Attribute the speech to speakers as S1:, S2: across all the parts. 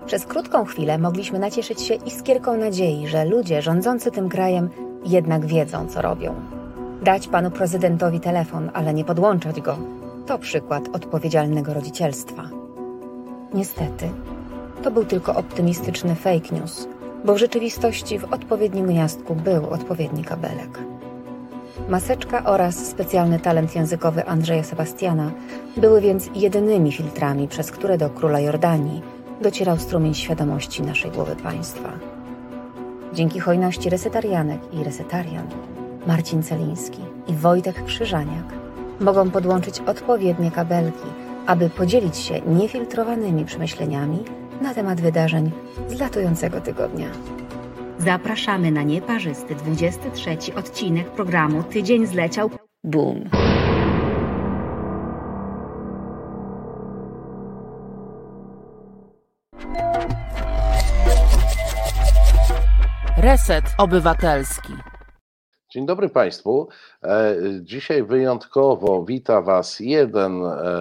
S1: Przez krótką chwilę mogliśmy nacieszyć się iskierką nadziei, że ludzie rządzący tym krajem jednak wiedzą, co robią. Dać panu prezydentowi telefon, ale nie podłączać go, to przykład odpowiedzialnego rodzicielstwa. Niestety, to był tylko optymistyczny fake news, bo w rzeczywistości w odpowiednim gniazdku był odpowiedni kabelek. Maseczka oraz specjalny talent językowy Andrzeja Sebastiana były więc jedynymi filtrami, przez które do króla Jordanii docierał strumień świadomości naszej głowy państwa. Dzięki hojności resetarianek i resetarian, Marcin Celiński i Wojtek Krzyżaniak mogą podłączyć odpowiednie kabelki, aby podzielić się niefiltrowanymi przemyśleniami na temat wydarzeń z latującego tygodnia. Zapraszamy na nieparzysty 23 odcinek programu Tydzień zleciał BOOM!
S2: Reset Obywatelski.
S3: Dzień dobry Państwu. Dzisiaj wyjątkowo wita Was jeden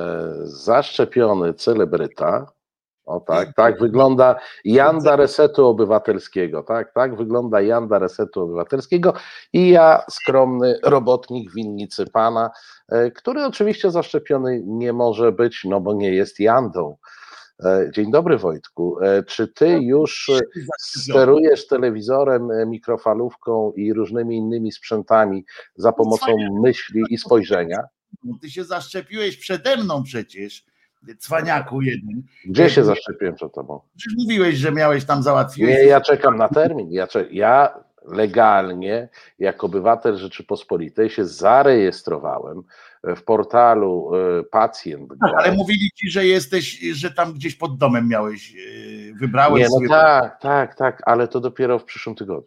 S3: zaszczepiony celebryta. O tak wygląda Janda Resetu Obywatelskiego. Tak wygląda Janda Resetu Obywatelskiego i ja, skromny robotnik winnicy Pana, który oczywiście zaszczepiony nie może być, no bo nie jest Jandą. Dzień dobry Wojtku. Czy ty już sterujesz telewizorem, mikrofalówką i różnymi innymi sprzętami za pomocą myśli i spojrzenia?
S4: Ty się zaszczepiłeś przede mną przecież, cwaniaku jeden.
S3: Gdzie się zaszczepiłem przed tobą?
S4: Przecież mówiłeś, że miałeś tam załatwić.
S3: Nie, ja czekam na termin. Ja legalnie, jako obywatel Rzeczypospolitej się zarejestrowałem w portalu Pacjent.
S4: Ale mówili ci, że jesteś, że tam gdzieś pod domem miałeś, wybrałeś
S3: nie, no
S4: sobie.
S3: Tak, ale to dopiero w przyszłym tygodniu.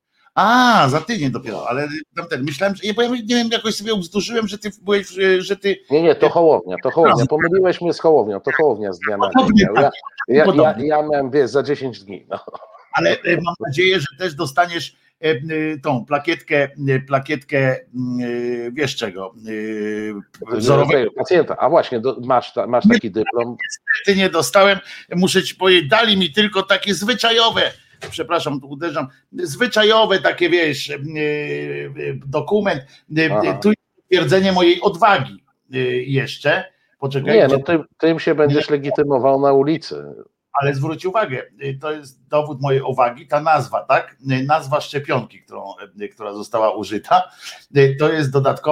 S4: A, za tydzień dopiero, ale tamten, myślałem, że ja nie wiem, jakoś sobie uzdurzyłem, że ty byłeś, że ty...
S3: Nie, to Hołownia, pomyliłeś mnie z Hołownią, to Hołownia z dnia na dzień. Ja miałem, wiesz, za 10 dni. No.
S4: Ale mam nadzieję, że też dostaniesz tą plakietkę, wiesz czego,
S3: wzorowego pacjenta. A właśnie, masz taki dyplom.
S4: Niestety nie dostałem, muszę ci powiedzieć, dali mi tylko takie zwyczajowe, przepraszam, tu uderzam, zwyczajowe takie, wiesz, dokument, tu jest potwierdzenie mojej odwagi jeszcze, poczekajcie.
S3: Nie, no tym się będziesz legitymował na ulicy.
S4: Ale zwróć uwagę, to jest dowód mojej uwagi, ta nazwa, tak? Nazwa szczepionki, która została użyta, to jest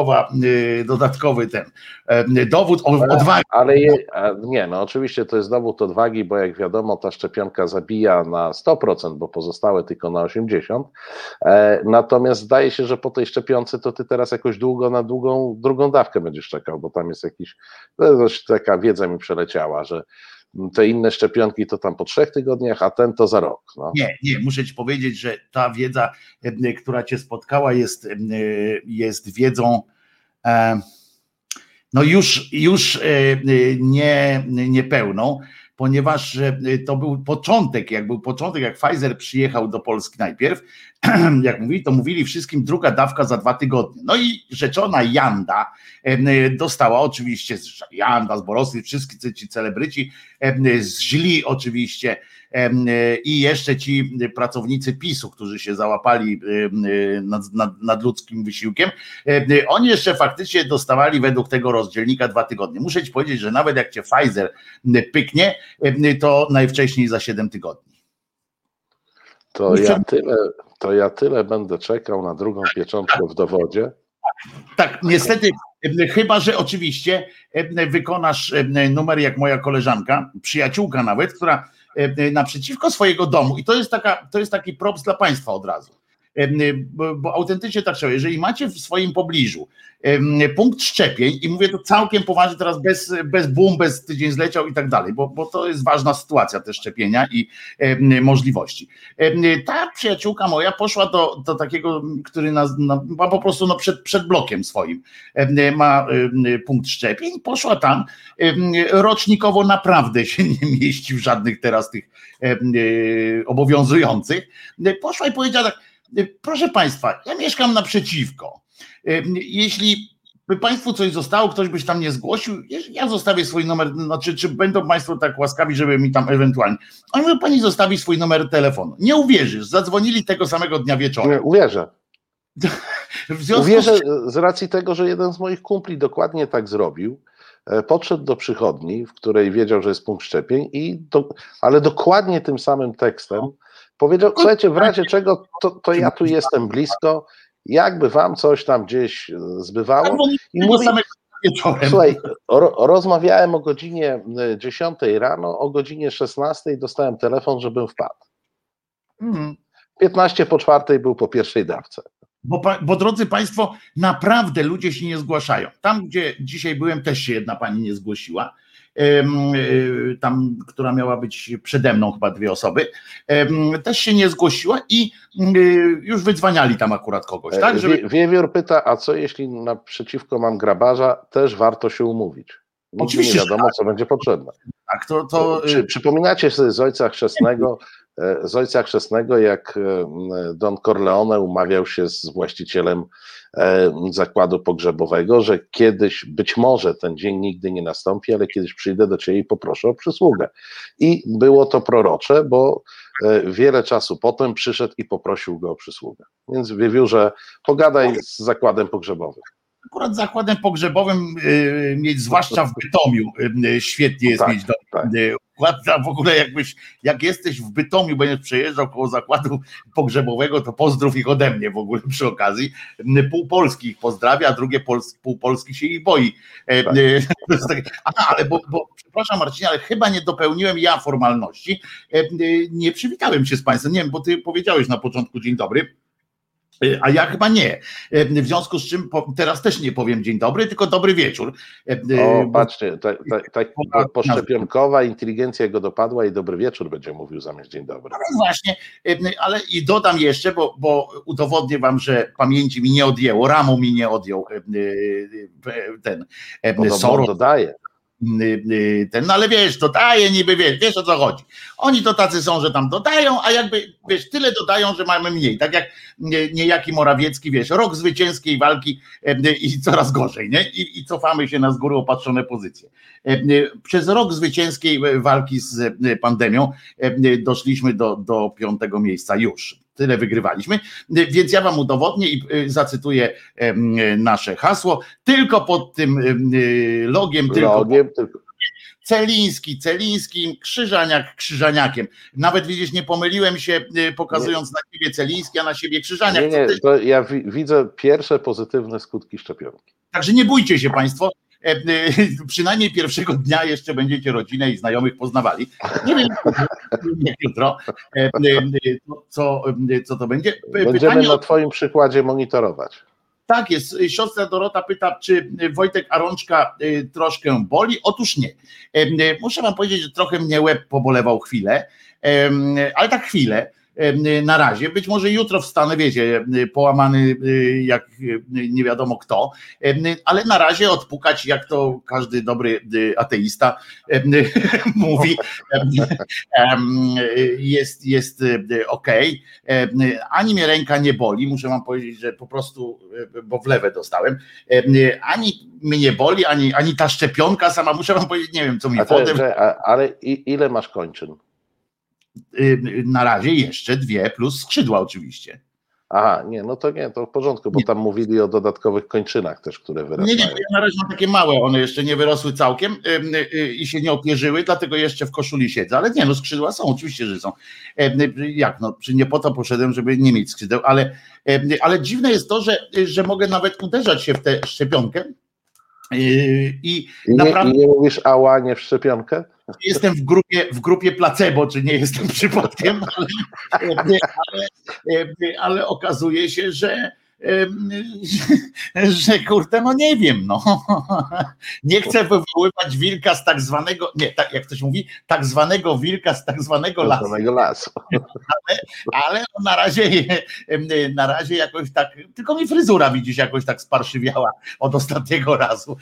S4: dodatkowy ten dowód odwagi.
S3: Ale nie, no oczywiście to jest dowód odwagi, bo jak wiadomo, ta szczepionka zabija na 100%, bo pozostałe tylko na 80%. Natomiast zdaje się, że po tej szczepionce to ty teraz jakoś długo na drugą dawkę będziesz czekał, bo tam jest taka wiedza mi przeleciała, że te inne szczepionki to tam po 3 tygodniach, a ten to za rok. No.
S4: Nie, muszę ci powiedzieć, że ta wiedza, która cię spotkała, jest wiedzą no już niepełną, ponieważ to był początek, jak Pfizer przyjechał do Polski najpierw, jak mówili wszystkim druga dawka za 2 tygodnie. No i rzeczona Janda dostała oczywiście, Janda, Zborowski, wszyscy ci celebryci, źli oczywiście i jeszcze ci pracownicy PiS-u, którzy się załapali nad ludzkim wysiłkiem, oni jeszcze faktycznie dostawali według tego rozdzielnika 2 tygodnie. Muszę ci powiedzieć, że nawet jak cię Pfizer pyknie, to najwcześniej za 7 tygodni.
S3: To ja tyle będę czekał na drugą pieczątkę w dowodzie.
S4: Tak, niestety, chyba że oczywiście wykonasz numer jak moja koleżanka, przyjaciółka nawet, która naprzeciwko swojego domu, i to jest taki props dla państwa od razu, bo autentycznie tak trzeba, jeżeli macie w swoim pobliżu punkt szczepień, i mówię to całkiem poważnie teraz, bez boom, bez tydzień zleciał i tak dalej, bo to jest ważna sytuacja, te szczepienia i możliwości. Ta przyjaciółka moja poszła do takiego, który ma po prostu przed blokiem swoim, ma punkt szczepień, poszła tam, rocznikowo naprawdę się nie mieści w żadnych teraz tych obowiązujących, poszła i powiedziała tak: proszę państwa, ja mieszkam naprzeciwko. Jeśli by Państwu coś zostało, ktoś byś tam nie zgłosił, ja zostawię swój numer, znaczy, czy będą Państwo tak łaskawi, żeby mi tam ewentualnie. A mówię, Pani zostawi swój numer telefonu. Nie uwierzysz, zadzwonili tego samego dnia wieczorem.
S3: Nie, uwierzę.
S4: Uwierzę
S3: z racji tego, że jeden z moich kumpli dokładnie tak zrobił. Podszedł do przychodni, w której wiedział, że jest punkt szczepień, ale dokładnie tym samym tekstem powiedział, słuchajcie, w razie czego to ja tu jestem blisko, jakby wam coś tam gdzieś zbywało. I mówi, słuchaj, rozmawiałem o godzinie 10 rano, o godzinie 16 dostałem telefon, żebym wpadł. 15 po 4 był po pierwszej dawce.
S4: Bo drodzy Państwo, naprawdę ludzie się nie zgłaszają. Tam, gdzie dzisiaj byłem, też się jedna pani nie zgłosiła. Tam, która miała być przede mną, chyba 2 osoby, też się nie zgłosiła i już wydzwaniali tam akurat kogoś. Tak, żeby...
S3: Wiewiór pyta, a co jeśli naprzeciwko mam grabarza, też warto się umówić. Nigdy
S4: oczywiście
S3: nie wiadomo, co będzie potrzebne.
S4: Tak,
S3: Przypominacie sobie z Ojca Chrzestnego, jak Don Corleone umawiał się z właścicielem zakładu pogrzebowego, że kiedyś, być może ten dzień nigdy nie nastąpi, ale kiedyś przyjdę do ciebie i poproszę o przysługę. I było to prorocze, bo wiele czasu potem przyszedł i poprosił go o przysługę. Więc Wiewiórze, pogadaj z zakładem pogrzebowym.
S4: Akurat zakładem pogrzebowym mieć, zwłaszcza w Bytomiu, świetnie jest mieć układ. W ogóle jak jesteś w Bytomiu, będziesz przejeżdżał koło zakładu pogrzebowego, to pozdrów ich ode mnie w ogóle przy okazji. Pół Polski ich pozdrawia, a drugie pół Polski się ich boi. Ale bo przepraszam Marcinie, ale chyba nie dopełniłem ja formalności. Nie przywitałem się z Państwem, nie wiem, bo Ty powiedziałeś na początku dzień dobry. A ja chyba nie. W związku z czym teraz też nie powiem dzień dobry, tylko dobry wieczór.
S3: Patrzcie, poszczepionkowa inteligencja go dopadła i dobry wieczór będzie mówił zamiast dzień dobry.
S4: No właśnie, ale i dodam jeszcze, bo udowodnię wam, że pamięci mi nie odjęło, ramu mi nie odjął ten Soros.
S3: Dodaje.
S4: No ale wiesz, dodaje niby, wiesz o co chodzi. Oni to tacy są, że tam dodają, a jakby, wiesz, tyle dodają, że mamy mniej. Tak jak niejaki Morawiecki, wiesz, rok zwycięskiej walki i coraz gorzej, nie? I cofamy się na z góry opatrzone pozycje. Przez rok zwycięskiej walki z pandemią doszliśmy do 5. miejsca już. Tyle wygrywaliśmy, więc ja wam udowodnię i zacytuję nasze hasło, tylko pod tym logiem Celiński, Krzyżaniak, Krzyżaniakiem. Nawet widzisz, nie pomyliłem się, pokazując na ciebie Celiński, a na siebie Krzyżaniak.
S3: Nie, to ja widzę pierwsze pozytywne skutki szczepionki.
S4: Także nie bójcie się Państwo, przynajmniej pierwszego dnia jeszcze będziecie rodzinę i znajomych poznawali. Nie wiem, jak jutro, co to będzie.
S3: Będziemy na twoim przykładzie monitorować.
S4: Tak jest. Siostra Dorota pyta, czy Wojtek, a rączka troszkę boli? Otóż nie. Muszę wam powiedzieć, że trochę mnie łeb pobolewał chwilę, ale tak chwilę. Na razie, być może jutro wstanę, wiecie, połamany jak nie wiadomo kto, ale na razie odpukać, jak to każdy dobry ateista mówi, jest okej. Ani mnie ręka nie boli, muszę wam powiedzieć, że po prostu, bo w lewe dostałem, ani mnie nie boli, ani ta szczepionka sama, muszę wam powiedzieć, nie wiem co mi potem.
S3: Ale ile masz kończyn?
S4: Na razie jeszcze 2 plus skrzydła oczywiście.
S3: Aha, to w porządku, bo tam mówili o dodatkowych kończynach też, które wyrastają.
S4: Nie, ja na razie mam takie małe, one jeszcze nie wyrosły całkiem i się nie opierzyły, dlatego jeszcze w koszuli siedzę, ale nie, skrzydła są, oczywiście, że są. Nie po to poszedłem, żeby nie mieć skrzydeł, ale dziwne jest to, że mogę nawet uderzać się w tę szczepionkę i naprawdę...
S3: Nie mówisz ała, nie w szczepionkę?
S4: Jestem w grupie placebo, czy nie jestem przypadkiem, ale okazuje się, że kurde, nie wiem, nie chcę wywoływać wilka z tak zwanego, jak to się mówi, tak zwanego wilka z tak zwanego lasu. Ale na razie jakoś tak, tylko mi fryzura widzisz jakoś tak sparszywiała od ostatniego razu.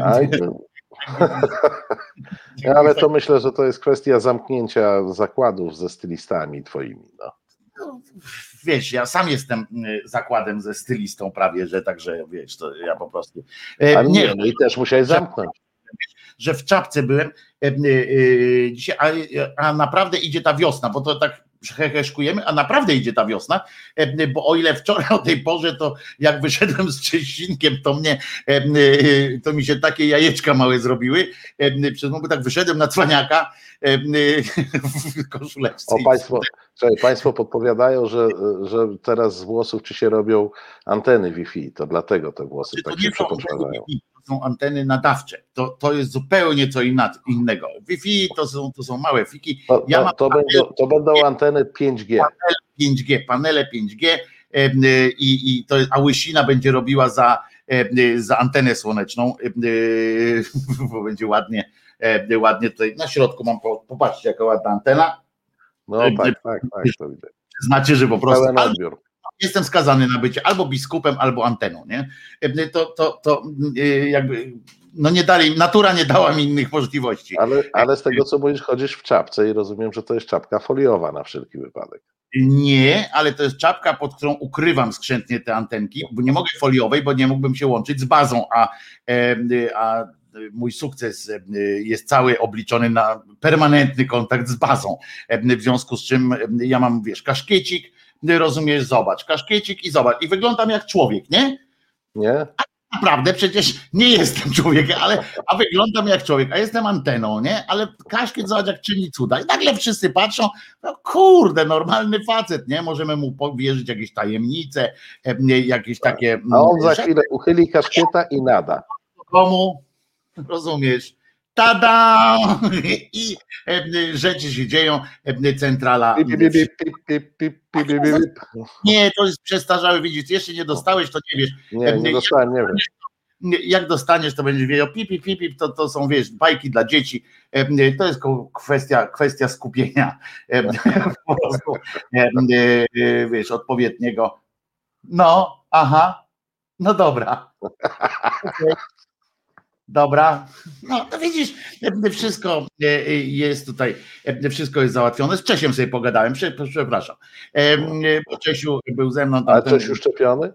S3: Ale to myślę, że to jest kwestia zamknięcia zakładów ze stylistami twoimi.
S4: wiesz, ja sam jestem zakładem ze stylistą prawie, że także wiesz, to ja po prostu.
S3: Ale nie, no i też musiałeś zamknąć.
S4: Że w czapce byłem dzisiaj, a naprawdę idzie ta wiosna, bo to tak heheszkujemy, a naprawdę idzie ta wiosna, bo o ile wczoraj o tej porze, to jak wyszedłem z prześcinkiem, to mi się takie jajeczka małe zrobiły, bo tak wyszedłem na cwaniaka w koszuleczce.
S3: Państwo podpowiadają, że teraz z włosów ci się robią anteny Wi-Fi, to dlatego te włosy tak się przepoczwarzają.
S4: Są anteny nadawcze, to jest zupełnie co innego. Wi-Fi to są małe fiki.
S3: To będą anteny 5G.
S4: Panele 5G a Łysina będzie robiła za antenę słoneczną, bo będzie ładnie tutaj na środku mam, popatrzcie jaka ładna antena.
S3: No tak, to widać.
S4: Znaczy, że po prostu
S3: odbiór.
S4: Jestem skazany na bycie albo biskupem, albo anteną, nie? To jakby, no nie dali, natura nie dała mi innych możliwości.
S3: Ale z tego co mówisz, chodzisz w czapce i rozumiem, że to jest czapka foliowa na wszelki wypadek.
S4: Nie, ale to jest czapka, pod którą ukrywam skrzętnie te antenki, bo nie mogę foliowej, bo nie mógłbym się łączyć z bazą, a mój sukces jest cały obliczony na permanentny kontakt z bazą, w związku z czym ja mam, wiesz, kaszkiecik, rozumiesz, zobacz, kaszkiecik i zobacz, i wyglądam jak człowiek, nie?
S3: Nie?
S4: A naprawdę przecież nie jestem człowiekiem, a wyglądam jak człowiek, a jestem anteną, nie? Ale kaszkiet, zobacz, jak czyni cuda. I nagle wszyscy patrzą, no kurde, normalny facet, nie? Możemy mu powierzyć jakieś tajemnice, jakieś takie...
S3: A on za chwilę uchyli kaszkieta i nada.
S4: Komu? Rozumiesz? Tada! I rzeczy się dzieją, centrala. Nie, to jest przestarzały, widzisz, jeszcze nie dostałeś, to nie wiesz.
S3: Nie dostałem, nie wiem.
S4: Jak dostaniesz, to będziesz wiedział, pip, to są, wiesz, bajki dla dzieci. To jest kwestia skupienia. Po prostu, wiesz, odpowiedniego. No, aha, no dobra. Dobra, no to widzisz, wszystko jest tutaj, wszystko jest załatwione. Z Czesiem sobie pogadałem, przepraszam, bo Czesiu był ze mną.
S3: A Czesiu szczepiony?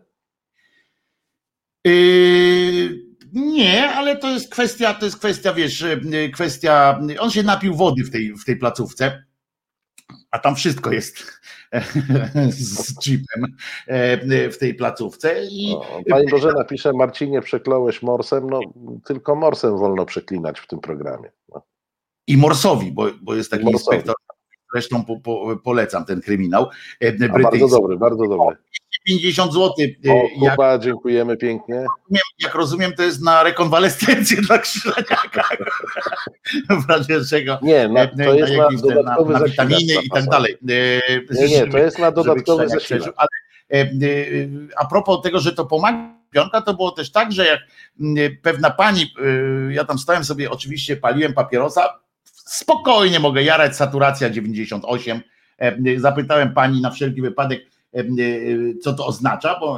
S4: Nie, ale to jest kwestia, wiesz, on się napił wody w tej placówce, a tam wszystko jest z chipem w tej placówce.
S3: Pani Bożena pisze, Marcinie, przekląłeś morsem, no tylko morsem wolno przeklinać w tym programie. No.
S4: I morsowi, bo jest taki inspektor, zresztą polecam ten kryminał.
S3: Bardzo dobry, bardzo dobry.
S4: 50 zł.
S3: Kuba, dziękujemy pięknie.
S4: Jak rozumiem, to jest na rekonwalescencję dla Krzyżaniaka. W razie czego.
S3: Nie, to jest na dodatkowy
S4: na witaminy i tak dalej.
S3: Nie, to jest na dodatkowy zasilacz.
S4: A propos tego, że to pomaga, to było też tak, że jak pewna pani, ja tam stałem sobie, oczywiście paliłem papierosa, spokojnie mogę jarać, saturacja 98. Zapytałem pani na wszelki wypadek, co to oznacza, bo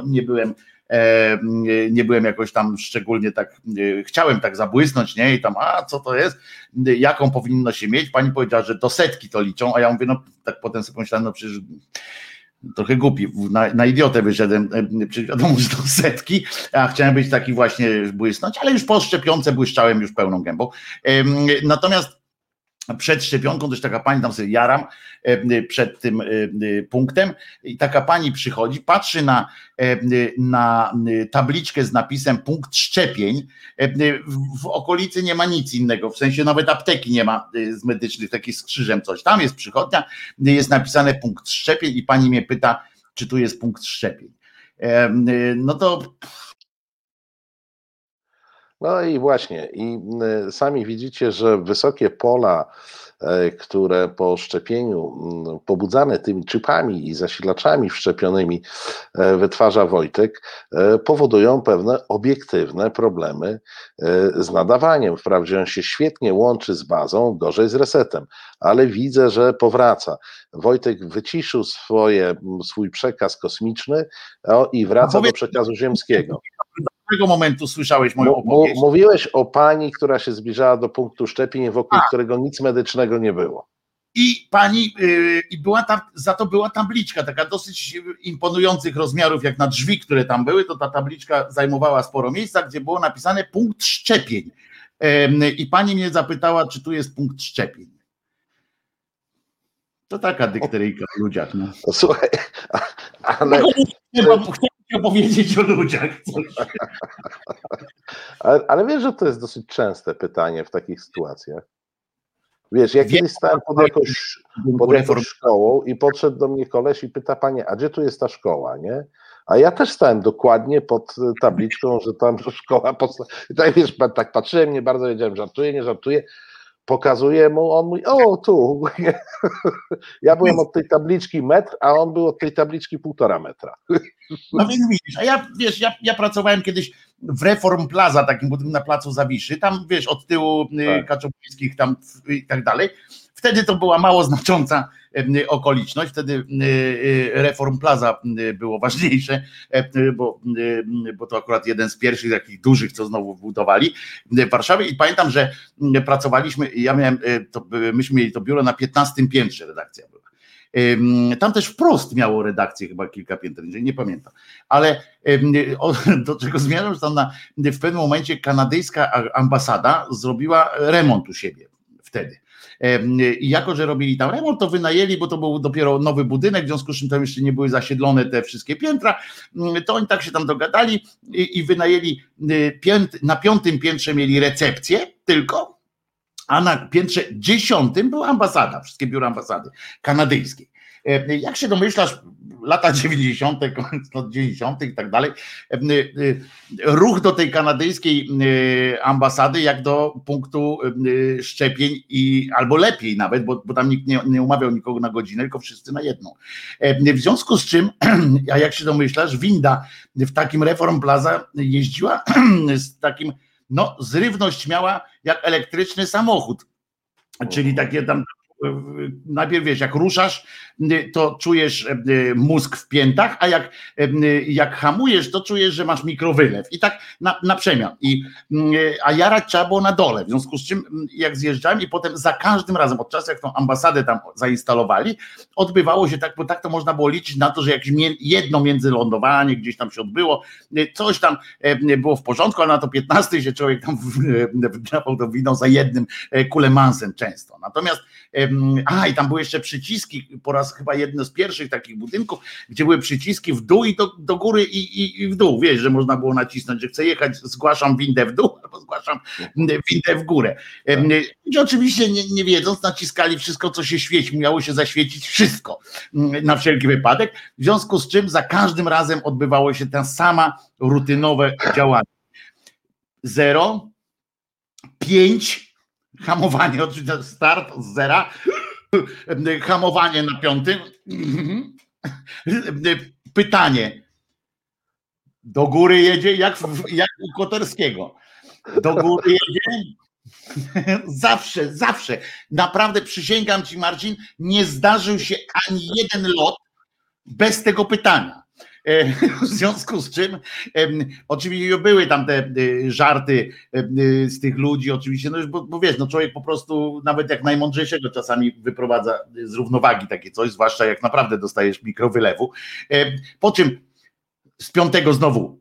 S4: nie byłem jakoś tam szczególnie tak, chciałem tak zabłysnąć, nie? I tam, co to jest, jaką powinno się mieć? Pani powiedziała, że do 100 to liczą, a ja mówię, no tak potem sobie pomyślałem, no przecież trochę głupi, na idiotę wyszedłem, przecież wiadomo, że do 100, a chciałem być taki właśnie błysnąć, ale już po szczepionce błyszczałem już pełną gębą. Natomiast przed szczepionką też taka pani, tam sobie jaram przed tym punktem i taka pani przychodzi, patrzy na tabliczkę z napisem punkt szczepień, w okolicy nie ma nic innego, w sensie nawet apteki nie ma z medycznych, takich z krzyżem coś, tam jest przychodnia, jest napisane punkt szczepień i pani mnie pyta, czy tu jest punkt szczepień. No to...
S3: No i właśnie, i sami widzicie, że wysokie pola, które po szczepieniu, pobudzane tymi chipami i zasilaczami wszczepionymi wytwarza Wojtek, powodują pewne obiektywne problemy z nadawaniem. Wprawdzie on się świetnie łączy z bazą, gorzej z resetem, ale widzę, że powraca. Wojtek wyciszył swój przekaz kosmiczny i wraca do przekazu ziemskiego.
S4: Z którego momentu słyszałeś moją opowieść?
S3: Mówiłeś o pani, która się zbliżała do punktu szczepień, wokół którego nic medycznego nie było.
S4: I pani, i była tam, za to była tabliczka, taka dosyć imponujących rozmiarów, jak na drzwi, które tam były, to ta tabliczka zajmowała sporo miejsca, gdzie było napisane punkt szczepień. I pani mnie zapytała, czy tu jest punkt szczepień. To taka dykteryjka o ludziach. No.
S3: Słuchaj, ale...
S4: Chcę powiedzieć o ludziach.
S3: Ale wiesz, że to jest dosyć częste pytanie w takich sytuacjach. Wiesz, ja kiedyś stałem pod jakąś szkołą i podszedł do mnie koleś i pyta, panie, a gdzie tu jest ta szkoła, nie? A ja też stałem dokładnie pod tabliczką, że tam szkoła podstawowa. I tak wiesz, tak patrzyłem, nie bardzo wiedziałem, żartuję, nie żartuję. Pokazuję mu, on mówi, o tu. Ja byłem od tej tabliczki metr, a on był od tej tabliczki 1,5 metra.
S4: No więc widzisz, a ja pracowałem kiedyś w Reform Plaza, takim budynku na placu Zawiszy, tam wiesz, od tyłu Kaczopińskich tam i tak dalej. Wtedy to była mało znacząca okoliczność, wtedy Reform Plaza było ważniejsze, bo to akurat jeden z pierwszych takich dużych, co znowu budowali w Warszawie i pamiętam, że pracowaliśmy, myśmy mieli to biuro na 15 piętrze, redakcja była. Tam też Wprost miało redakcję chyba kilka pięter, nie pamiętam, ale do czego zmierzam, że tam w pewnym momencie kanadyjska ambasada zrobiła remont u siebie wtedy. I jako, że robili tam remont, to wynajęli, bo to był dopiero nowy budynek, w związku z czym tam jeszcze nie były zasiedlone te wszystkie piętra, to oni tak się tam dogadali i wynajęli, na 5. piętrze mieli recepcję tylko, a na piętrze 10 była ambasada, wszystkie biura ambasady kanadyjskiej. Jak się domyślasz, lata 90., koniec lat 90. i tak dalej, ruch do tej kanadyjskiej ambasady jak do punktu szczepień albo lepiej nawet, bo tam nikt nie umawiał nikogo na godzinę, tylko wszyscy na jedną. W związku z czym, a jak się domyślasz, winda w takim Reform Plaza jeździła z takim, no zrywność miała jak elektryczny samochód, czyli takie tam najpierw wiesz, jak ruszasz, to czujesz mózg w piętach, a jak hamujesz, to czujesz, że masz mikrowylew i tak na przemian. A jarać trzeba było na dole, w związku z czym jak zjeżdżałem i potem za każdym razem, od czasu jak tą ambasadę tam zainstalowali, odbywało się tak, bo tak to można było liczyć na to, że jakieś jedno międzylądowanie gdzieś tam się odbyło, coś tam było w porządku, a na to 15 się człowiek tam wdrapał tą winą za jednym kulemansem często. Natomiast i tam były jeszcze przyciski, po raz chyba jedno z pierwszych takich budynków, gdzie były przyciski w dół i do góry i w dół, wiesz, że można było nacisnąć, że chcę jechać, zgłaszam windę w dół albo zgłaszam windę w górę. Ludzie oczywiście nie wiedząc naciskali wszystko, co się świeci, miało się zaświecić wszystko na wszelki wypadek, w związku z czym za każdym razem odbywało się ta sama rutynowe działanie. 0, 5, hamowanie, oczywiście start z 0, hamowanie na 5. Pytanie. Do góry jedzie jak u Koterskiego. Do góry jedzie. Zawsze. Naprawdę przysięgam ci, Marcin, nie zdarzył się ani jeden lot bez tego pytania. W związku z czym oczywiście były tam te żarty z tych ludzi, oczywiście, no już, bo wiesz, no człowiek po prostu nawet jak najmądrzejszego czasami wyprowadza z równowagi takie coś, zwłaszcza jak naprawdę dostajesz mikrowylewu. Po czym z 5 znowu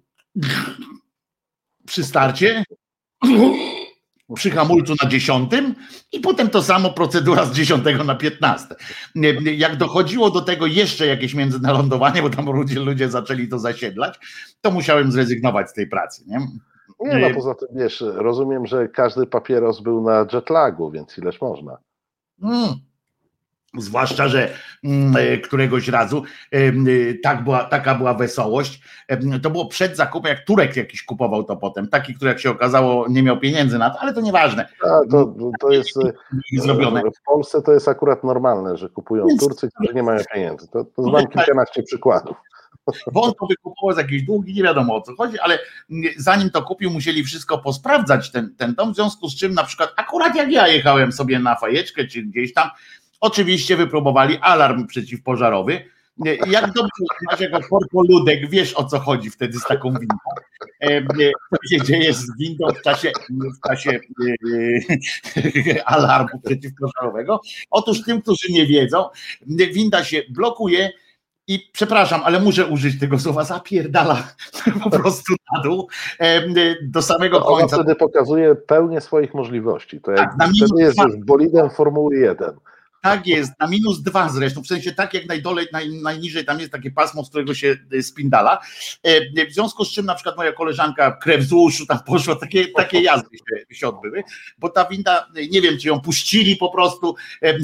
S4: przy starcie, przy hamulcu na 10 i potem to samo procedura z 10 na 15. Jak dochodziło do tego jeszcze jakieś międzynalądowanie, bo tam ludzie zaczęli to zasiedlać, to musiałem zrezygnować z tej pracy. Nie,
S3: no poza tym wiesz, rozumiem, że każdy papieros był na jetlagu, więc ileż można.
S4: Zwłaszcza, że któregoś razu taka była wesołość. To było przed zakupem, jak Turek jakiś kupował to potem. Taki, który jak się okazało nie miał pieniędzy na to, ale to nieważne.
S3: To jest
S4: zrobione.
S3: W Polsce to jest akurat normalne, że kupują Turcy, którzy nie mają pieniędzy. To znam kilkanaście przykładów.
S4: Bo on to wykupował z jakiejś długi, nie wiadomo o co chodzi, ale zanim to kupił, musieli wszystko posprawdzać ten dom, w związku z czym na przykład akurat jak ja jechałem sobie na fajeczkę czy gdzieś tam, oczywiście wypróbowali alarm przeciwpożarowy, Jak dobrze znasz jako korpoludek, wiesz o co chodzi wtedy z taką windą. Co się dzieje z windą w czasie alarmu przeciwpożarowego. Otóż tym, którzy nie wiedzą, winda się blokuje i przepraszam, ale muszę użyć tego słowa, zapierdala po prostu na dół do samego końca.
S3: Ona wtedy pokazuje pełnię swoich możliwości. To jak
S4: Tak,
S3: wtedy jest już bolidem Formuły 1.
S4: Tak jest, na -2 zresztą, w sensie tak jak najdolej, najniżej tam jest takie pasmo, z którego się spindala. W związku z czym na przykład moja koleżanka krew z uszu tam poszła, takie jazdy się odbyły, bo ta winda, nie wiem czy ją puścili po prostu,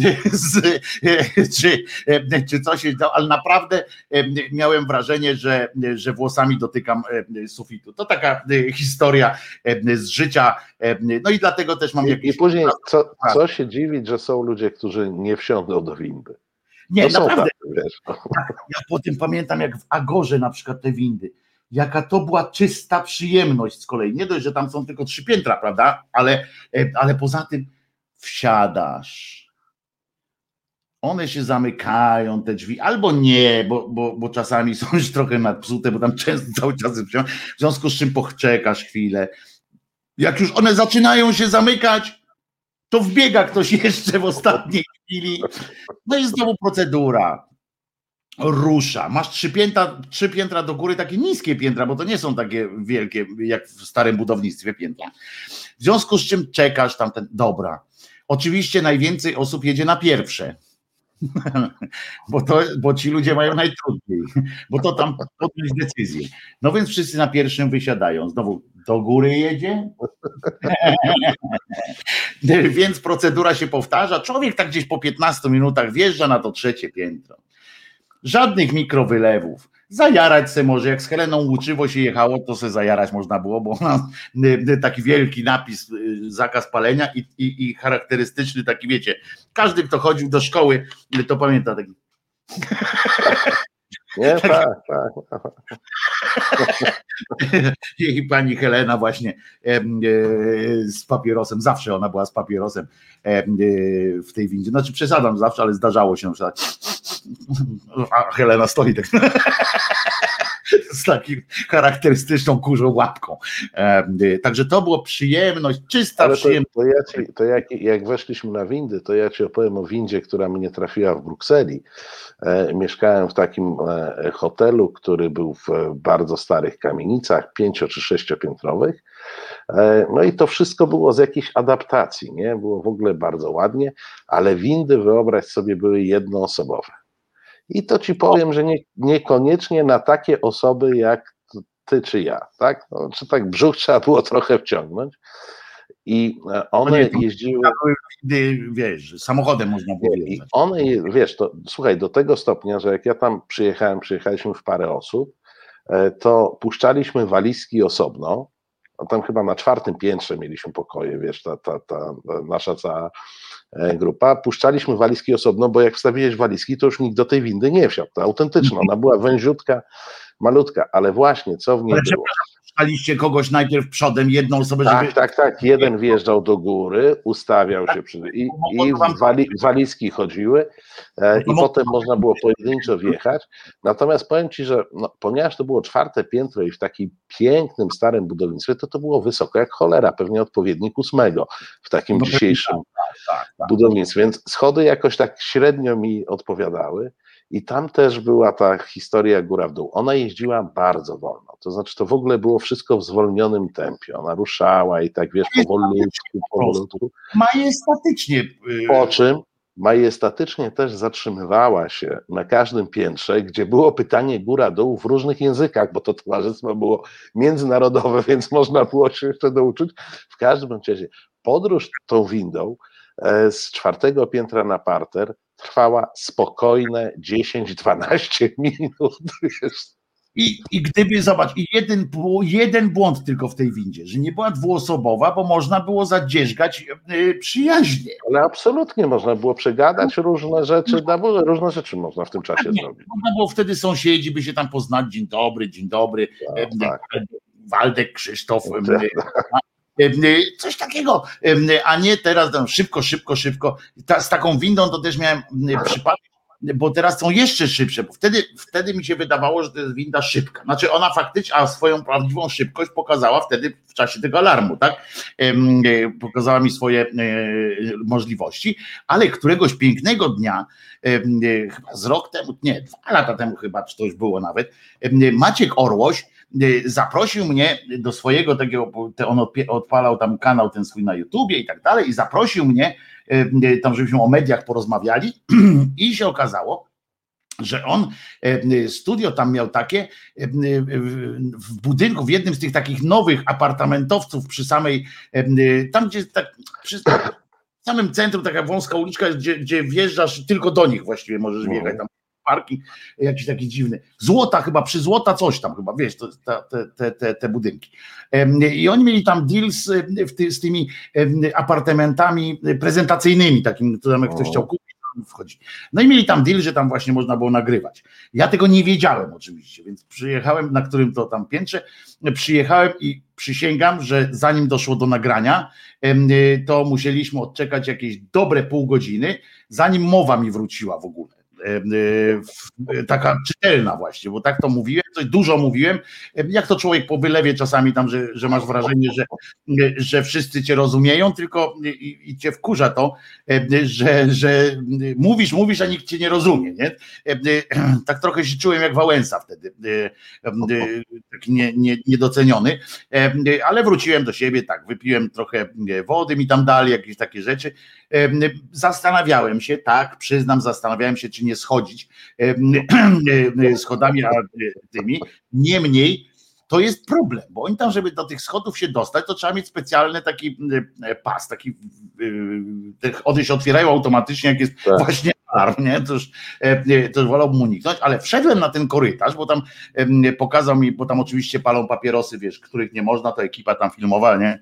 S4: czy coś się działo, ale naprawdę miałem wrażenie, że włosami dotykam sufitu. To taka historia z życia, no i dlatego też mam jakieś...
S3: I później co się dziwić, że są ludzie, którzy nie wsiądą do windy.
S4: Nie,
S3: to
S4: naprawdę.
S3: Są tacy, wiesz.
S4: Ja potem pamiętam, jak w Agorze na przykład te windy, jaka to była czysta przyjemność z kolei. Nie dość, że tam są tylko 3 piętra, prawda? Ale poza tym wsiadasz. One się zamykają, te drzwi, albo nie, bo czasami są już trochę nadpsute, bo tam często cały czas w związku z czym poczekasz chwilę. Jak już one zaczynają się zamykać, to wbiega ktoś jeszcze w ostatniej chwili. No i znowu procedura. Rusza. Masz 3 piętra do góry, takie niskie piętra, bo to nie są takie wielkie, jak w starym budownictwie piętra. W związku z czym czekasz tamten. Dobra. Oczywiście najwięcej osób jedzie na pierwsze. Bo ci ludzie mają najtrudniej, bo to tam podjąć decyzję. No więc wszyscy na pierwszym wysiadają. Znowu do góry jedzie. Więc procedura się powtarza. Człowiek tak gdzieś po 15 minutach wjeżdża na to 3 piętro. Żadnych mikrowylewów. Zajarać se może, jak z Heleną Łuczywo się jechało, to se zajarać można było, bo ona taki wielki napis, zakaz palenia i charakterystyczny taki, wiecie, każdy, kto chodził do szkoły, to pamięta taki.
S3: Nie, tak.
S4: I pani Helena właśnie z papierosem, zawsze ona była z papierosem w tej windzie. Znaczy przesadzam zawsze, ale zdarzało się, że a Helena stoi tak z taką charakterystyczną kurzą łapką. Także to było przyjemność, czysta przyjemność.
S3: Jak weszliśmy na windy, to ja ci opowiem o windzie, która mnie trafiła w Brukseli. Mieszkałem w takim hotelu, który był w bardzo starych kamienicach, 5- czy 6-piętrowych. No i to wszystko było z jakiejś adaptacji, nie? Było w ogóle bardzo ładnie, ale windy, wyobraź sobie, były jednoosobowe. I to ci powiem, że niekoniecznie na takie osoby jak ty czy ja, tak? No, czy tak brzuch trzeba było trochę wciągnąć. I one jeździły...
S4: Wiesz, samochodem można było
S3: I
S4: jeździć.
S3: one, wiesz, to słuchaj, do tego stopnia, że jak ja tam przyjechaliśmy w parę osób, to puszczaliśmy walizki osobno, a tam chyba na 4. piętrze mieliśmy pokoje, wiesz, ta nasza cała grupa, puszczaliśmy walizki osobno, bo jak wstawiłeś walizki, to już nikt do tej windy nie wsiadł, to autentyczna, ona była węziutka, malutka, ale właśnie, co w niej było?
S4: Puszczaliście kogoś najpierw przodem, jedną osobę, żeby...
S3: Tak, jeden wjeżdżał do góry, ustawiał się i walizki chodziły i potem można było pojedynczo wjechać, natomiast powiem ci, że ponieważ to było 4. piętro i w takim pięknym, starym budownictwie, to było wysoko jak cholera, pewnie odpowiednik 8. w takim dzisiejszym budownictwie, więc schody jakoś tak średnio mi odpowiadały. I tam też była ta historia góra w dół. Ona jeździła bardzo wolno. To znaczy, to w ogóle było wszystko w zwolnionym tempie. Ona ruszała i tak, wiesz, powolutku.
S4: Majestatycznie.
S3: Po czym majestatycznie też zatrzymywała się na każdym piętrze, gdzie było pytanie góra-dół w różnych językach, bo to towarzystwo było międzynarodowe, więc można było się jeszcze douczyć. W każdym razie podróż tą windą z 4. piętra na parter trwała spokojne 10-12 minut.
S4: I gdyby, zobacz, jeden błąd tylko w tej windzie, że nie była dwuosobowa, bo można było zadzierzgać przyjaźnie.
S3: Ale absolutnie można było przegadać różne rzeczy można w tym czasie zrobić.
S4: Można było wtedy sąsiedzi by się tam poznać, dzień dobry,
S3: tak.
S4: Waldek, Krzysztof, coś takiego, a nie teraz szybko. Z taką windą to też miałem przypadek, bo teraz są jeszcze szybsze, bo wtedy mi się wydawało, że to jest winda szybka. Znaczy ona faktycznie, a swoją prawdziwą szybkość pokazała wtedy w czasie tego alarmu, tak? Pokazała mi swoje możliwości, ale któregoś pięknego dnia, chyba z rok temu, nie, 2 lata temu chyba, czy to już było nawet, Maciek Orłoś zaprosił mnie do swojego takiego, on odpalał tam kanał ten swój na YouTubie i tak dalej, i zaprosił mnie tam, żebyśmy o mediach porozmawiali i się okazało, że on studio tam miał takie w budynku, w jednym z tych takich nowych apartamentowców przy samej, tam gdzie tak przy samym centrum taka wąska uliczka, gdzie wjeżdżasz, tylko do nich właściwie możesz wjechać, tam parking jakiś taki dziwny, Złota chyba, przy Złota coś tam chyba, wiesz, to te budynki. I oni mieli tam deal z tymi apartamentami prezentacyjnymi, takim, które jak ktoś chciał kupić, wchodzi. No i mieli tam deal, że tam właśnie można było nagrywać. Ja tego nie wiedziałem oczywiście, więc przyjechałem, na którym to tam piętrze, przyjechałem i przysięgam, że zanim doszło do nagrania, to musieliśmy odczekać jakieś dobre pół godziny, zanim mowa mi wróciła w ogóle. Taka czytelna właśnie, bo tak to mówiłem, coś dużo mówiłem, jak to człowiek po wylewie czasami tam, że masz wrażenie, że wszyscy cię rozumieją, tylko i cię wkurza to, że mówisz, a nikt cię nie rozumie, nie? Tak trochę się czułem jak Wałęsa wtedy, taki niedoceniony, ale wróciłem do siebie, tak, wypiłem trochę wody, mi tam dali jakieś takie rzeczy, zastanawiałem się, tak, przyznam, czy nie schodzić schodami tymi, niemniej to jest problem, bo oni tam, żeby do tych schodów się dostać, to trzeba mieć specjalny taki pas, taki one się otwierają automatycznie, jak jest właśnie alarm, nie? To już wolałbym uniknąć, ale wszedłem na ten korytarz, bo tam pokazał mi, bo tam oczywiście palą papierosy, wiesz, których nie można, to ekipa tam filmowa, nie?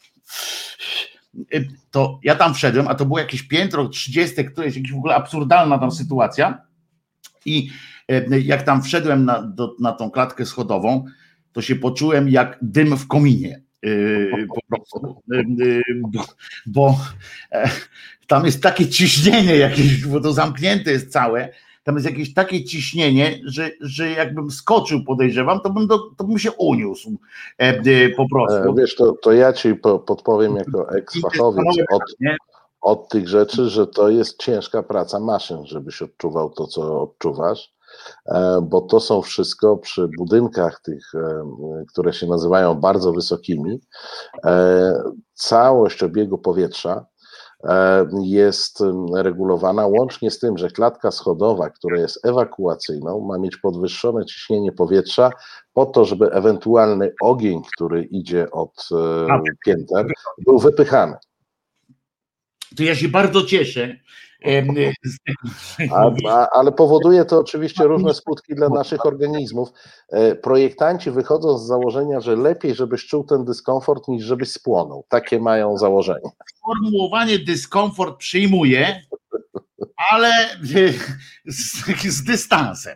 S4: To ja tam wszedłem, a to było jakieś piętro 30, któreś jakaś w ogóle absurdalna tam sytuacja i jak tam wszedłem na tą klatkę schodową, to się poczułem jak dym w kominie, po prostu, bo tam jest takie ciśnienie jakieś, bo to zamknięte jest całe, tam jest jakieś takie ciśnienie, że jakbym skoczył, podejrzewam, to bym się uniósł po prostu.
S3: Wiesz, to ja ci podpowiem jako eks-fachowiec od tych rzeczy, że to jest ciężka praca maszyn, żebyś odczuwał to, co odczuwasz, bo to są wszystko przy budynkach tych, które się nazywają bardzo wysokimi, całość obiegu powietrza jest regulowana łącznie z tym, że klatka schodowa, która jest ewakuacyjną, ma mieć podwyższone ciśnienie powietrza po to, żeby ewentualny ogień, który idzie od pięter, był wypychany.
S4: To ja się bardzo cieszę.
S3: Ale powoduje to oczywiście różne skutki dla naszych organizmów. Projektanci wychodzą z założenia, że lepiej, żebyś czuł ten dyskomfort, niż żebyś spłonął. Takie mają założenie.
S4: Sformułowanie dyskomfort przyjmuję, ale z dystansem.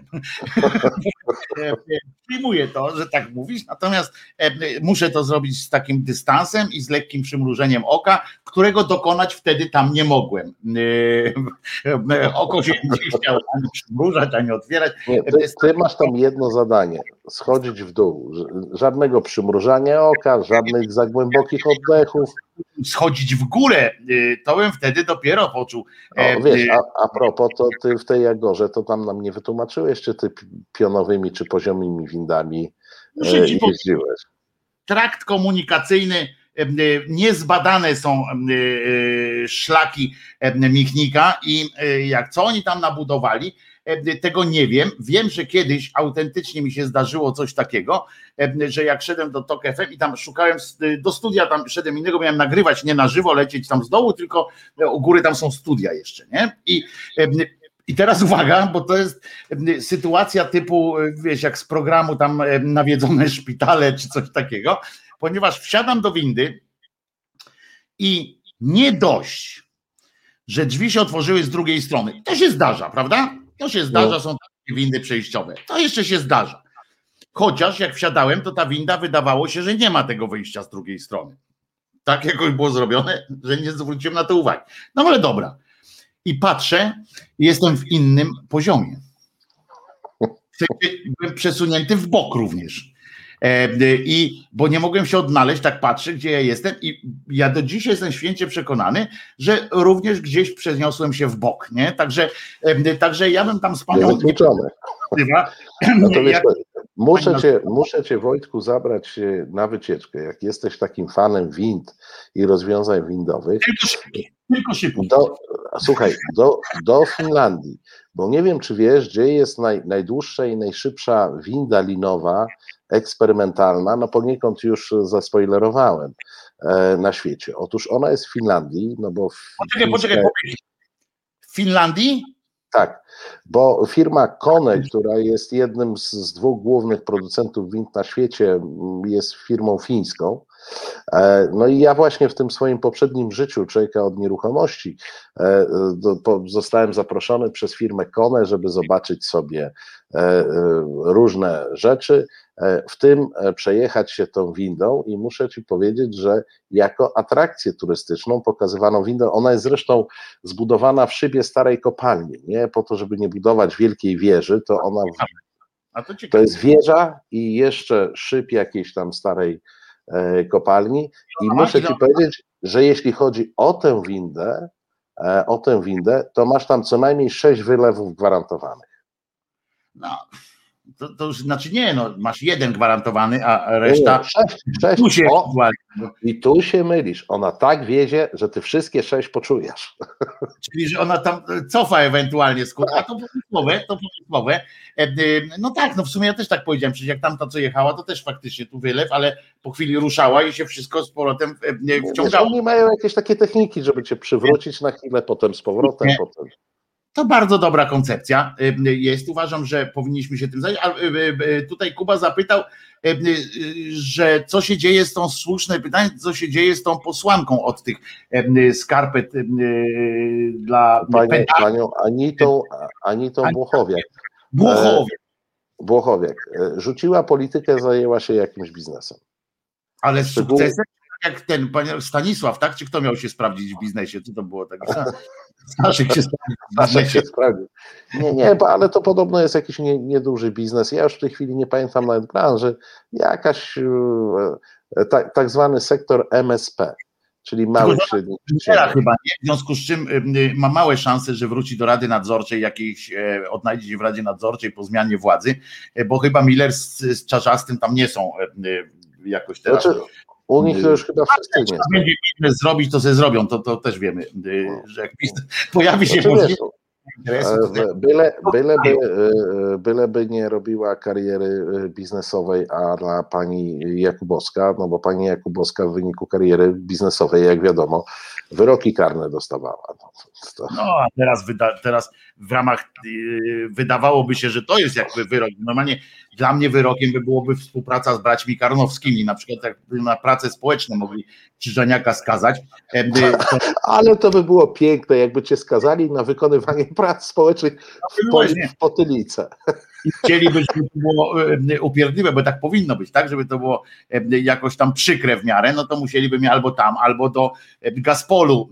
S4: Przyjmuję to, że tak mówisz, natomiast muszę to zrobić z takim dystansem i z lekkim przymrużeniem oka, którego dokonać wtedy tam nie mogłem. Oko się nie chciało ani przymrużać, ani otwierać.
S3: Nie, ty masz tam jedno zadanie, schodzić w dół. Żadnego przymrużania oka, żadnych za głębokich oddechów.
S4: Schodzić w górę, to bym wtedy dopiero poczuł.
S3: Wiesz, a propos, to ty w tej Jagorze, to tam nam nie wytłumaczyłeś, czy ty pionowymi, czy poziomymi windami jeździłeś?
S4: Trakt komunikacyjny, niezbadane są szlaki Michnika i jak co oni tam nabudowali, tego nie wiem. Wiem, że kiedyś autentycznie mi się zdarzyło coś takiego, że jak szedłem do TOK FM i tam szukałem do studia, tam szedłem innego, miałem nagrywać, nie na żywo, lecieć tam z dołu, tylko u góry tam są studia jeszcze, nie? I teraz uwaga, bo to jest sytuacja typu, wiesz, jak z programu tam Nawiedzone szpitale czy coś takiego, ponieważ wsiadam do windy i nie dość, że drzwi się otworzyły z drugiej strony. To się zdarza, prawda? To się zdarza, są takie windy przejściowe. To jeszcze się zdarza. Chociaż jak wsiadałem, to ta winda wydawało się, że nie ma tego wyjścia z drugiej strony. Tak jakoś było zrobione, że nie zwróciłem na to uwagi. No ale dobra. i patrzę, jestem w innym poziomie. Byłem przesunięty w bok również. Bo nie mogłem się odnaleźć, tak patrzę, gdzie ja jestem i ja do dzisiaj jestem święcie przekonany, że również gdzieś przeniosłem się w bok, nie? Także ja bym tam z panią...
S3: No to wiesz, muszę cię, Wojtku, zabrać na wycieczkę. Jak jesteś takim fanem wind i rozwiązań windowych,
S4: tylko szybko.
S3: Słuchaj, do Finlandii, bo nie wiem, czy wiesz, gdzie jest najdłuższa i najszybsza winda linowa eksperymentalna, no poniekąd już zaspoilerowałem, na świecie. Otóż ona jest w Finlandii, no bo...
S4: Poczekaj. W Finlandii?
S3: Tak, bo firma Kone, która jest jednym z dwóch głównych producentów wind na świecie, jest firmą fińską. No i ja właśnie w tym swoim poprzednim życiu człowieka od nieruchomości zostałem zaproszony przez firmę Kone, żeby zobaczyć sobie różne rzeczy, w tym przejechać się tą windą i muszę ci powiedzieć, że jako atrakcję turystyczną pokazywaną windą, ona jest zresztą zbudowana w szybie starej kopalni, nie po to, żeby nie budować wielkiej wieży, to ona, to jest wieża i jeszcze szyb jakiejś tam starej kopalni i muszę ci powiedzieć, że jeśli chodzi o tę windę, to masz tam co najmniej 6 wylewów gwarantowanych.
S4: No, to już znaczy nie, no masz jeden gwarantowany, a reszta...
S3: Sześć. I tu się mylisz. Ona tak wiezie, że ty wszystkie 6 poczujesz.
S4: Czyli, że ona tam cofa ewentualnie skutki. A to pomysłowe. No tak, no w sumie ja też tak powiedziałem, przecież jak tamta co jechała, to też faktycznie tu wylew, ale po chwili ruszała i się wszystko z powrotem wciągało.
S3: Oni mają jakieś takie techniki, żeby cię przywrócić na chwilę, potem z powrotem, potem...
S4: To bardzo dobra koncepcja jest. Uważam, że powinniśmy się tym zająć. A tutaj Kuba zapytał, że co się dzieje z tą, słuszne pytanie, co się dzieje z tą posłanką od tych skarpet dla
S3: panią Anitą Błochowiak. Rzuciła politykę, zajęła się jakimś biznesem.
S4: Ale z sukcesem? Jak ten pan Stanisław, tak? Czy kto miał się sprawdzić w biznesie? Co to było tak? Staszek się
S3: sprawdził. Nie, ale to podobno jest jakiś nieduży biznes. Ja już w tej chwili nie pamiętam nawet branży. Jakaś tak zwany sektor MSP, czyli mały średni.
S4: Chyba nie, w związku z czym ma małe szanse, że wróci do Rady Nadzorczej jakiejś, odnajdzie się w Radzie Nadzorczej po zmianie władzy, bo chyba Miller z Czarzastym tam nie są jakoś teraz.
S3: Znaczy, u nich to już chyba wszyscy nie.
S4: Jak będzie biznes zrobić, to sobie zrobią, to też wiemy, że jak biznes pojawi się
S3: byleby nie robiła kariery biznesowej, a dla pani Jakubowska, no bo pani Jakubowska w wyniku kariery biznesowej, jak wiadomo, wyroki karne dostawała.
S4: No a teraz w ramach wydawałoby się, że to jest jakby wyrok. Normalnie dla mnie wyrokiem byłoby współpraca z braćmi Karnowskimi, na przykład jak na prace społeczne mogli Krzyżaniaka skazać.
S3: Ale to by było piękne, jakby cię skazali na wykonywanie prac społecznych w potylicę.
S4: I chcieliby, żeby to było upierdliwe, bo tak powinno być, tak, żeby to było jakoś tam przykre w miarę, no to musieliby mnie albo tam, albo do Gazpolu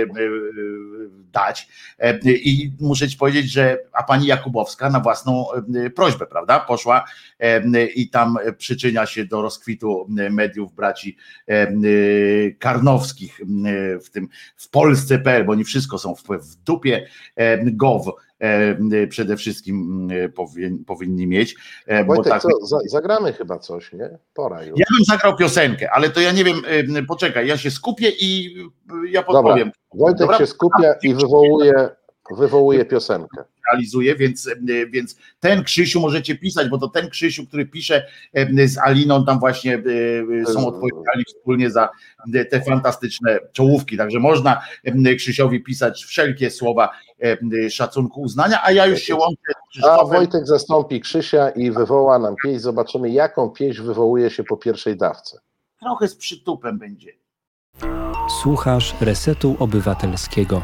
S4: dać. I muszę ci powiedzieć, że a pani Jakubowska na własną prośbę, prawda, poszła i tam przyczynia się do rozkwitu mediów braci Karnowskich w Polsce.pl, bo oni wszystko są w dupie gov. Przede wszystkim powinni mieć.
S3: Wojtek, tak, zagramy chyba coś, nie? Pora już.
S4: Ja bym zagrał piosenkę, ale to ja nie wiem, poczekaj, ja się skupię i ja podpowiem.
S3: Dobra. Wojtek się skupia i wywołuje piosenkę.
S4: Realizuje, więc ten Krzysiu możecie pisać, bo to ten Krzysiu, który pisze z Aliną, tam właśnie są odpowiedzialni wspólnie za te fantastyczne czołówki, także można Krzysiowi pisać wszelkie słowa szacunku, uznania, a ja już się łączę z Krzysztofem.
S3: A Wojtek zastąpi Krzysia i wywoła nam pieśń, zobaczymy jaką pieśń wywołuje się po pierwszej dawce.
S4: Trochę z przytupem będzie.
S2: Słuchasz Resetu Obywatelskiego.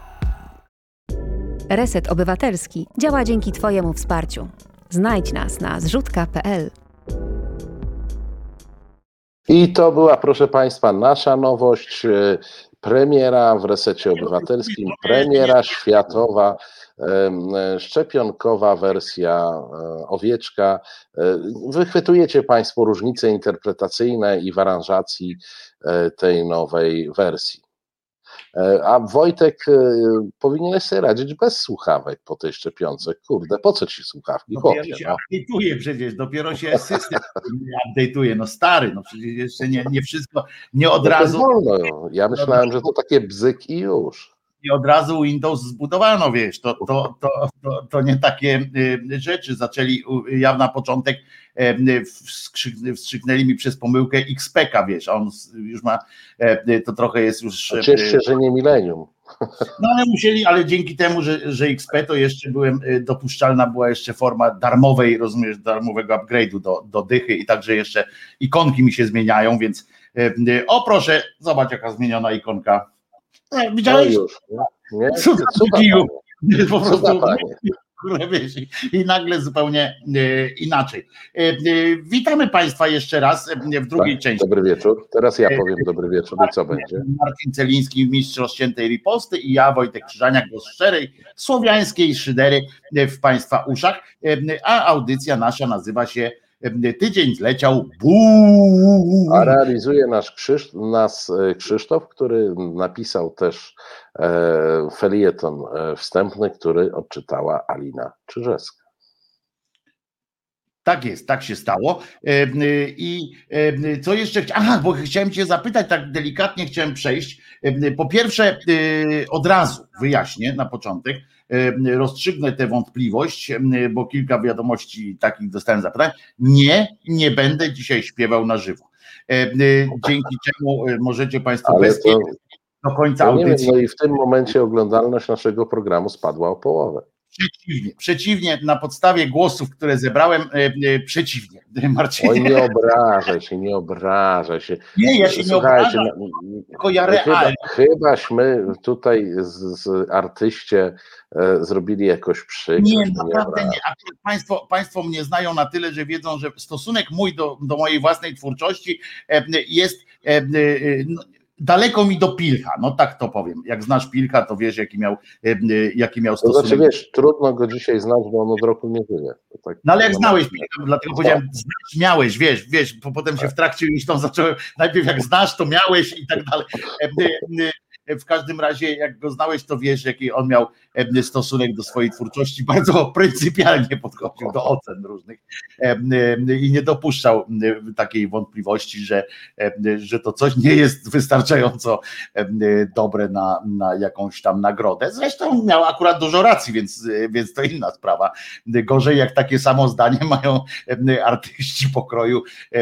S1: Reset Obywatelski działa dzięki Twojemu wsparciu. Znajdź nas na zrzutka.pl.
S3: I to była, proszę Państwa, nasza nowość. Premiera w Resecie Obywatelskim, premiera światowa, szczepionkowa wersja owieczka. Wychwytujecie Państwo różnice interpretacyjne i w aranżacji tej nowej wersji. A Wojtek, powinieneś sobie radzić bez słuchawek po tej szczepionce. Kurde, po co ci słuchawki?
S4: Dopiero się update'uje przecież, dopiero się system update'uje. No stary, no przecież jeszcze nie wszystko, nie od razu.
S3: Wolno. Ja myślałem, że to takie bzyk i już.
S4: I od razu Windows zbudowano, wiesz, to nie takie rzeczy. Zaczęli, ja na początek wstrzyknęli mi przez pomyłkę XP-ka, wiesz, on już ma, to trochę jest już...
S3: Ciesz się, że nie milenium.
S4: No ale musieli, ale dzięki temu, że XP to jeszcze dopuszczalna była jeszcze forma darmowej, rozumiesz, darmowego upgrade'u do dychy i także jeszcze ikonki mi się zmieniają, więc o proszę, zobacz jaka zmieniona ikonka. Widziałeś?
S3: No już, nie?
S4: Cuda, po prostu,
S3: Cuda,
S4: wiesz, i nagle zupełnie inaczej. Witamy Państwa jeszcze raz w drugiej części.
S3: Dobry wieczór. Teraz ja powiem dobry wieczór i co będzie?
S4: Marcin Celiński, mistrz rozciętej riposty i ja, Wojtek Krzyżaniak, głos szczerej, słowiańskiej szydery w Państwa uszach, a audycja nasza nazywa się Tydzień zleciał.
S3: A realizuje nas Krzysztof, który napisał też felieton wstępny, który odczytała Alina Czyżewska.
S4: Tak jest, tak się stało. I co jeszcze? Bo chciałem Cię zapytać, tak delikatnie chciałem przejść. Po pierwsze, od razu wyjaśnię na początek, rozstrzygnę tę wątpliwość, bo kilka wiadomości takich dostałem zapytań. Nie będę dzisiaj śpiewał na żywo. Dzięki czemu możecie Państwo bezpiecznie do końca audycji.
S3: No i w tym momencie oglądalność naszego programu spadła o połowę.
S4: Przeciwnie, na podstawie głosów, które zebrałem, przeciwnie, Marcinie.
S3: Oj, nie obrażaj się.
S4: Nie, ja się nie obrażam, tylko ja realnie.
S3: Chybaśmy tutaj z artyście zrobili jakoś przykrość.
S4: Nie, naprawdę nie. Państwo mnie znają na tyle, że wiedzą, że stosunek mój do mojej własnej twórczości jest... daleko mi do Pilcha, no tak to powiem. Jak znasz Pilcha, to wiesz, jaki miał stosunek.
S3: To znaczy, wiesz, trudno go dzisiaj znać, bo on od roku nie żyje. Tak,
S4: no ale jak znałeś Pilcha, dlatego powiedziałem, znasz, miałeś, wiesz, potem się w trakcie już tam zacząłem, najpierw jak znasz, to miałeś i tak dalej. W każdym razie, jak go znałeś, to wiesz, jaki on miał stosunek do swojej twórczości. Bardzo pryncypialnie podchodził do ocen różnych i nie dopuszczał takiej wątpliwości, że to coś nie jest wystarczająco dobre na jakąś tam nagrodę. Zresztą miał akurat dużo racji, więc to inna sprawa. Gorzej, jak takie samo zdanie mają artyści pokroju,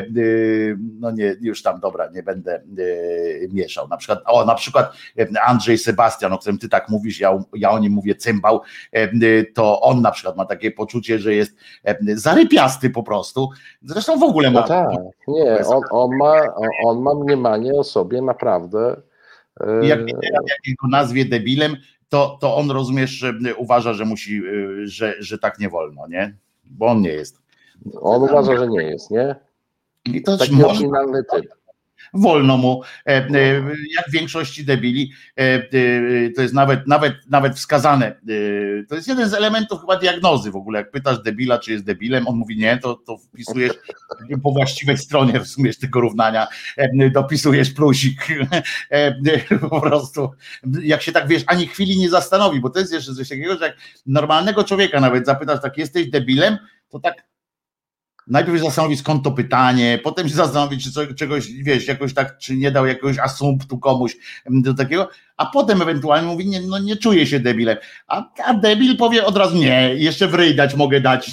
S4: no nie, już tam dobra, nie będę mieszał. Na przykład Andrzej Sebastian, o którym ty tak mówisz, ja o nim mówię cymbał, to on na przykład ma takie poczucie, że jest zarypiasty po prostu. Zresztą w ogóle ma.
S3: No tak, nie, on ma mniemanie o sobie naprawdę.
S4: Jak go nazwie debilem, to on, rozumiesz, uważa, że musi, że tak nie wolno, nie? Bo on nie jest.
S3: On uważa, że nie jest, nie?
S4: I to
S3: taki oryginalny typ.
S4: Wolno mu, jak większości debili, to jest nawet wskazane. To jest jeden z elementów chyba diagnozy w ogóle. Jak pytasz debila, czy jest debilem, on mówi nie, to wpisujesz po właściwej stronie, rozumiesz, tego równania, dopisujesz plusik. Po prostu, jak się tak wiesz, ani chwili nie zastanowi, bo to jest jeszcze coś takiego, że jak normalnego człowieka nawet zapytasz, tak jesteś debilem, to tak najpierw się zastanowić, skąd to pytanie, potem się zastanowić, czy czegoś, wiesz, jakoś tak, czy nie dał jakiegoś asumptu komuś do takiego, a potem ewentualnie mówi, nie czuję się debilem. A debil powie od razu, nie, jeszcze w ryj dać mogę dać.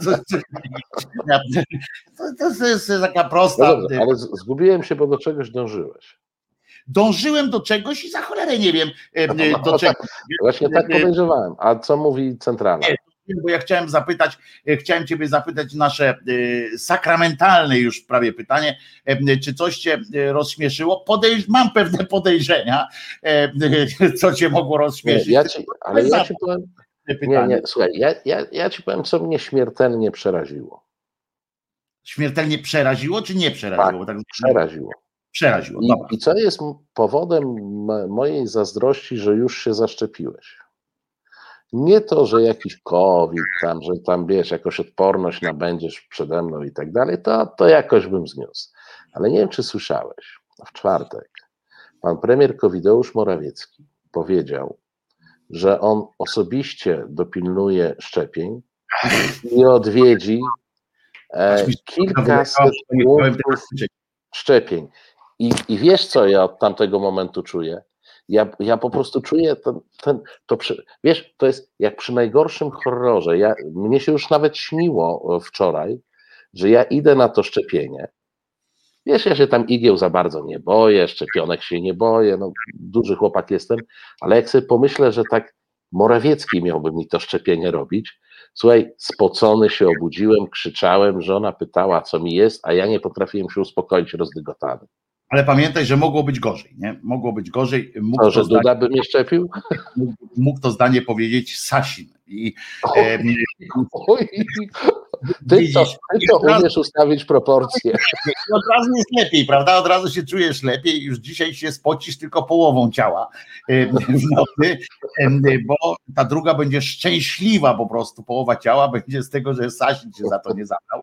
S4: To jest taka prosta...
S3: No dobrze, ale zgubiłem się, bo do czegoś dążyłeś.
S4: Dążyłem do czegoś i za cholerę nie wiem do czego.
S3: Właśnie tak podejrzewałem. A co mówi centrala?
S4: Bo ja chciałem Ciebie zapytać nasze sakramentalne już prawie pytanie, czy coś Cię rozśmieszyło? Mam pewne podejrzenia, co Cię mogło rozśmieszyć.
S3: Ja ci powiem, słuchaj, ja Ci powiem, co mnie śmiertelnie przeraziło.
S4: Śmiertelnie przeraziło, czy nie przeraziło?
S3: Tak, przeraziło.
S4: Przeraziło.
S3: I co jest powodem mojej zazdrości, że już się zaszczepiłeś? Nie to, że jakiś COVID tam, że tam wiesz, jakoś odporność nabędziesz przede mną i tak dalej, to jakoś bym zniósł. Ale nie wiem, czy słyszałeś, w czwartek pan premier Kowideusz Morawiecki powiedział, że on osobiście dopilnuje szczepień i odwiedzi kilkaset punktów szczepień. I wiesz, co ja od tamtego momentu czuję? Ja po prostu czuję wiesz, to jest jak przy najgorszym horrorze. Mnie się już nawet śniło wczoraj, że ja idę na to szczepienie. Wiesz, ja się tam igieł za bardzo nie boję, szczepionek się nie boję, no, duży chłopak jestem, ale jak sobie pomyślę, że tak Morawiecki miałby mi to szczepienie robić, słuchaj, spocony się obudziłem, krzyczałem, żona pytała, co mi jest, a ja nie potrafiłem się uspokoić, rozdygotany.
S4: Ale pamiętaj, że mogło być gorzej, nie? Mogło być gorzej.
S3: Że Duda by mnie szczepił?
S4: Mógł to zdanie powiedzieć Sasin.
S3: Ty to umiesz ustawić proporcje.
S4: Od razu jest lepiej, prawda? Od razu się czujesz lepiej. Już dzisiaj się spocisz tylko połową ciała w nocy, bo ta druga będzie szczęśliwa po prostu. Połowa ciała będzie z tego, że Sasin się za to nie zabrał.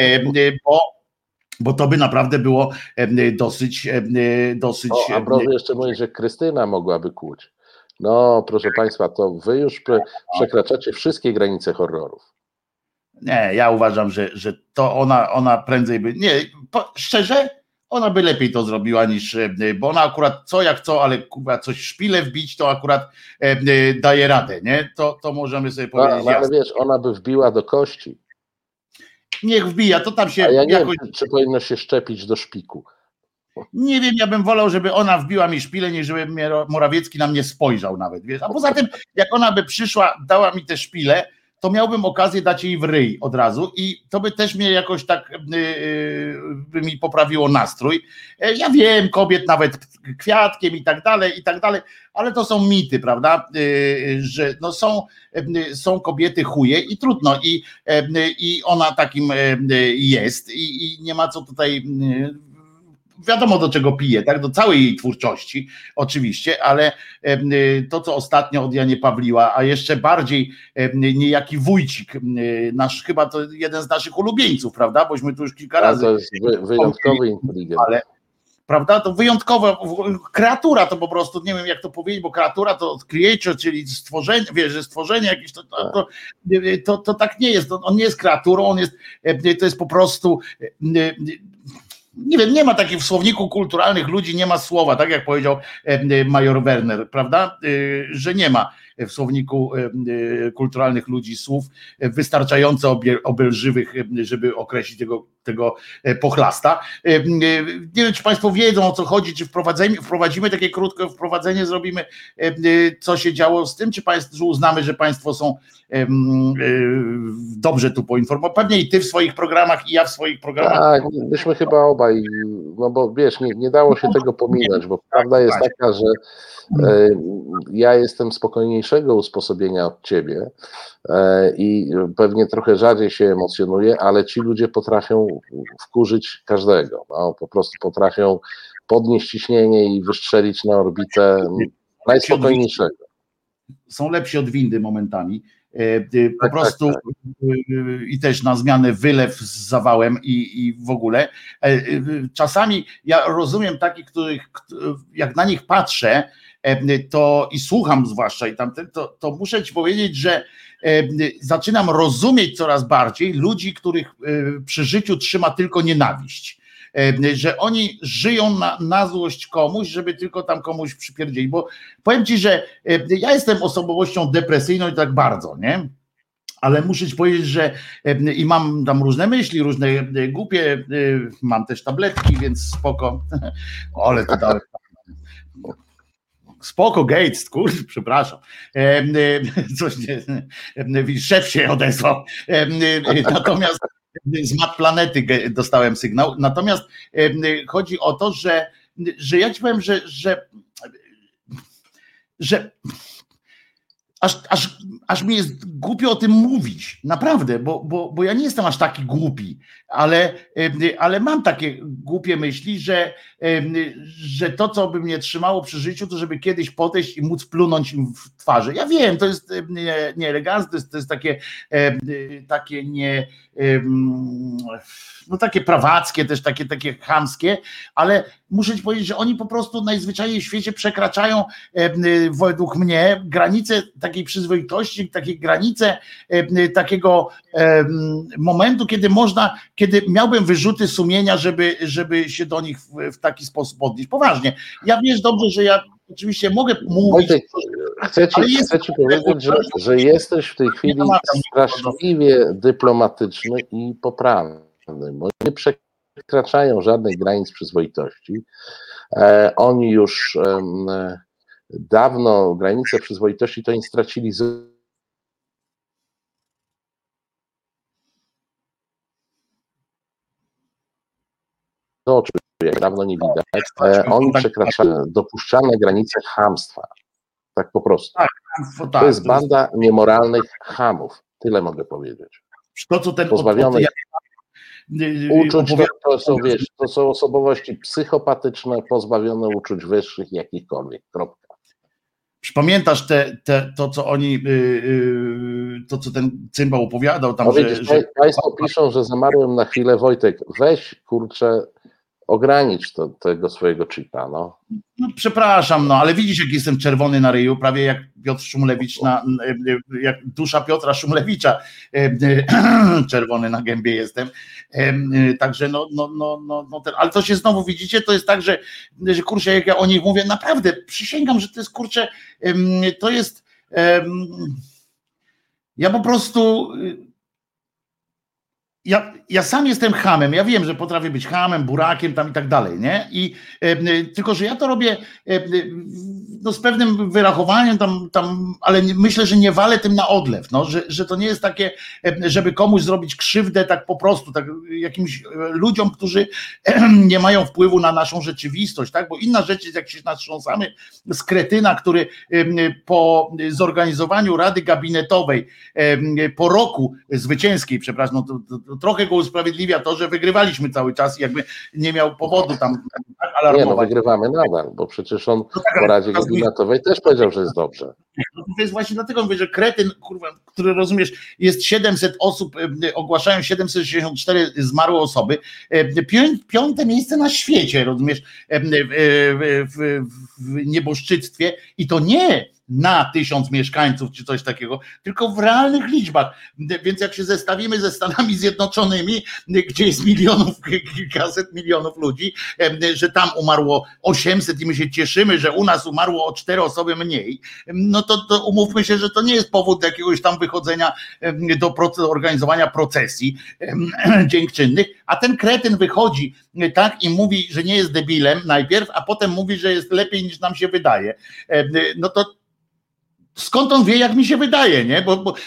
S4: Bo to by naprawdę było dosyć.
S3: A proszę jeszcze mówić, że Krystyna mogłaby kłuć. No, proszę Państwa, to wy już przekraczacie wszystkie granice horrorów.
S4: Nie, ja uważam, że to ona prędzej by. Nie, szczerze, ona by lepiej to zrobiła niż. Bo ona akurat co jak co, ale kurwa coś szpilę wbić, to akurat daje radę, nie? To możemy sobie powiedzieć.
S3: Ale wiesz, ona by wbiła do kości.
S4: Niech wbija, to tam się.
S3: A ja nie wiem, czy powinno się szczepić do szpiku.
S4: Nie wiem, ja bym wolał, żeby ona wbiła mi szpilę, niż żeby Morawiecki na mnie spojrzał nawet, wiesz. A poza tym, jak ona by przyszła, dała mi te szpile, to miałbym okazję dać jej w ryj od razu i to by też mnie jakoś tak by mi poprawiło nastrój. Ja wiem, kobiet nawet kwiatkiem i tak dalej, ale to są mity, prawda, że no są kobiety chuje i trudno i ona takim jest i nie ma co tutaj. Wiadomo, do czego pije, tak? Do całej jej twórczości oczywiście, ale to, co ostatnio od Janie Pawliła, a jeszcze bardziej niejaki Wójcik, nasz chyba to jeden z naszych ulubieńców, prawda? Bośmy tu już kilka razy.
S3: To jest wyjątkowy inteligent.
S4: Ale, prawda? To wyjątkowa kreatura, to po prostu, nie wiem jak to powiedzieć, bo kreatura to creature, czyli stworzenie, wiesz, że stworzenie jakieś, to tak nie jest. On nie jest kreaturą, to jest po prostu. Nie wiem, nie ma takich w słowniku kulturalnych ludzi, nie ma słowa, tak jak powiedział major Werner, prawda, że nie ma w słowniku kulturalnych ludzi słów wystarczająco obelżywych, żeby określić tego pochlasta. Nie wiem, czy Państwo wiedzą, o co chodzi, czy wprowadzimy takie krótkie wprowadzenie, zrobimy, co się działo z tym, czy Państwo uznamy, że Państwo są dobrze tu poinformowani. Pewnie i Ty w swoich programach, i ja w swoich programach.
S3: Tak, myśmy chyba obaj, no bo wiesz, nie dało się tego pominąć, bo prawda jest taka, że ja jestem spokojniejszego usposobienia od Ciebie i pewnie trochę rzadziej się emocjonuję, ale ci ludzie potrafią wkurzyć każdego, no, po prostu potrafią podnieść ciśnienie i wystrzelić na orbitę najspokojniejszego.
S4: Są lepsi od windy momentami. Po prostu i też na zmianę wylew z zawałem i w ogóle. Czasami ja rozumiem takich, których jak na nich patrzę, to i słucham zwłaszcza i tamten, to muszę Ci powiedzieć, że zaczynam rozumieć coraz bardziej ludzi, których przy życiu trzyma tylko nienawiść. Że oni żyją na złość komuś, żeby tylko tam komuś przypierdzieć, bo powiem Ci, że ja jestem osobowością depresyjną i tak bardzo, nie? Ale muszę Ci powiedzieć, że i mam tam różne myśli, różne głupie, mam też tabletki, więc spoko, ale to dałem. Spoko, Gates, kurde, przepraszam. Coś nie, szef się odezwał. Natomiast z Mat Planety dostałem sygnał. Natomiast chodzi o to, że ja Ci powiem, że aż mi jest głupio o tym mówić, naprawdę, bo ja nie jestem aż taki głupi, ale mam takie głupie myśli, że to, co by mnie trzymało przy życiu, to żeby kiedyś podejść i móc plunąć im w twarzy. Ja wiem, to jest nieeleganckie, to jest takie nie, no takie prawackie, też takie chamskie, ale muszę ci powiedzieć, że oni po prostu najzwyczajniej w świecie przekraczają według mnie granice takiej przyzwoitości, takie granice takiego momentu, kiedy miałbym wyrzuty sumienia, żeby się do nich w taki sposób odnieść. Poważnie. Ja wiesz dobrze, że ja oczywiście mogę mówić.
S3: Wojtek, chcę ci powiedzieć, że jesteś w tej chwili straszliwie dyplomatyczny i poprawny, bo nie przekraczają żadnych granic przyzwoitości. Oni już dawno granice przyzwoitości to oni stracili z oczu, jak dawno nie widać. Oni przekraczają dopuszczalne granice chamstwa. Tak po prostu. To jest banda niemoralnych chamów. Tyle mogę powiedzieć.
S4: To, co ten
S3: pozbawionych uczuć, to są osobowości psychopatyczne, pozbawione uczuć wyższych jakichkolwiek. Kropka.
S4: Pamiętasz to, co oni, to, co ten cymbał opowiadał tam,
S3: Państwo piszą, że zamarłem na chwilę. Wojtek, weź, kurczę, ogranicz tego swojego chipa, no.
S4: No przepraszam, no, ale widzisz, jak jestem czerwony na ryju, prawie jak Piotr Szumlewicz, jak dusza Piotra Szumlewicza, czerwony na gębie jestem, także ale to się znowu, widzicie, to jest tak, że kurczę, jak ja o nich mówię, naprawdę przysięgam, że to jest, kurczę, to jest, ja po prostu... Ja sam jestem chamem, ja wiem, że potrafię być chamem, burakiem tam i tak dalej, nie? Tylko, że ja to robię no, z pewnym wyrachowaniem tam, ale myślę, że nie walę tym na odlew, no, że to nie jest takie, żeby komuś zrobić krzywdę tak po prostu, tak jakimś ludziom, którzy nie mają wpływu na naszą rzeczywistość, tak? Bo inna rzecz jest, jak się natrząsamy z kretyna, który po zorganizowaniu Rady Gabinetowej po roku zwycięskiej, przepraszam, no to trochę go usprawiedliwia to, że wygrywaliśmy cały czas i jakby nie miał powodu tam alarmować.
S3: Nie, no wygrywamy nadal, bo przecież on po Radzie Gabinetowej też powiedział, że jest dobrze.
S4: No to jest właśnie dlatego mówię, że kretyn, kurwa, który rozumiesz, jest 700 osób, ogłaszają 764 zmarłe osoby, piąte miejsce na świecie, rozumiesz, w nieboszczyctwie i to nie na 1000 mieszkańców czy coś takiego, tylko w realnych liczbach. Więc jak się zestawimy ze Stanami Zjednoczonymi, gdzie jest kilkaset milionów ludzi, że tam umarło 800 i my się cieszymy, że u nas umarło o 4 osoby mniej, no to umówmy się, że to nie jest powód do jakiegoś tam wychodzenia do organizowania procesji dziękczynnych, a ten kretyn wychodzi tak i mówi, że nie jest debilem najpierw, a potem mówi, że jest lepiej niż nam się wydaje. No to skąd on wie, jak mi się wydaje, nie?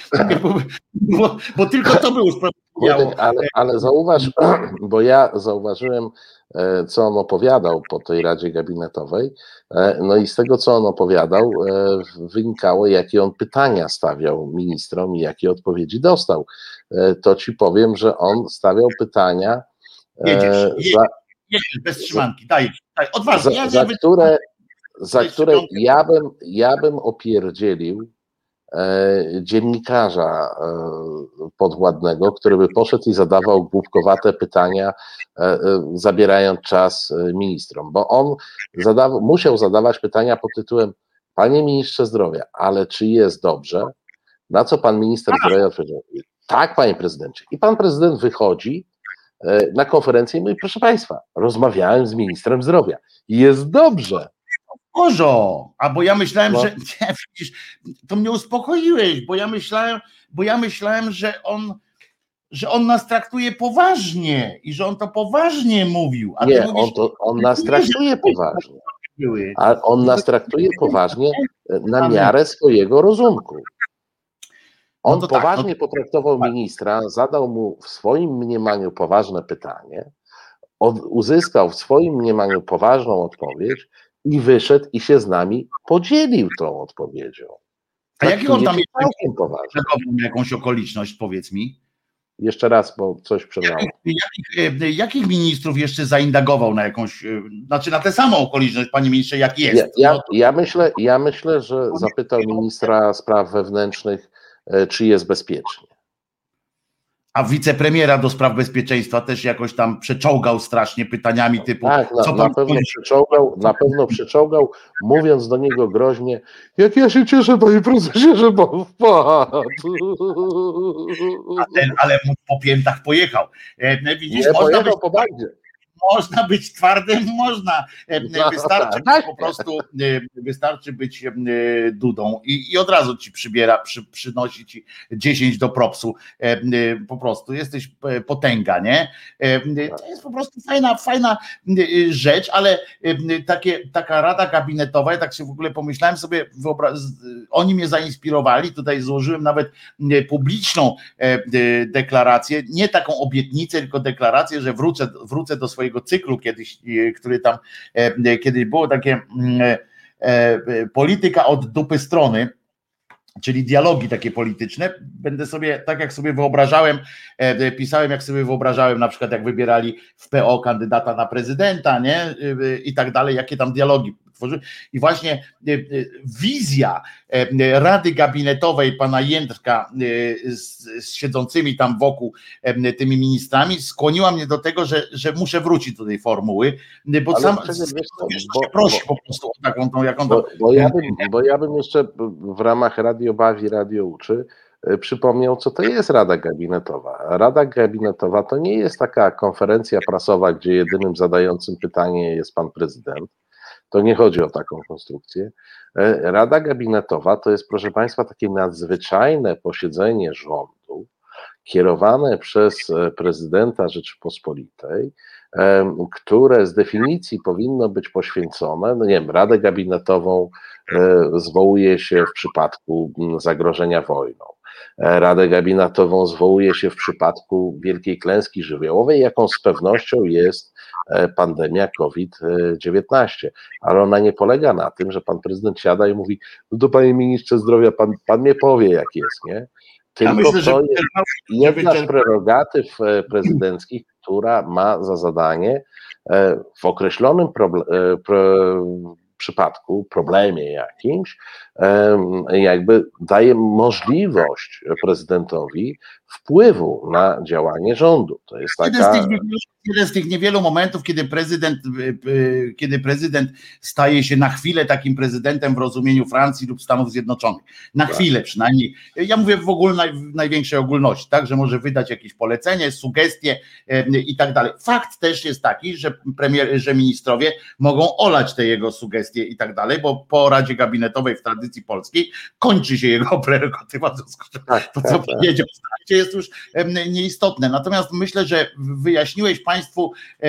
S4: Bo tylko to było usprawiedliwiało.
S3: Ale zauważ, bo ja zauważyłem, co on opowiadał po tej Radzie Gabinetowej, no i z tego, co on opowiadał, wynikało, jakie on pytania stawiał ministrom i jakie odpowiedzi dostał. To ci powiem, że on stawiał pytania,
S4: jedziesz, bez trzymanki, dajesz, odważnie.
S3: Za które ja bym opierdzielił dziennikarza podwładnego, który by poszedł i zadawał głupkowate pytania, zabierając czas ministrom, bo on musiał zadawać pytania pod tytułem: Panie ministrze zdrowia, ale czy jest dobrze? Na co pan minister zdrowia odpowiedział: tak, panie prezydencie. I pan prezydent wychodzi na konferencję i mówi: proszę państwa, rozmawiałem z ministrem zdrowia i jest dobrze.
S4: Bo ja myślałem, że nie, widzisz, to mnie uspokoiłeś, bo ja myślałem, że on nas traktuje poważnie i że on to poważnie mówił. A
S3: nie, on nas traktuje poważnie. A on nas traktuje poważnie na miarę swojego rozumku. On poważnie potraktował ministra, zadał mu w swoim mniemaniu poważne pytanie, uzyskał w swoim mniemaniu poważną odpowiedź i wyszedł i się z nami podzielił tą odpowiedzią.
S4: A jaki on tam
S3: całkiem poważnie.
S4: na jakąś okoliczność, powiedz mi?
S3: Jeszcze raz, bo coś przerwało.
S4: Jakich ministrów jeszcze zaindagował na jakąś, znaczy na tę samą okoliczność, panie ministrze, jak jest?
S3: Ja myślę, że zapytał ministra spraw wewnętrznych, czy jest bezpiecznie.
S4: A wicepremiera do spraw bezpieczeństwa też jakoś tam przeczołgał strasznie pytaniami typu...
S3: Tak, na pewno przeczołgał, mówiąc do niego groźnie, jak ja się cieszę, panie prezesie, że pan wpadł.
S4: Ale po piętach pojechał. Widzisz,
S3: Nie pojechał po bagnie.
S4: Można być twardym, można. Wystarczy
S3: tak.
S4: po prostu, wystarczy być Dudą i od razu ci przynosi ci 10 do propsu. Po prostu jesteś potęga, nie? To jest po prostu fajna rzecz, ale taka rada gabinetowa, ja tak się w ogóle pomyślałem sobie, oni mnie zainspirowali, tutaj złożyłem nawet publiczną deklarację, nie taką obietnicę, tylko deklarację, że wrócę do swojego cyklu kiedyś, który tam kiedyś było takie polityka od dupy strony, czyli dialogi takie polityczne, będę sobie, tak jak sobie wyobrażałem, pisałem jak sobie wyobrażałem, na przykład jak wybierali w PO kandydata na prezydenta, nie? I tak dalej, jakie tam dialogi tworzyły. I właśnie wizja Rady Gabinetowej pana Jędrka z siedzącymi tam wokół tymi ministrami skłoniła mnie do tego, że muszę wrócić do tej formuły, bo sam prosi po prostu o taką tą, jaką to...
S3: Bo ja bym jeszcze w ramach Radio Bawi, Radio Uczy przypomniał, co to jest Rada Gabinetowa. Rada Gabinetowa to nie jest taka konferencja prasowa, gdzie jedynym zadającym pytanie jest pan prezydent. To nie chodzi o taką konstrukcję. Rada Gabinetowa to jest, proszę państwa, takie nadzwyczajne posiedzenie rządu kierowane przez prezydenta Rzeczypospolitej, które z definicji powinno być poświęcone, no nie wiem, Radę Gabinetową zwołuje się w przypadku zagrożenia wojną. Radę Gabinetową zwołuje się w przypadku wielkiej klęski żywiołowej, jaką z pewnością jest pandemia COVID-19, ale ona nie polega na tym, że pan prezydent siada i mówi, no to panie ministrze zdrowia, pan mnie powie jak jest, nie? Tylko myślę, to jest jedna z prerogatyw prezydenckich, która ma za zadanie w określonym przypadku, problemie jakimś, jakby daje możliwość prezydentowi wpływu na działanie rządu. To jest taka...
S4: Jeden z tych niewielu momentów, kiedy prezydent staje się na chwilę takim prezydentem w rozumieniu Francji lub Stanów Zjednoczonych. Na chwilę przynajmniej. Ja mówię w ogóle w największej ogólności, tak, że może wydać jakieś polecenie, sugestie i tak dalej. Fakt też jest taki, że ministrowie mogą olać te jego sugestie i tak dalej, bo po Radzie Gabinetowej w tradycji polskiej kończy się jego prerogatywa, to co powiedział jest już nieistotne. Natomiast myślę, że wyjaśniłeś Państwu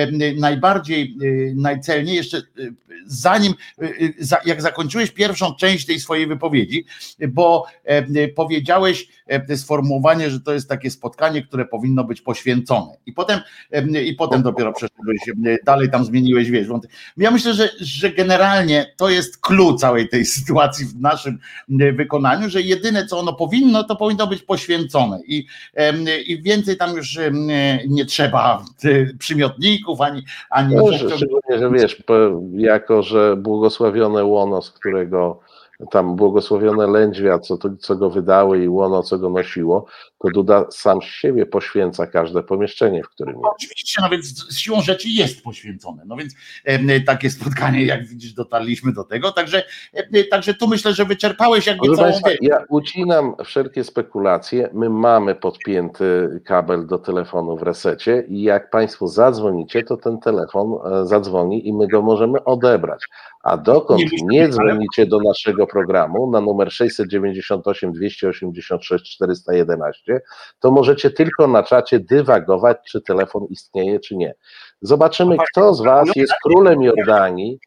S4: najcelniej jeszcze zanim, jak zakończyłeś pierwszą część tej swojej wypowiedzi, bo powiedziałeś sformułowanie, że to jest takie spotkanie, które powinno być poświęcone. I potem dopiero przeszedłeś dalej, tam zmieniłeś wątek. Ja myślę, że generalnie to jest clue całej tej sytuacji w naszym wykonaniu, że jedyne co ono powinno, to powinno być poświęcone i więcej tam już nie trzeba przymiotników ani
S3: no, szczególnie, że wiesz, jako że błogosławione łono, z którego tam błogosławione lędźwia, co go wydały i łono, co go nosiło, to Duda sam z siebie poświęca każde pomieszczenie, w którym jest.
S4: Oczywiście, no więc z siłą rzeczy jest poświęcone. No więc takie spotkanie, jak widzisz, dotarliśmy do tego, także tu myślę, że wyczerpałeś jakby całą...
S3: Państwa, ja ucinam wszelkie spekulacje. My mamy podpięty kabel do telefonu w Resecie i jak Państwo zadzwonicie, to ten telefon zadzwoni i my go możemy odebrać. A dokąd nie dzwonicie do naszego programu na numer 698 286 411, to możecie tylko na czacie dywagować, czy telefon istnieje, czy nie. Zobaczymy, kto z Was jest królem Jordanii,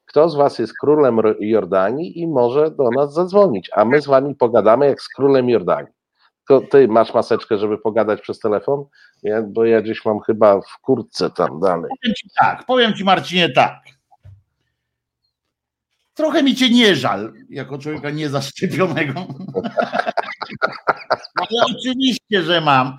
S3: i może do nas zadzwonić, a my z Wami pogadamy jak z królem Jordanii. Tylko ty masz maseczkę, żeby pogadać przez telefon? Bo ja gdzieś mam chyba w kurtce tam dalej.
S4: Powiem ci Marcinie tak. trochę mi cię nie żal, jako człowieka niezaszczepionego. Ale oczywiście, że mam,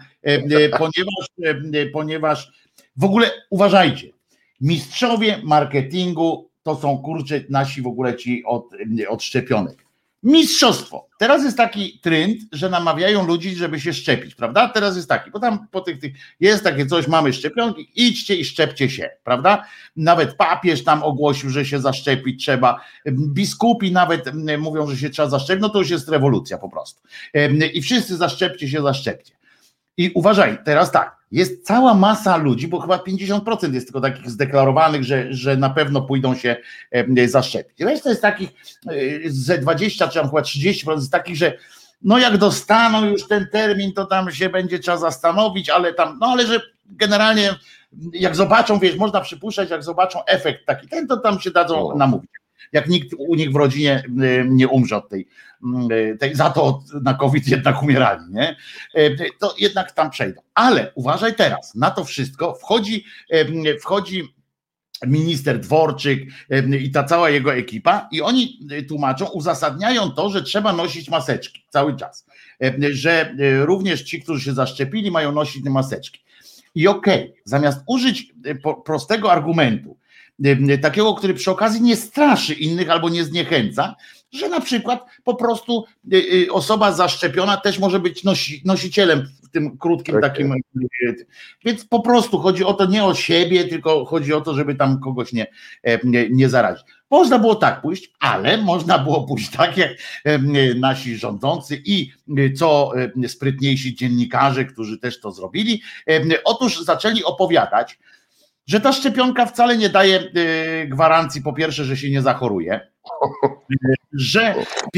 S4: ponieważ w ogóle uważajcie, mistrzowie marketingu to są kurczę nasi w ogóle ci od szczepionek. Mistrzostwo. Teraz jest taki trend, że namawiają ludzi, żeby się szczepić, prawda? Teraz jest taki, bo tam po tych jest takie coś, mamy szczepionki, idźcie i szczepcie się, prawda? Nawet papież tam ogłosił, że się zaszczepić trzeba. Biskupi nawet mówią, że się trzeba zaszczepić, no to już jest rewolucja po prostu. I wszyscy zaszczepcie się, zaszczepcie. I uważaj, teraz tak, jest cała masa ludzi, bo chyba 50% jest tylko takich zdeklarowanych, że na pewno pójdą się zaszczepić. Reszta jest takich ze 20 czy tam chyba 30% jest takich, że no jak dostaną już ten termin, to tam się będzie trzeba zastanowić, ale tam, no ale że generalnie jak zobaczą, wiesz, można przypuszczać, jak zobaczą efekt taki ten, to tam się dadzą namówić. Jak nikt u nich w rodzinie nie umrze od tej za to na COVID jednak umierali, nie? To jednak tam przejdą. Ale uważaj teraz, na to wszystko wchodzi minister Dworczyk i ta cała jego ekipa i oni tłumaczą, uzasadniają to, że trzeba nosić maseczki cały czas, że również ci, którzy się zaszczepili, mają nosić te maseczki. I okej, zamiast użyć prostego argumentu, takiego, który przy okazji nie straszy innych albo nie zniechęca, że na przykład po prostu osoba zaszczepiona też może być nosicielem w tym krótkim takim, więc po prostu chodzi o to nie o siebie, tylko chodzi o to, żeby tam kogoś nie zarazić. Można było tak pójść, ale można było pójść tak jak nasi rządzący i co sprytniejsi dziennikarze, którzy też to zrobili. Otóż zaczęli opowiadać, że ta szczepionka wcale nie daje gwarancji, po pierwsze, że się nie zachoruje, że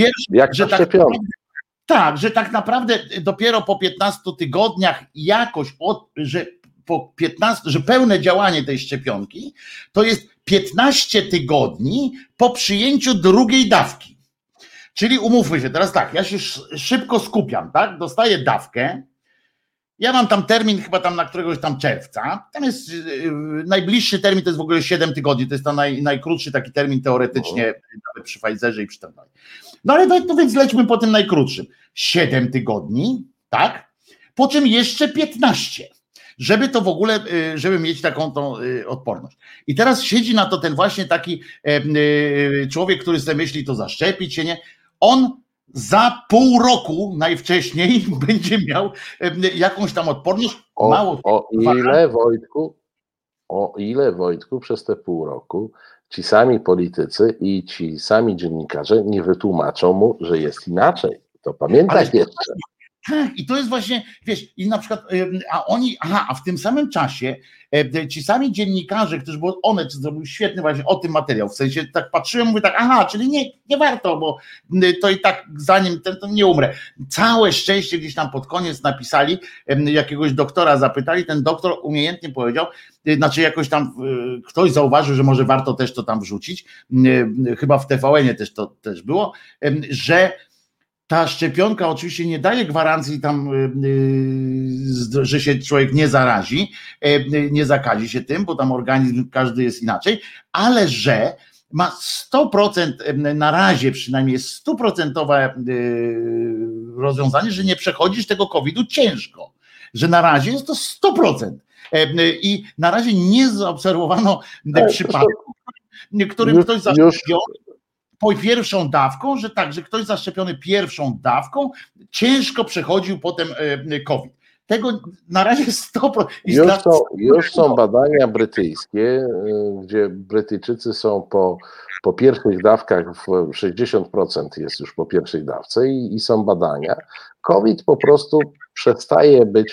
S4: że tak naprawdę dopiero po 15 tygodniach jakoś, że pełne działanie tej szczepionki to jest 15 tygodni po przyjęciu drugiej dawki. Czyli umówmy się, teraz tak, ja się szybko skupiam, tak? Dostaję dawkę. Ja mam tam termin chyba tam na któregoś tam czerwca, tam jest najbliższy termin, to jest w ogóle 7 tygodni, to jest to najkrótszy taki termin teoretycznie, nawet przy Pfizerze i przy tym dalej. No ale no więc lećmy po tym najkrótszym. 7 tygodni, tak? Po czym jeszcze 15, żeby to w ogóle, żeby mieć taką tą odporność. I teraz siedzi na to ten właśnie taki człowiek, który sobie myśli, to zaszczepić się, nie? On za pół roku najwcześniej będzie miał jakąś tam odporność.
S3: O ile Wojtku przez te pół roku ci sami politycy i ci sami dziennikarze nie wytłumaczą mu, że jest inaczej. To pamiętaj jeszcze.
S4: Tak, i to jest właśnie, wiesz, i na przykład, a w tym samym czasie ci sami dziennikarze, którzy, bo one zrobił świetny właśnie o tym materiał, w sensie tak patrzyłem, mówię tak, czyli nie warto, bo to i tak zanim to nie umrę. Całe szczęście gdzieś tam pod koniec napisali, jakiegoś doktora zapytali, ten doktor umiejętnie powiedział, znaczy jakoś tam ktoś zauważył, że może warto też to tam wrzucić, chyba w TVN-ie to też było, że ta szczepionka oczywiście nie daje gwarancji tam, że się człowiek nie zarazi, nie zakazi się tym, bo tam organizm każdy jest inaczej, ale że ma 100%, na razie przynajmniej jest 100% rozwiązanie, że nie przechodzisz tego COVID-u ciężko, że na razie jest to 100%. I na razie nie zaobserwowano przypadków, którym ktoś zaszczepiony po pierwszą dawką, że tak, że ktoś zaszczepiony pierwszą dawką ciężko przechodził potem COVID. Tego na razie 100%.
S3: Już są badania brytyjskie, gdzie Brytyjczycy są po pierwszych dawkach, 60% jest już po pierwszej dawce i są badania. COVID po prostu przestaje być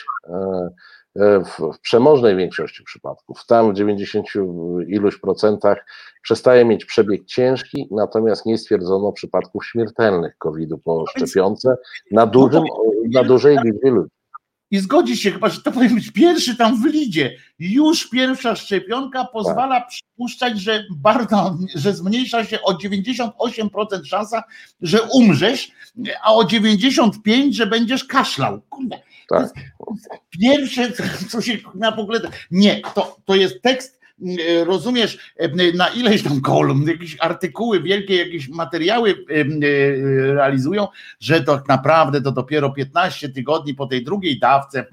S3: w przemożnej większości przypadków, tam w 90 iluś procentach przestaje mieć przebieg ciężki, natomiast nie stwierdzono przypadków śmiertelnych COVID-u po szczepionce na dużej liczbie ludzi.
S4: I zgodzi się, chyba, że to powinien być pierwszy tam w lidzie. Już pierwsza szczepionka pozwala przypuszczać, że zmniejsza się o 98% szansa, że umrzesz, a o 95%, że będziesz kaszlał. Kurde.
S3: Tak.
S4: Pierwsze, co się w ogóle. Nie, to jest tekst rozumiesz, na ileś tam kolumn, jakieś artykuły wielkie, jakieś materiały realizują, że to tak naprawdę to dopiero 15 tygodni po tej drugiej dawce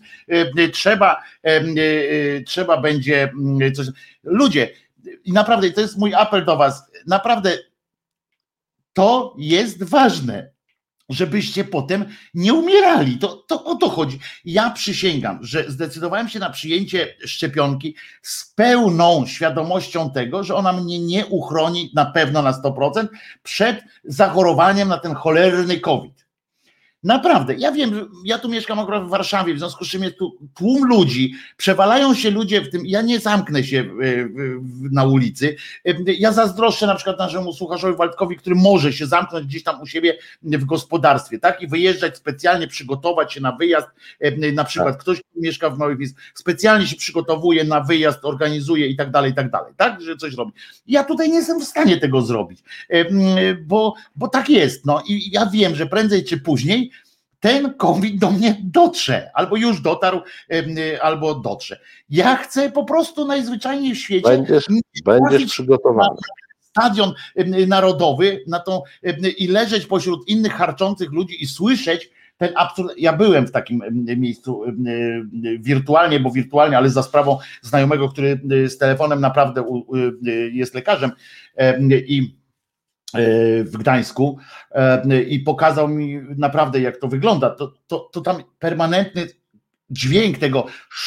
S4: trzeba będzie coś. Ludzie, i naprawdę to jest mój apel do was, naprawdę to jest ważne, żebyście potem nie umierali. To o to chodzi. Ja przysięgam, że zdecydowałem się na przyjęcie szczepionki z pełną świadomością tego, że ona mnie nie uchroni na pewno na 100% przed zachorowaniem na ten cholerny COVID. Naprawdę, ja wiem, ja tu mieszkam akurat w Warszawie, w związku z czym jest tu tłum ludzi, przewalają się ludzie w tym, ja nie zamknę się na ulicy, ja zazdroszczę na przykład naszemu słuchaczowi Waldkowi, który może się zamknąć gdzieś tam u siebie w gospodarstwie, tak, i wyjeżdżać specjalnie, przygotować się na wyjazd, na przykład ktoś, kto mieszka w małych miejscach, specjalnie się przygotowuje na wyjazd, organizuje i tak dalej, tak, że coś robi. Ja tutaj nie jestem w stanie tego zrobić, bo tak jest, no i ja wiem, że prędzej czy później ten COVID do mnie dotrze, albo już dotarł, albo dotrze. Ja chcę po prostu najzwyczajniej w świecie
S3: będziesz przygotowany.
S4: Stadion narodowy i leżeć pośród innych harczących ludzi i słyszeć ten absurd. Ja byłem w takim miejscu wirtualnie, ale za sprawą znajomego, który z telefonem naprawdę jest lekarzem i w Gdańsku i pokazał mi naprawdę, jak to wygląda. To tam permanentny dźwięk tego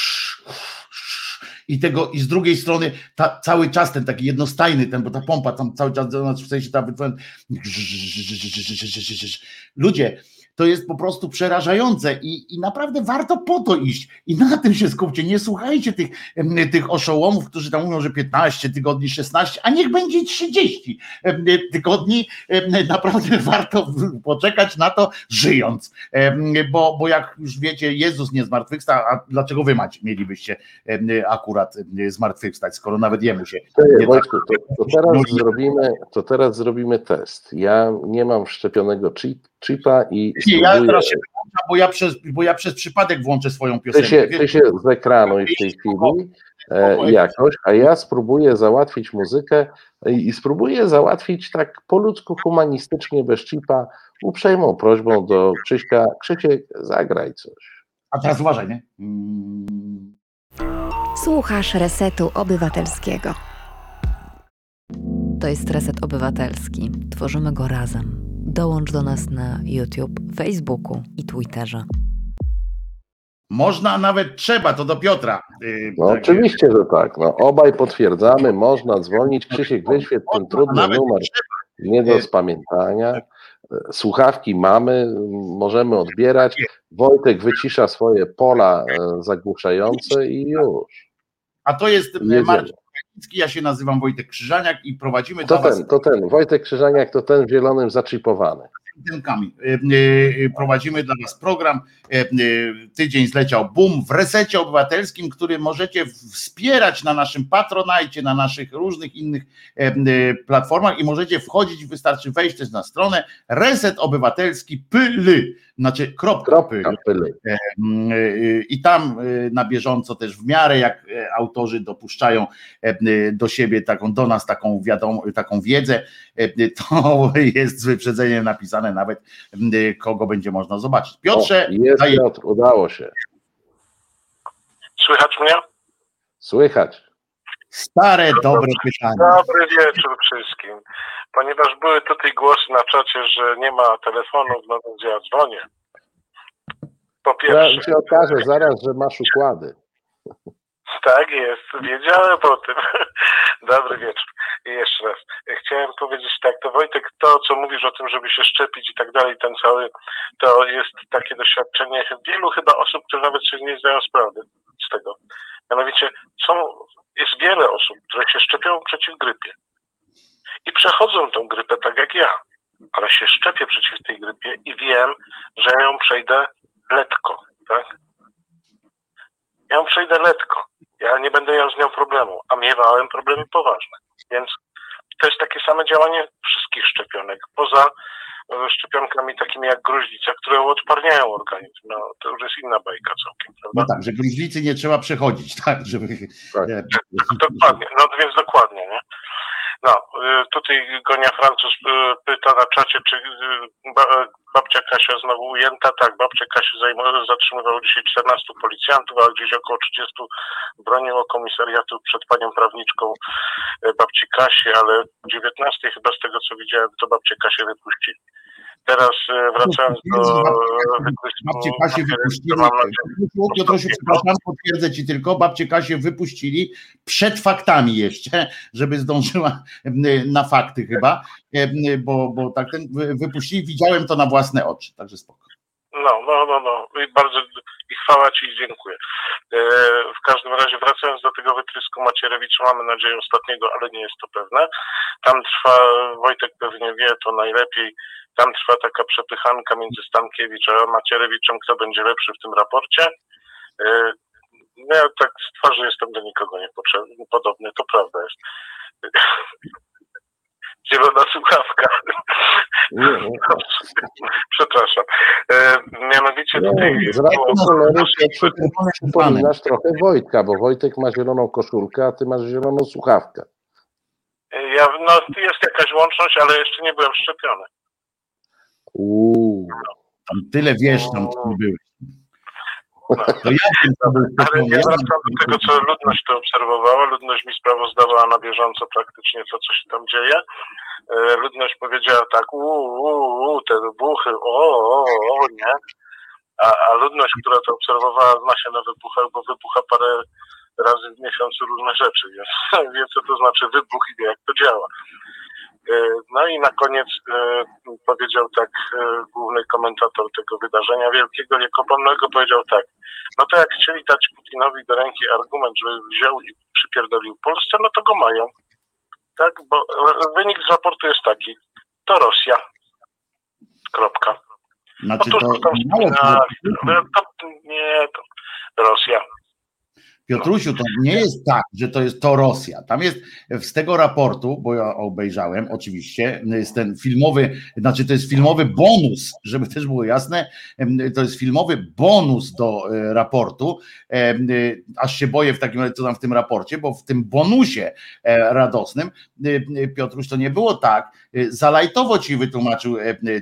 S4: i z drugiej strony cały czas ten taki jednostajny, bo ta pompa tam cały czas, w sensie ludzie, to jest po prostu przerażające i naprawdę warto po to iść i na tym się skupcie, nie słuchajcie tych oszołomów, którzy tam mówią, że 15 tygodni, 16, a niech będzie 30 tygodni, naprawdę warto poczekać na to żyjąc, bo jak już wiecie, Jezus nie zmartwychwstał, a dlaczego wy mielibyście akurat zmartwychwstać, skoro nawet jemu się...
S3: Wojtku, to teraz zrobimy test. Ja nie mam wszczepionego chipa i
S4: ja teraz się wyłączam, bo ja przez przypadek włączę swoją piosenkę.
S3: Ty się zekranuj w tej chwili jakoś, a ja spróbuję załatwić muzykę i spróbuję załatwić tak po ludzku, humanistycznie, bez chipa, uprzejmą prośbą do Krzyśka. Krzysiek, zagraj coś.
S4: A teraz uważaj, nie?
S1: Słuchasz Resetu Obywatelskiego.
S5: To jest Reset Obywatelski. Tworzymy go razem. Dołącz do nas na YouTube, Facebooku i Twitterze.
S4: Można, nawet trzeba, to do Piotra.
S3: No tak oczywiście, że tak. No, obaj potwierdzamy, można dzwonić. Krzysiek, wyświetl ten trudny numer, nie do spamiętania. Słuchawki mamy, możemy odbierać. Wojtek wycisza swoje pola zagłuszające i już.
S4: A to jest Marcin Kamiński, ja się nazywam Wojtek Krzyżaniak i prowadzimy
S3: Wojtek Krzyżaniak to ten w zielonym zaczipowany.
S4: Prowadzimy dla was program. Tydzień zleciał boom w Resecie Obywatelskim, który możecie wspierać na naszym Patronite, na naszych różnych innych platformach i możecie wchodzić, wystarczy wejść też na stronę resetobywatelski.pl, znaczy .pl. I tam na bieżąco też w miarę jak autorzy dopuszczają do siebie do nas taką wiedzę, to jest z wyprzedzeniem napisane nawet, kogo będzie można zobaczyć. Piotrze,
S3: Piotr, udało się.
S6: Słychać mnie?
S3: Słychać.
S4: Stare, dobre pytanie.
S6: Dobry wieczór wszystkim. Ponieważ były tutaj głosy na czacie, że nie ma telefonów, no więc ja dzwonię. Po pierwsze...
S3: się okaże zaraz, że masz układy.
S6: Tak jest, wiedziałem o tym. Dobry wieczór. I jeszcze raz. Chciałem powiedzieć tak, to Wojtek, to co mówisz o tym, żeby się szczepić i tak dalej, to jest takie doświadczenie wielu chyba osób, które nawet sobie nie zdają sprawy z tego. Mianowicie jest wiele osób, które się szczepią przeciw grypie. I przechodzą tą grypę tak jak ja. Ale się szczepię przeciw tej grypie i wiem, że ja ją przejdę letko, tak? Ja ją przejdę letko. Ja nie będę miał z nią problemu, a miewałem problemy poważne. Więc to jest takie same działanie wszystkich szczepionek. Poza szczepionkami takimi jak gruźlica, które uodparniają organizm. No, to już jest inna bajka całkiem, prawda?
S4: No tak, że gruźlicy nie trzeba przechodzić, tak, żeby...
S3: Tak.
S6: Dokładnie, no więc dokładnie, nie? No, tutaj Gonia Francuz pyta na czacie, czy babcia Kasia znowu ujęta. Tak, babcia Kasia zatrzymywał dzisiaj 14 policjantów, a gdzieś około 30 broniło komisariatu przed panią prawniczką babci Kasi, ale 19 chyba z tego co widziałem, to babcię Kasię wypuścili. Teraz wracając do
S4: babcię Kasię wypuścili. Piotrosiu, przepraszam, potwierdzę ci tylko, babcię Kasię wypuścili przed faktami jeszcze, żeby zdążyła na fakty chyba, bo tak wypuścili, widziałem to na własne oczy, także spoko.
S6: No. I bardzo i chwała ci i dziękuję. W każdym razie wracając do tego wytrysku Macierewicza, mamy nadzieję ostatniego, ale nie jest to pewne. Tam trwa, Wojtek pewnie wie to najlepiej, tam trwa taka przepychanka między Stankiewicz a Macierewiczem, kto będzie lepszy w tym raporcie. Ja tak z twarzy jestem do nikogo niepodobny, to prawda jest. Zielona słuchawka. Przepraszam. Mianowicie tutaj...
S3: Przypominasz trochę Wojtka, bo Wojtek ma zieloną koszulkę, a ty masz zieloną słuchawkę.
S6: Jest jakaś łączność, ale jeszcze nie byłem szczepiony.
S4: Tam tyle wiesz, tam byłeś. To
S6: ale ja wracam do tego, co ludność to obserwowała. Ludność mi sprawozdawała na bieżąco praktycznie to, co się tam dzieje. Ludność powiedziała tak, te wybuchy, nie. A ludność, która to obserwowała, zna się na wybuchach, bo wybucha parę razy w miesiącu różne rzeczy, więc wie, co to znaczy wybuch i wie, jak to działa. No i na koniec powiedział tak główny komentator tego wydarzenia wielkiego, niekopomnego, powiedział tak, no to jak chcieli dać Putinowi do ręki argument, żeby wziął i przypierdolił Polsce, no to go mają. Tak, bo wynik z raportu jest taki, to Rosja. Kropka.
S4: Znaczy
S6: to Rosja.
S4: Piotrosiu, to nie jest tak, że to Rosja. Tam jest z tego raportu, bo ja obejrzałem oczywiście, jest ten filmowy, znaczy to jest filmowy bonus, żeby też było jasne, to jest filmowy bonus do raportu, aż się boję w takim razie, co tam w tym raporcie, bo w tym bonusie radosnym, Piotruś, to nie było tak, zalajtowo ci wytłumaczył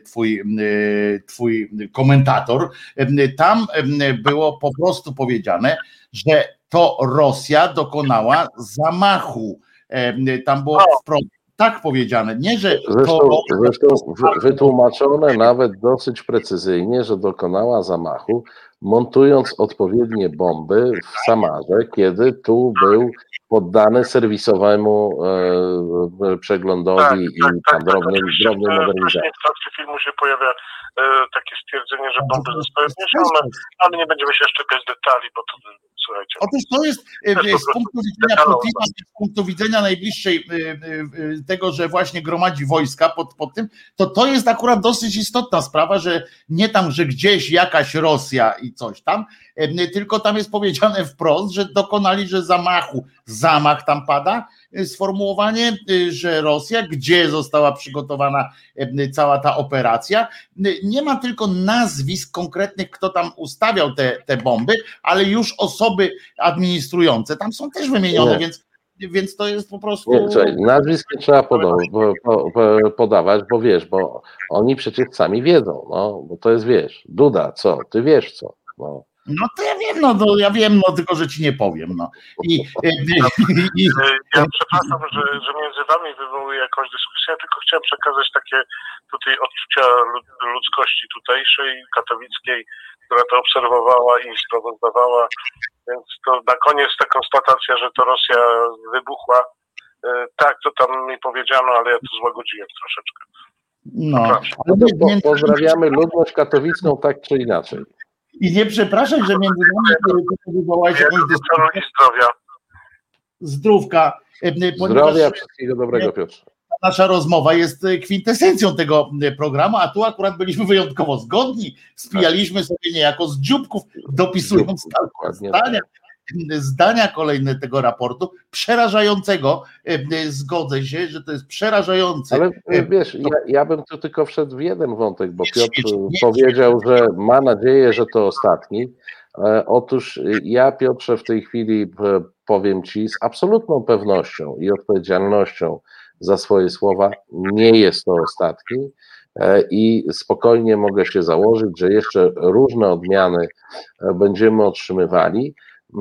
S4: twój komentator, tam było po prostu powiedziane, że to Rosja dokonała zamachu. Tam było wprost tak powiedziane, nie że
S3: zresztą wytłumaczone nawet dosyć precyzyjnie, że dokonała zamachu, montując odpowiednie bomby w Samarze, kiedy tu był poddany serwisowemu przeglądowi i drobnej modernizacji.
S6: W trakcie filmu się pojawia takie stwierdzenie, że bomby zostały zniesione, ale nie będziemy się szczepiać detali, bo to słuchajcie.
S4: Otóż to jest z punktu widzenia Putina, z punktu widzenia najbliższej tego, że właśnie gromadzi wojska pod tym, to jest akurat dosyć istotna sprawa, że nie tam, że gdzieś jakaś Rosja i coś tam, tylko tam jest powiedziane wprost, że dokonali, że zamach tam pada, sformułowanie, że Rosja, gdzie została przygotowana cała ta operacja, nie ma tylko nazwisk konkretnych, kto tam ustawiał te bomby, ale już osoby administrujące tam są też wymienione, więc to jest po prostu...
S3: Nazwisk nie trzeba podawać, bo wiesz, bo oni przecież sami wiedzą, no, bo to jest, wiesz, Duda, co, ty wiesz co, no.
S4: No to ja wiem, tylko że ci nie powiem. No.
S6: Ja przepraszam, że między wami wywołuję jakąś dyskusję, ja tylko chciałem przekazać takie tutaj odczucia ludzkości tutejszej, katowickiej, która to obserwowała i sprawozdawała, więc to na koniec ta konstatacja, że to Rosja wybuchła, tak, to tam mi powiedziano, ale ja to złagodziłem troszeczkę.
S4: No,
S6: ale
S3: pozdrawiamy ludność katowicką tak czy inaczej.
S4: I nie przepraszaj, że między nami wywołałeś jakąś dyskusję.
S6: Zdrowia.
S4: Zdrówka.
S3: Zdrowia, wszystkiego dobrego, Piotrze.
S4: Nasza rozmowa jest kwintesencją tego programu, a tu akurat byliśmy wyjątkowo zgodni, spijaliśmy sobie niejako z dzióbków, dopisując zdania. zdania kolejne tego raportu, przerażającego, zgodzę się, że to jest przerażające.
S3: Ale wiesz, ja bym tu tylko wszedł w jeden wątek, bo Piotr powiedział, że ma nadzieję, że to ostatni. Otóż ja, Piotrze, w tej chwili powiem Ci z absolutną pewnością i odpowiedzialnością za swoje słowa, nie jest to ostatni i spokojnie mogę się założyć, że jeszcze różne odmiany będziemy otrzymywali.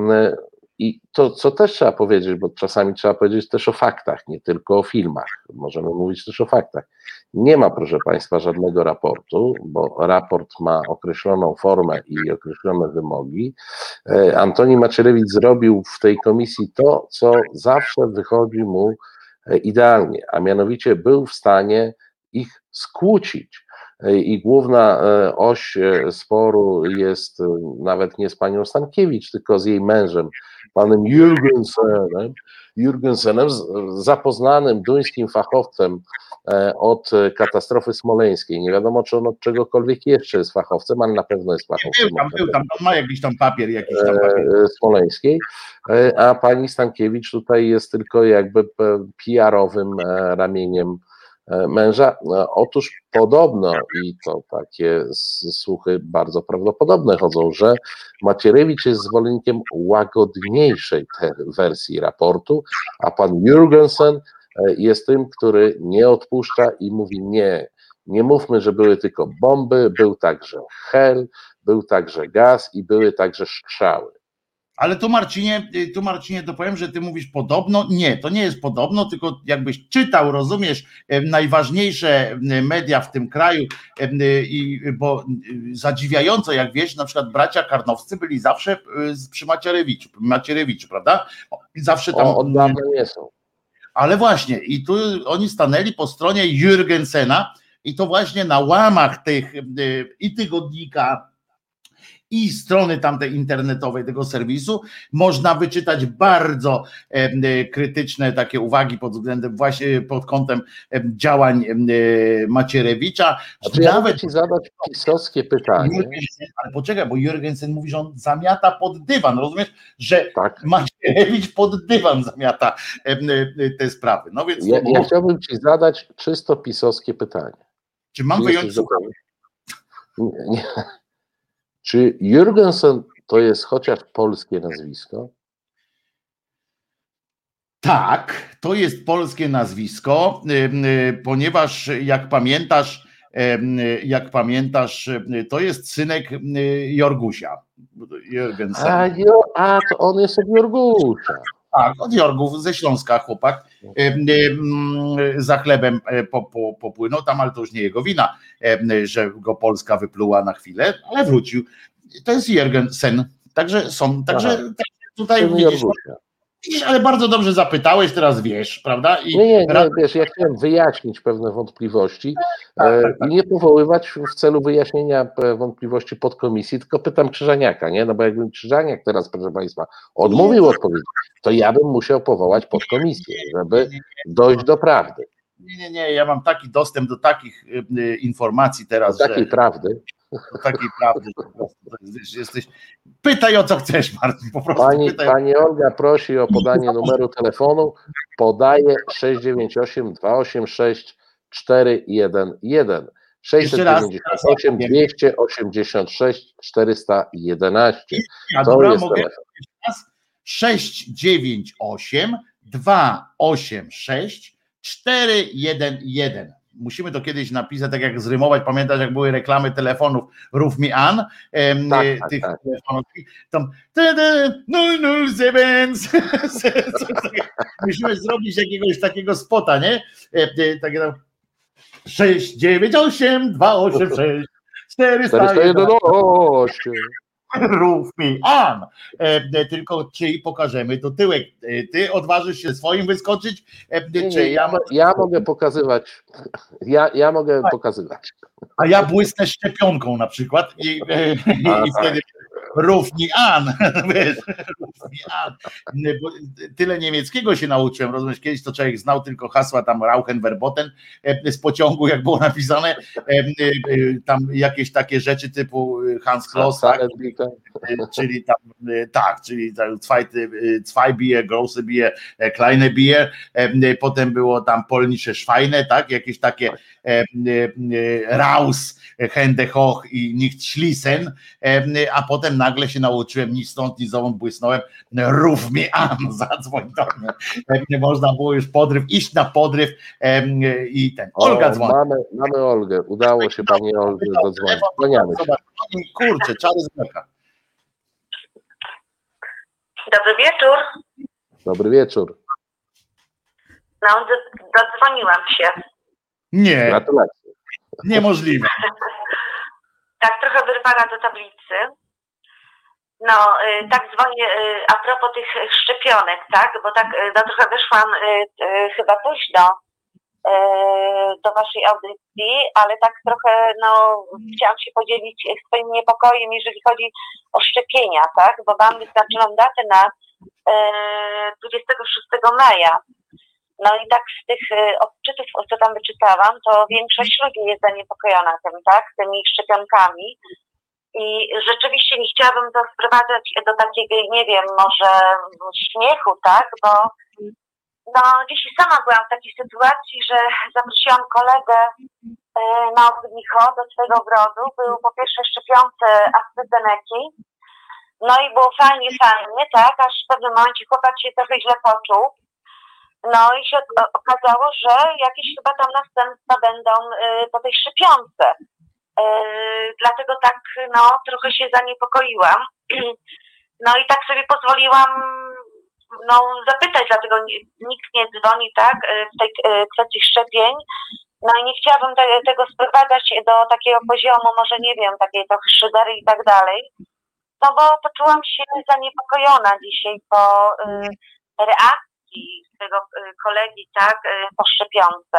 S3: I to, co też trzeba powiedzieć, bo czasami trzeba powiedzieć też o faktach, nie tylko o filmach, możemy mówić też o faktach. Nie ma, proszę Państwa, żadnego raportu, bo raport ma określoną formę i określone wymogi. Antoni Macierewicz zrobił w tej komisji to, co zawsze wychodzi mu idealnie, a mianowicie był w stanie ich skłócić. I główna oś sporu jest nawet nie z panią Stankiewicz, tylko z jej mężem, panem Jurgensenem, zapoznanym duńskim fachowcem od katastrofy smoleńskiej. Nie wiadomo, czy on od czegokolwiek jeszcze jest fachowcem, ale na pewno jest fachowcem.
S4: Był tam, on ma jakiś tam papier.
S3: Smoleńskiej, a pani Stankiewicz tutaj jest tylko jakby PR-owym ramieniem męża. Otóż podobno, i to takie słuchy bardzo prawdopodobne chodzą, że Macierewicz jest zwolennikiem łagodniejszej wersji raportu, a pan Jurgensen jest tym, który nie odpuszcza i mówi nie mówmy, że były tylko bomby, był także hel, był także gaz i były także strzały.
S4: Ale tu Marcinie, to powiem, że ty mówisz podobno. Nie, to nie jest podobno, tylko jakbyś czytał, rozumiesz, najważniejsze media w tym kraju, bo zadziwiająco, jak wiesz, na przykład bracia Karnowscy byli zawsze przy Macierewiczu, prawda? I zawsze tam.
S3: Od dawna nie są.
S4: Ale właśnie, i tu oni stanęli po stronie Jurgensena i to właśnie na łamach tych i tygodnika, i strony tamtej internetowej tego serwisu można wyczytać bardzo krytyczne takie uwagi pod względem właśnie pod kątem działań Macierewicza.
S3: Nawet ci zadać pisowskie pytanie.
S4: Ale poczekaj, bo Jurgensen mówi, że on zamiata pod dywan, rozumiesz, że tak. Macierewicz pod dywan zamiata te sprawy. No więc
S3: ja chciałbym ci zadać czysto pisowskie pytanie.
S4: Czy mam wyjąć słuchawkę?
S3: Nie. Czy Jurgensen to jest chociaż polskie nazwisko?
S4: Tak, to jest polskie nazwisko, ponieważ jak pamiętasz, to jest synek Jorgusia. Jurgensen.
S3: To on jest od Jorgusia.
S4: Tak, od Jorgów, ze Śląska chłopak, za chlebem popłynął tam, ale to już nie jego wina, że go Polska wypluła na chwilę, ale wrócił. To jest Jurgensen, także tutaj widzisz, ale bardzo dobrze zapytałeś, teraz wiesz, prawda?
S3: Nie, wiesz, ja chciałem wyjaśnić pewne wątpliwości i nie powoływać w celu wyjaśnienia wątpliwości podkomisji, tylko pytam Krzyżaniaka, nie? No bo jakbym Krzyżaniak teraz, proszę Państwa, odmówił odpowiedzi, to ja bym musiał powołać podkomisję, żeby dojść do prawdy.
S4: Nie, ja mam taki dostęp do takich informacji teraz,
S3: do takiej prawdy.
S4: Do takiej prawdy, że jesteś. Pytaj, o co chcesz, Marcin, po prostu.
S3: Pani Olga prosi o podanie numeru telefonu, podaje 698 286 411 698 286 411. To jest telefon.
S4: 698 286 411. Musimy to kiedyś napisać, tak jak zrymować. Pamiętasz, jak były reklamy telefonów Rów Mi An? Tych telefonów. Tam 007. Musimy zrobić jakiegoś takiego spota, nie? Takie tam 698 286 411. Rów Mi An. Tylko czy pokażemy to tyłek. Ty odważysz się swoim wyskoczyć?
S3: Ja mogę pokazywać. Ja mogę pokazywać.
S4: A ja błysnę szczepionką na przykład i wtedy Rów Mi An. Wiesz, rów mi an. Bo tyle niemieckiego się nauczyłem, rozumiesz, kiedyś to człowiek znał tylko hasła tam Rauchen Verboten z pociągu, jak było napisane, tam jakieś takie rzeczy typu Hans Kloss, tak? Czyli tam, tak, czyli zwei Bier, große Bier, kleine Bier, potem było tam polnische Schweine, tak, jakieś takie raus, Hände hoch i nicht schließen, a potem nagle się nauczyłem, ni stąd, ni zowąd błysnąłem, rów mi an, zadzwoń do mnie. Można było już iść na podryw i ten. Olga dzwoni.
S3: Mamy Olgę, udało się pani Olgę dodzwonić.
S4: Kurczę, czary z mleka.
S7: Dobry wieczór.
S3: Dobry wieczór.
S7: No, dodzwoniłam się.
S4: Nie.
S3: Gratulacje.
S4: Niemożliwe.
S7: Tak, trochę wyrwana do tablicy. No, tak dzwonię a propos tych szczepionek, tak? Bo tak, no trochę wyszłam chyba późno do waszej audycji, ale tak trochę, no, chciałam się podzielić swoim niepokojem, jeżeli chodzi o szczepienia, tak? Bo mam wyznaczoną datę na 26 maja. No i tak z tych odczytów, co tam wyczytałam, to większość ludzi jest zaniepokojona tym, tak? Tymi szczepionkami. I rzeczywiście nie chciałabym to sprowadzać do takiego, nie wiem, może śmiechu, tak? Bo no, dzisiaj sama byłam w takiej sytuacji, że zaprosiłam kolegę na ognicho do swojego ogrodu. Był po pierwsze szczepionce AstraZeneki. No i było fajnie, tak? Aż w pewnym momencie chłopak się trochę źle poczuł. No i się okazało, że jakieś chyba tam następstwa będą po tej szczepionce. Dlatego tak, no, trochę się zaniepokoiłam. No i tak sobie pozwoliłam, no, zapytać, dlatego nikt nie dzwoni, tak, w tej kwestii szczepień. No i nie chciałabym tego sprowadzać do takiego poziomu, może nie wiem, takiej trochę szydery i tak dalej. No bo poczułam się zaniepokojona dzisiaj po reakcji tego kolegi, tak, po szczepionce.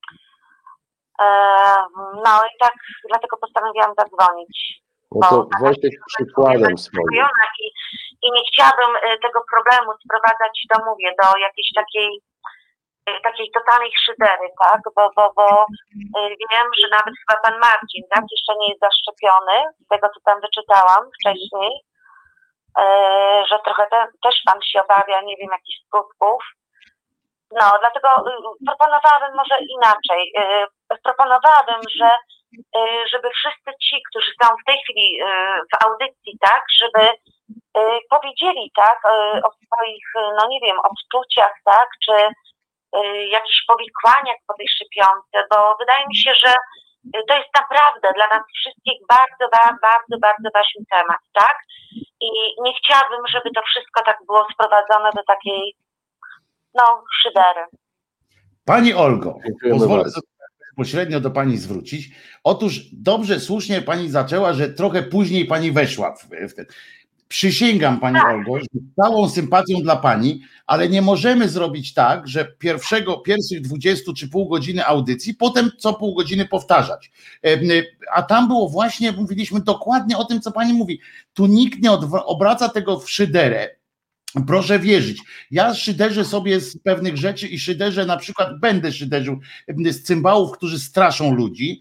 S7: No i tak, dlatego postanowiłam zadzwonić.
S3: No to Wojtek przykładem swoim.
S7: I nie chciałabym tego problemu sprowadzać do jakiejś takiej totalnej szydery, tak? Bo wiem, że nawet chyba pan Marcin, tak, jeszcze nie jest zaszczepiony, z tego co tam wyczytałam wcześniej, że trochę też pan się obawia, nie wiem, jakichś skutków. No, dlatego proponowałabym może inaczej. Proponowałabym, żeby wszyscy ci, którzy są w tej chwili w audycji, tak, żeby powiedzieli, tak, o swoich, no nie wiem, odczuciach, tak, czy jakichś powikłaniach po tej szczepionce, bo wydaje mi się, że to jest naprawdę dla nas wszystkich bardzo, bardzo, bardzo ważny temat, tak? I nie chciałabym, żeby to wszystko tak było sprowadzone do takiej, no, szydery.
S4: Pani Olgo, pozwolę sobie bezpośrednio do pani zwrócić. Otóż dobrze, słusznie pani zaczęła, że trochę później pani weszła w ten. Przysięgam pani Olgo, że z całą sympatią dla pani, ale nie możemy zrobić tak, że pierwszych 20 czy pół godziny audycji, potem co pół godziny powtarzać. A tam było właśnie, mówiliśmy dokładnie o tym, co pani mówi. Tu nikt nie obraca tego w szyderę. Proszę wierzyć, ja szyderzę sobie z pewnych rzeczy i szyderzę, na przykład będę szyderzył z cymbałów, którzy straszą ludzi,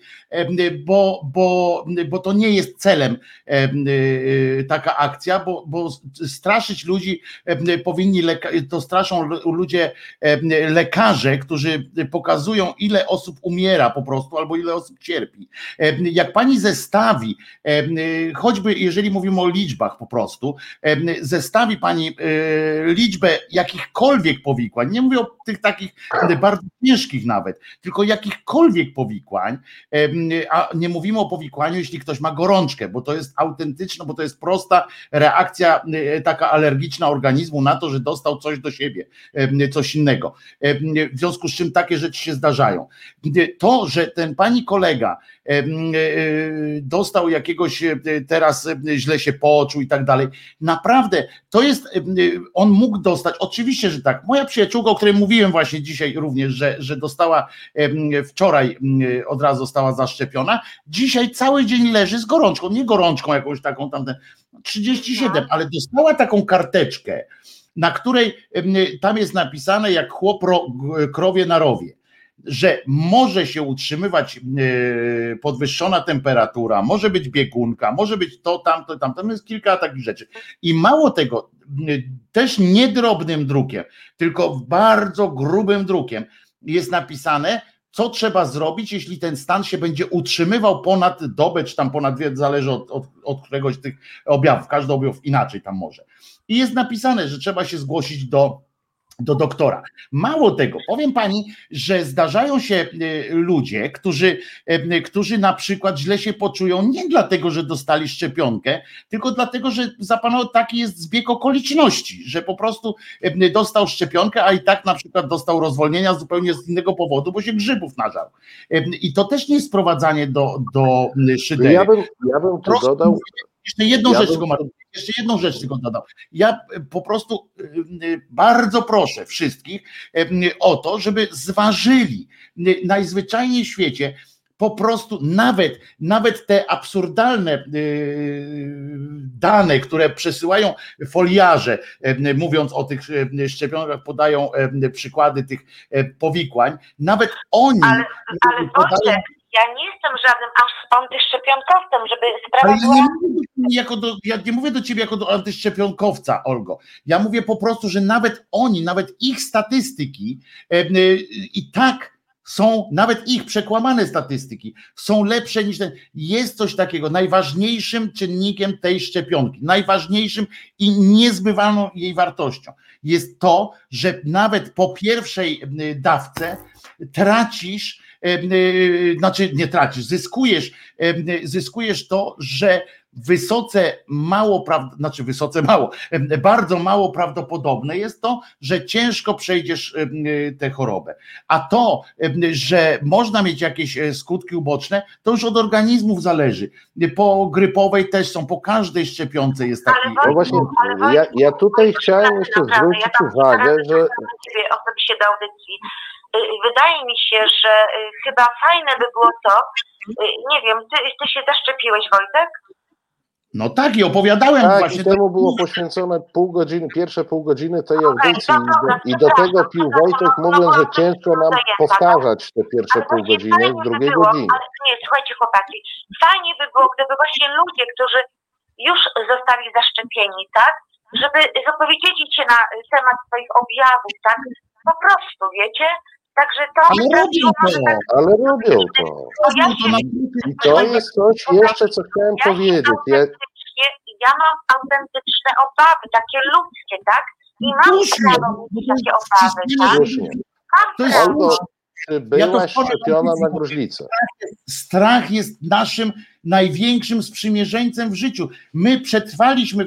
S4: bo to nie jest celem taka akcja, bo straszyć ludzi powinni, to straszą ludzie lekarze, którzy pokazują, ile osób umiera po prostu, albo ile osób cierpi. Jak pani zestawi, choćby jeżeli mówimy o liczbach po prostu, zestawi pani liczbę jakichkolwiek powikłań, nie mówię o tych takich bardzo ciężkich nawet, tylko jakichkolwiek powikłań, a nie mówimy o powikłaniu, jeśli ktoś ma gorączkę, bo to jest autentyczne, bo to jest prosta reakcja taka alergiczna organizmu na to, że dostał coś do siebie, coś innego. W związku z czym takie rzeczy się zdarzają. To, że ten pani kolega dostał jakiegoś, teraz źle się poczuł i tak dalej. Naprawdę, to jest, on mógł dostać, oczywiście, że tak. Moja przyjaciółka, o której mówiłem właśnie dzisiaj również, że dostała wczoraj, od razu została zaszczepiona, dzisiaj cały dzień leży z gorączką, nie gorączką jakąś taką tamten 37, ale dostała taką karteczkę, na której tam jest napisane jak chłop krowie na rowie, że może się utrzymywać podwyższona temperatura, może być biegunka, może być to, tamto, tam jest kilka takich rzeczy. I mało tego, też nie drobnym drukiem, tylko bardzo grubym drukiem jest napisane, co trzeba zrobić, jeśli ten stan się będzie utrzymywał ponad dobę, czy tam ponad dwie, zależy od któregoś z tych objawów, każdy objaw inaczej tam może. I jest napisane, że trzeba się zgłosić do doktora. Mało tego, powiem pani, że zdarzają się ludzie, którzy na przykład źle się poczują nie dlatego, że dostali szczepionkę, tylko dlatego, że zapanował taki jest zbieg okoliczności, że po prostu dostał szczepionkę, a i tak na przykład dostał rozwolnienia zupełnie z innego powodu, bo się grzybów nażarł. I to też nie jest sprowadzanie do szydery.
S3: Ja bym tu dodał...
S4: Jeszcze jedną rzecz tylko dodam. Ja po prostu bardzo proszę wszystkich o to, żeby zważyli najzwyczajniej w świecie po prostu nawet te absurdalne dane, które przesyłają foliarze, mówiąc o tych szczepionkach, podają przykłady tych powikłań, nawet oni
S7: podają... Ja nie jestem żadnym antyszczepionkowcem, żeby sprawa
S4: ja nie mówię do ciebie jako do antyszczepionkowca, Olgo. Ja mówię po prostu, że nawet ich statystyki i tak są, nawet ich przekłamane statystyki są lepsze niż ten. Jest coś takiego, najważniejszym czynnikiem tej szczepionki, najważniejszym i niezbywalną jej wartością jest to, że nawet po pierwszej dawce tracisz, znaczy nie tracisz, zyskujesz to, że bardzo mało prawdopodobne jest to, że ciężko przejdziesz tę chorobę. A to, że można mieć jakieś skutki uboczne, to już od organizmów zależy. Po grypowej też są, po każdej szczepionce jest taki.
S3: No właśnie, ja tutaj chciałem jeszcze zwrócić uwagę, że...
S7: Osobiście do audycji. Wydaje mi się, że chyba fajne by było to, nie wiem, ty się zaszczepiłeś, Wojtek?
S4: No tak, i opowiadałem właśnie.
S3: I temu było poświęcone pierwsze pół godziny tej audycji i do tego pił Wojtek, mówiąc, że ciężko nam powtarzać te pierwsze pół godziny w drugiej godzinie.
S7: Ale nie, słuchajcie chłopaki, fajnie by było, gdyby właśnie ludzie, którzy już zostali zaszczepieni, tak, żeby wypowiedzieli się na temat swoich objawów, tak, po prostu, wiecie? Także to...
S3: Ale robią to. I to jest coś jeszcze, co chciałem powiedzieć.
S7: Ja mam autentyczne obawy, takie ludzkie, tak? I mam prawo mieć takie obawy, tak?
S3: Mam prawo. Czy byłaś szczepiona na gruźlicę?
S4: Strach jest naszym największym sprzymierzeńcem w życiu. My przetrwaliśmy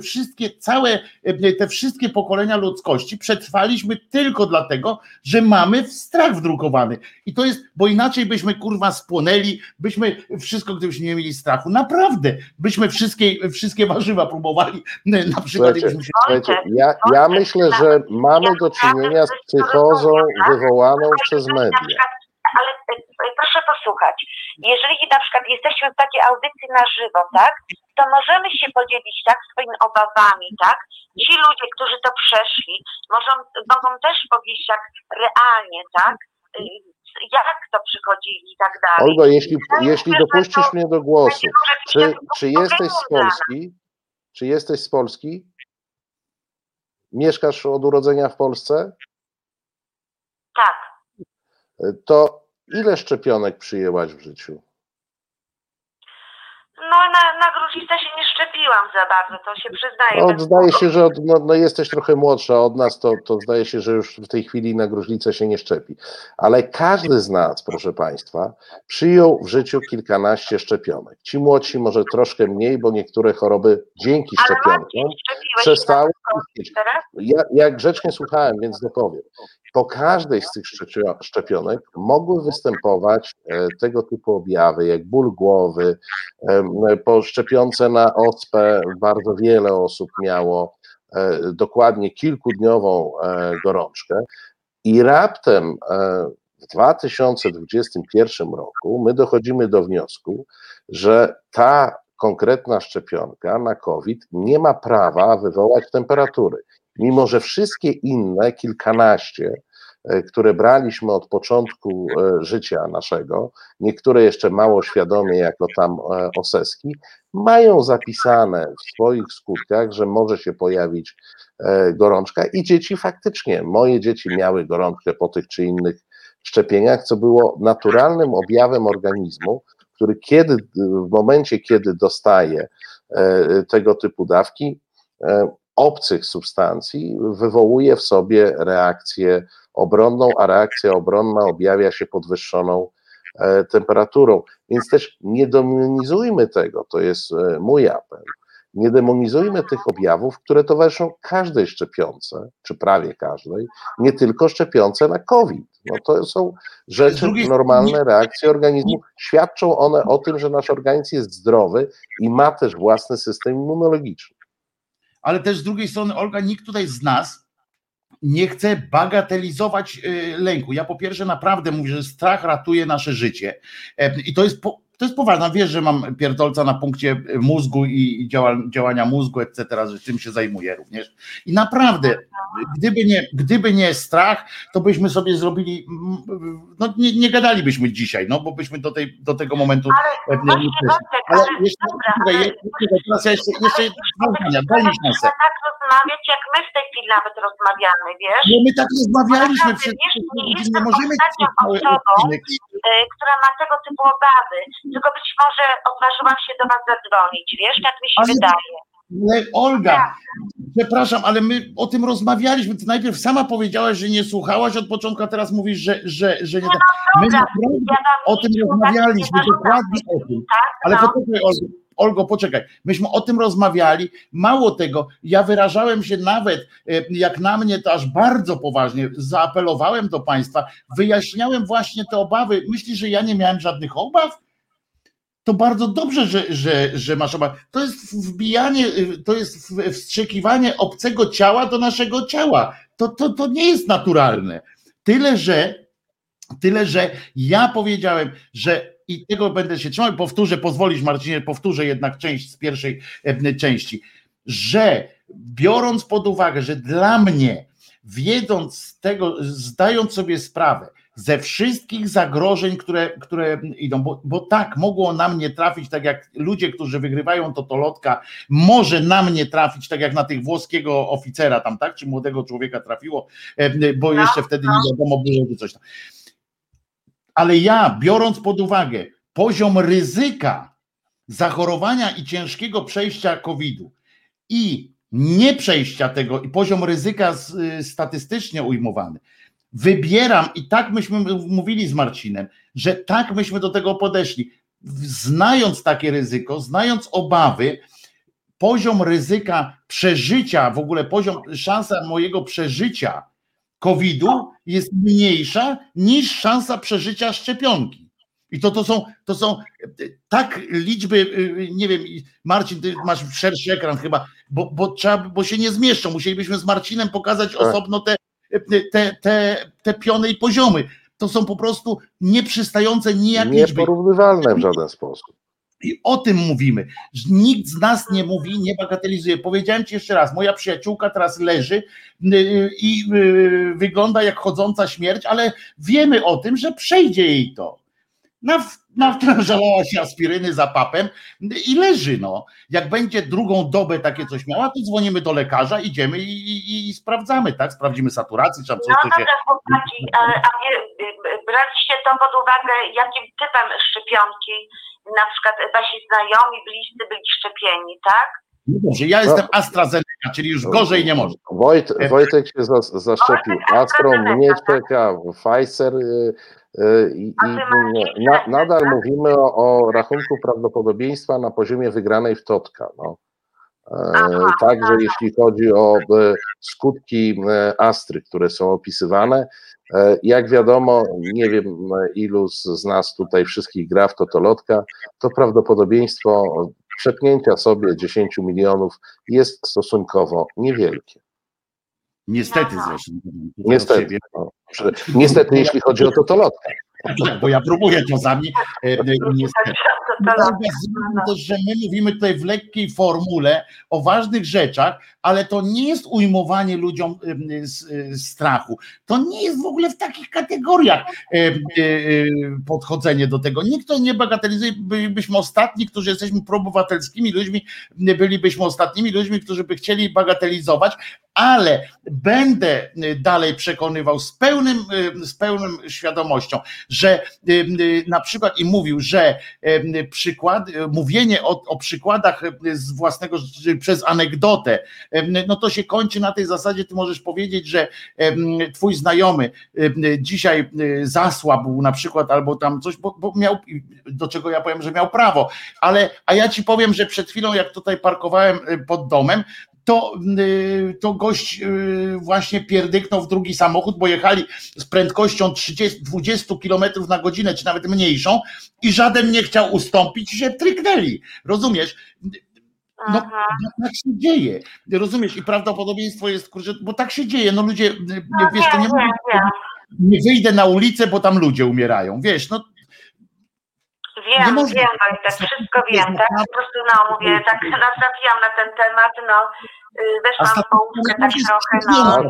S4: te wszystkie pokolenia ludzkości, przetrwaliśmy tylko dlatego, że mamy strach wdrukowany. I to jest, bo inaczej byśmy kurwa spłonęli, byśmy wszystko, gdybyśmy nie mieli strachu. Naprawdę, byśmy wszystkie warzywa próbowali. Na przykład.
S3: Słuchajcie, ja myślę, że mamy do czynienia z psychozą wywołaną przez media.
S7: Ale proszę posłuchać, jeżeli na przykład jesteśmy w takiej audycji na żywo, tak, to możemy się podzielić tak swoimi obawami, tak? Ci ludzie, którzy to przeszli, mogą też powiedzieć tak realnie, tak? Jak to przychodzili i tak dalej.
S3: Olga, jeśli dopuścisz mnie do głosu, czy jesteś z Polski? Czy jesteś z Polski? Mieszkasz od urodzenia w Polsce?
S7: Tak.
S3: To ile szczepionek przyjęłaś w życiu?
S7: No na gruźlicę się nie szczepiłam za bardzo, to się przyznaję.
S3: No, zdaje się, że jesteś trochę młodsza od nas, to zdaje się, że już w tej chwili na gruźlicę się nie szczepi. Ale każdy z nas, proszę Państwa, przyjął w życiu kilkanaście szczepionek. Ci młodsi może troszkę mniej, bo niektóre choroby dzięki szczepionkom przestały istnieć. Ja grzecznie słuchałem, więc dopowiem. po każdej z tych szczepionek mogły występować tego typu objawy, jak ból głowy. Po szczepionce na ospę bardzo wiele osób miało dokładnie kilkudniową gorączkę i raptem w 2021 roku my dochodzimy do wniosku, że ta konkretna szczepionka na COVID nie ma prawa wywołać temperatury. Mimo że wszystkie inne, kilkanaście, które braliśmy od początku życia naszego, niektóre jeszcze mało świadomie, jako tam oseski, mają zapisane w swoich skutkach, że może się pojawić gorączka i dzieci faktycznie, moje dzieci miały gorączkę po tych czy innych szczepieniach, co było naturalnym objawem organizmu, który w momencie, kiedy dostaje tego typu dawki, obcych substancji, wywołuje w sobie reakcję obronną, a reakcja obronna objawia się podwyższoną temperaturą. Więc też nie demonizujmy tego, to jest mój apel, nie demonizujmy tych objawów, które towarzyszą każdej szczepionce, czy prawie każdej, nie tylko szczepionce na COVID. No to są rzeczy, normalne reakcje organizmu. Świadczą one o tym, że nasz organizm jest zdrowy i ma też własny system immunologiczny.
S4: Ale też z drugiej strony, Olga, nikt tutaj z nas nie chce bagatelizować lęku. Ja po pierwsze naprawdę mówię, że strach ratuje nasze życie i to jest poważne. Wiesz, że mam pierdolca na punkcie mózgu i działania mózgu, etc., że tym się zajmuję również. I naprawdę, gdyby nie strach, to byśmy sobie zrobili, no nie gadalibyśmy dzisiaj, no bo byśmy do tego momentu nie przeszli. Ale teraz ja jeszcze daj mi szansę.
S7: Tak rozmawiać, jak my w tej chwili nawet rozmawiamy, wiesz?
S4: No my tak rozmawialiśmy
S7: nie jestem ostatnią osobą, która ma tego typu obawy, tylko być może odważyłam się do was zadzwonić, wiesz, tak mi się wydaje.
S4: Ale Olga, przepraszam, ale my o tym rozmawialiśmy. Ty najpierw sama powiedziałaś, że nie słuchałaś od początku, a teraz mówisz, że nie. My o tym rozmawialiśmy, dokładnie o tym. Ale poczekaj, Olgo, poczekaj. Myśmy o tym rozmawiali. Mało tego, ja wyrażałem się nawet, jak na mnie, to aż bardzo poważnie zaapelowałem do państwa, wyjaśniałem właśnie te obawy. Myślisz, że ja nie miałem żadnych obaw? To bardzo dobrze, że masz obawy. To jest wbijanie, to jest wstrzykiwanie obcego ciała do naszego ciała. To nie jest naturalne. Tyle, że ja powiedziałem, że i tego będę się trzymał, pozwolisz, Marcinie, powtórzę jednak część z pierwszej części, że biorąc pod uwagę, że dla mnie, wiedząc tego, zdając sobie sprawę ze wszystkich zagrożeń, które idą, bo tak mogło na mnie trafić, tak jak ludzie, którzy wygrywają totolotka, może na mnie trafić, tak jak na tych włoskiego oficera tam, tak, czy młodego człowieka trafiło, bo jeszcze wtedy nie wiadomo było, że coś tam. Ale ja, biorąc pod uwagę poziom ryzyka zachorowania i ciężkiego przejścia COVID-u i nie przejścia tego, i poziom ryzyka statystycznie ujmowany, wybieram, i tak myśmy mówili z Marcinem, że tak myśmy do tego podeszli, znając takie ryzyko, znając obawy, poziom ryzyka przeżycia, w ogóle szansa mojego przeżycia COVID-u jest mniejsza niż szansa przeżycia szczepionki. I to są tak liczby, nie wiem, Marcin, ty masz szerszy ekran chyba, bo się nie zmieszczą. Musielibyśmy z Marcinem pokazać osobno te piony i poziomy. To są po prostu nieprzystające nijak liczby.
S3: Nieporównywalne w żaden sposób.
S4: I o tym mówimy. Nikt z nas nie mówi, nie bagatelizuje. Powiedziałem ci jeszcze raz, moja przyjaciółka teraz leży i wygląda jak chodząca śmierć, ale wiemy o tym, że przejdzie jej to. Nawtrążała się aspiryny za papem i leży. No. Jak będzie drugą dobę takie coś miała, to dzwonimy do lekarza, idziemy i sprawdzamy, tak? Sprawdzimy saturację, czy tam coś.
S7: No dobra, chłopaki, a braliście to pod uwagę, jakim typem szczepionki, na przykład wasi znajomi, bliscy byli szczepieni, tak?
S4: No dobrze, ja jestem AstraZeneca, czyli już gorzej nie może.
S3: Wojtek się zaszczepił Astrą, mnie czeka Pfizer i nadal mówimy o rachunku prawdopodobieństwa na poziomie wygranej w totka. No. Także jeśli chodzi o skutki astry, które są opisywane, jak wiadomo, nie wiem ilu z nas tutaj wszystkich gra w totolotka, to prawdopodobieństwo przepchnięcia sobie 10 milionów jest stosunkowo niewielkie.
S4: Niestety zresztą.
S3: Niestety. Niestety, jeśli chodzi o totolotkę.
S4: Bo ja próbuję czasami. Niestety. Że my mówimy tutaj w lekkiej formule o ważnych rzeczach, ale to nie jest ujmowanie ludziom strachu. To nie jest w ogóle w takich kategoriach podchodzenie do tego. Nikt to nie bagatelizuje. Bylibyśmy ostatni, którzy jesteśmy proobywatelskimi ludźmi, bylibyśmy ostatnimi ludźmi, którzy by chcieli bagatelizować, ale będę dalej przekonywał z pełną świadomością, że na przykład i mówił, że mówienie o przykładach z własnego przez anegdotę, no to się kończy na tej zasadzie, ty możesz powiedzieć, że twój znajomy dzisiaj zasłabł na przykład, albo tam coś, bo miał, do czego ja powiem, że miał prawo, a ja ci powiem, że przed chwilą jak tutaj parkowałem pod domem, to gość właśnie pierdyknął w drugi samochód, bo jechali z prędkością 20 km na godzinę, czy nawet mniejszą i żaden nie chciał ustąpić i się tryknęli. Rozumiesz? No tak się dzieje. Rozumiesz? I prawdopodobieństwo jest, kurczę, bo tak się dzieje. No ludzie, wiesz, to nie wyjdę na ulicę, bo tam ludzie umierają. Wiesz, no
S7: Wiem, Wojtek, wszystko wiem, tak? Po prostu mówię, tak nawijam na ten temat, weszłam w połówkę tak trochę,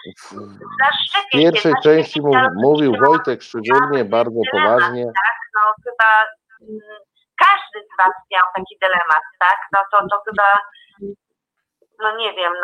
S3: W pierwszej części mówił Wojtek szczególnie bardzo poważnie.
S7: Tak, chyba każdy z was miał taki dylemat, tak? To chyba, nie wiem,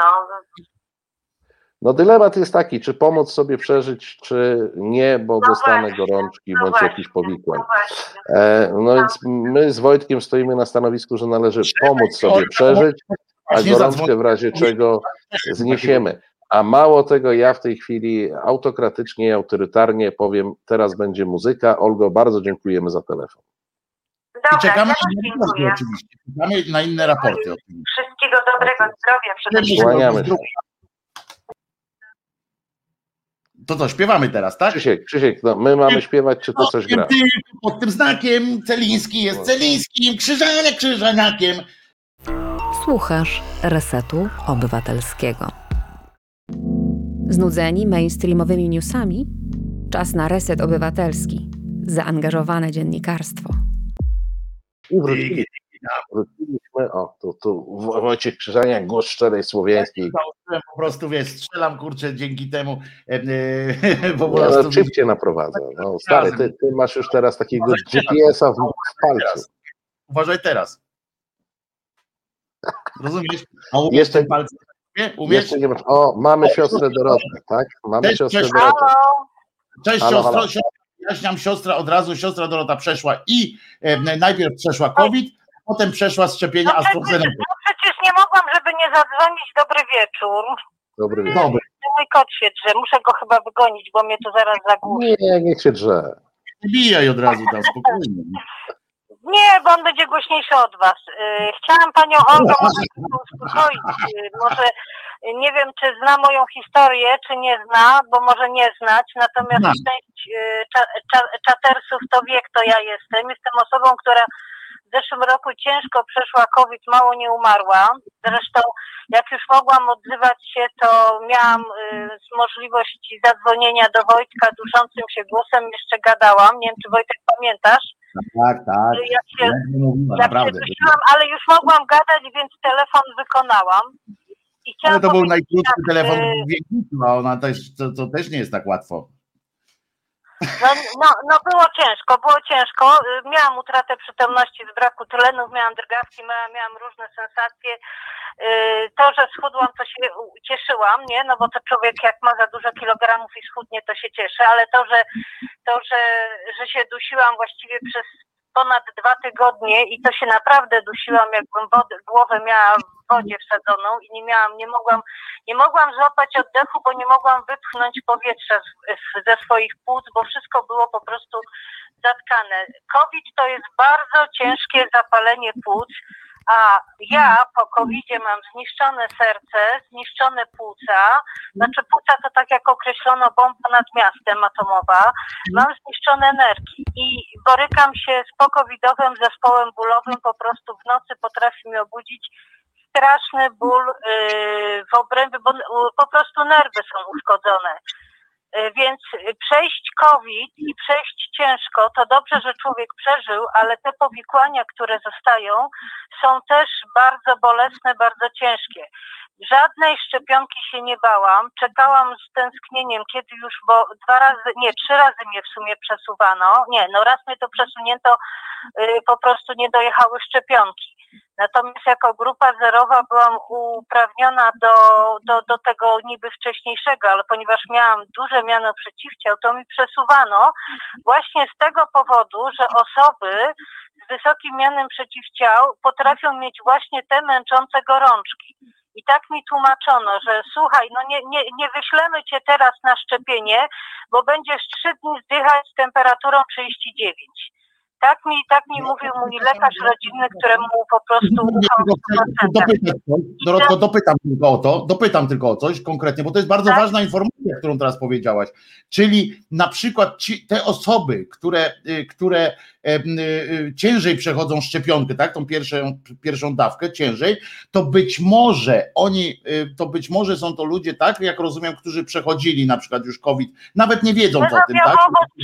S3: No dylemat jest taki, czy pomóc sobie przeżyć, czy nie, bo dostanę gorączki bądź jakiś powikłań. No więc my z Wojtkiem stoimy na stanowisku, że należy pomóc sobie przeżyć, a gorączkę w razie czego zniesiemy. A mało tego, ja w tej chwili autokratycznie i autorytarnie powiem, teraz będzie muzyka. Olgo, bardzo dziękujemy za telefon.
S7: Dobra,
S4: i czekamy na inne raporty oczywiście. Czekamy na inne raporty.
S7: Wszystkiego dobrego, zdrowia przede wszystkim.
S3: Kłaniamy się.
S4: To co, śpiewamy teraz, tak?
S3: Krzysiek, no, my mamy śpiewać, czy to coś gra?
S4: Pod tym znakiem Celiński jest Celińskim, Krzyżaniakiem.
S5: Słuchasz Resetu Obywatelskiego.
S1: Znudzeni mainstreamowymi newsami? Czas na Reset Obywatelski. Zaangażowane dziennikarstwo.
S3: I wróciliśmy. Tu Wojciech Krzyżaniak, głos szczerej słowiańskiej.
S4: Po prostu wiesz, strzelam kurczę dzięki temu.
S3: Po prostu chip cię naprowadza. No, stary, ty masz już teraz takiego GPS-a w palcu.
S4: Uważaj teraz. Rozumiesz?
S3: Jeszcze nie masz. O, mamy siostrę Dorotę, tak? Mamy siostrę Dorotę.
S4: Cześć siostro. Jaśniam siostra od razu. Siostra Dorota przeszła i najpierw przeszła COVID, potem przeszła szczepienia AstraZeneca.
S7: Przecież nie mogłam, żeby nie zadzwonić. Dobry wieczór.
S3: Dobry wieczór.
S7: Mój kot się drze. Muszę go chyba wygonić, bo mnie to zaraz zagłuszy.
S3: Nie, niech się drze.
S4: Bijaj od razu tam spokojnie.
S7: Nie, bo on będzie głośniejszy od was. Chciałam panią Olgę uspokoić. Może nie wiem, czy zna moją historię, czy nie zna, bo może nie znać. Natomiast część czatersów to wie, kto ja jestem. Jestem osobą, która w zeszłym roku ciężko przeszła COVID, mało nie umarła. Zresztą jak już mogłam odzywać się, to miałam możliwość zadzwonienia do Wojtka duszącym się głosem, jeszcze gadałam. Nie wiem, czy Wojtek pamiętasz?
S4: Tak.
S7: Jak się dusiłam, ale już mogłam gadać, więc telefon wykonałam.
S4: Ale to był najkrótszy telefon w wieku, a ona to też nie jest tak łatwo.
S7: No było ciężko. Miałam utratę przytomności z braku tlenów, miałam drgawki, miałam różne sensacje. To, że schudłam, to się cieszyłam, nie? No bo to człowiek jak ma za dużo kilogramów i schudnie, to się cieszy, ale że się dusiłam właściwie przez ponad 2 tygodnie i to się naprawdę dusiłam, jakbym głowę miała w wodzie wsadzoną i nie mogłam złapać oddechu, bo nie mogłam wypchnąć powietrza ze swoich płuc, bo wszystko było po prostu zatkane. COVID to jest bardzo ciężkie zapalenie płuc,
S8: A ja po COVID-zie mam zniszczone serce, zniszczone płuca, znaczy płuca to tak jak określono bomba nad miastem atomowa, mam zniszczone nerki i borykam się z pocovidowym zespołem bólowym, po prostu w nocy potrafi mnie obudzić straszny ból w obrębie, bo po prostu nerwy są uszkodzone. Więc przejść COVID i przejść ciężko, to dobrze, że człowiek przeżył, ale te powikłania, które zostają, są też bardzo bolesne, bardzo ciężkie. Żadnej szczepionki się nie bałam, czekałam z tęsknieniem, kiedy już, bo 3 razy mnie w sumie przesuwano, raz mnie to przesunięto, po prostu nie dojechały szczepionki. Natomiast jako grupa zerowa byłam uprawniona do tego niby wcześniejszego, ale ponieważ miałam duże miano przeciwciał, to mi przesuwano właśnie z tego powodu, że osoby z wysokim mianem przeciwciał potrafią mieć właśnie te męczące gorączki. I tak mi tłumaczono, że słuchaj, nie wyślemy cię teraz na szczepienie, bo będziesz 3 dni zdychać z temperaturą 39. Tak mi mówił mój lekarz rodzinny, któremu po prostu ufam.
S4: Dorotko, dopytam tylko o coś konkretnie, bo to jest bardzo ważna informacja, którą teraz powiedziałaś. Czyli na przykład te osoby, które ciężej przechodzą szczepionkę, tak, tą pierwszą dawkę ciężej, to być może są to ludzie, tak, jak rozumiem, którzy przechodzili na przykład już COVID, nawet nie wiedząc o tym, tak?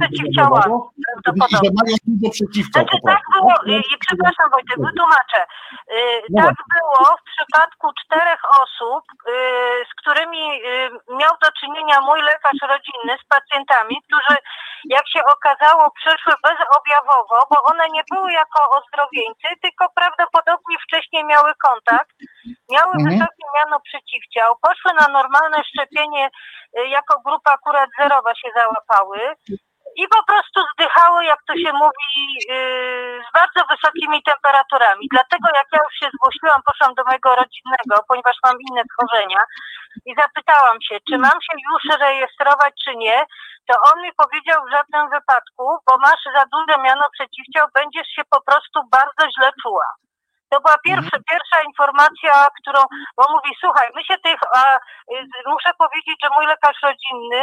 S4: I że mają dużo przeciwciał po prostu.
S8: Tak było, i przepraszam Wojtek, wytłumaczę. Tak było w przypadku 4 osób, z którymi miał do czynienia mój lekarz rodzinny, z pacjentami, którzy, jak się okazało, przeszły bezobjawowo, bo one nie były jako ozdrowieńcy, tylko prawdopodobnie wcześniej miały kontakt, miały wysokie miano przeciwciał, poszły na normalne szczepienie, jako grupa akurat zerowa się załapały i po prostu zdychały, jak to się mówi, z bardzo wysokimi temperaturami. Dlatego jak ja już się zgłosiłam, poszłam do mojego rodzinnego, ponieważ mam inne schorzenia i zapytałam się, czy mam się już rejestrować, czy nie, to on mi powiedział w żadnym wypadku, bo masz za duże miano przeciwciał, będziesz się po prostu bardzo źle czuła. To była pierwsza informacja, bo mówi, słuchaj, muszę powiedzieć, że mój lekarz rodzinny,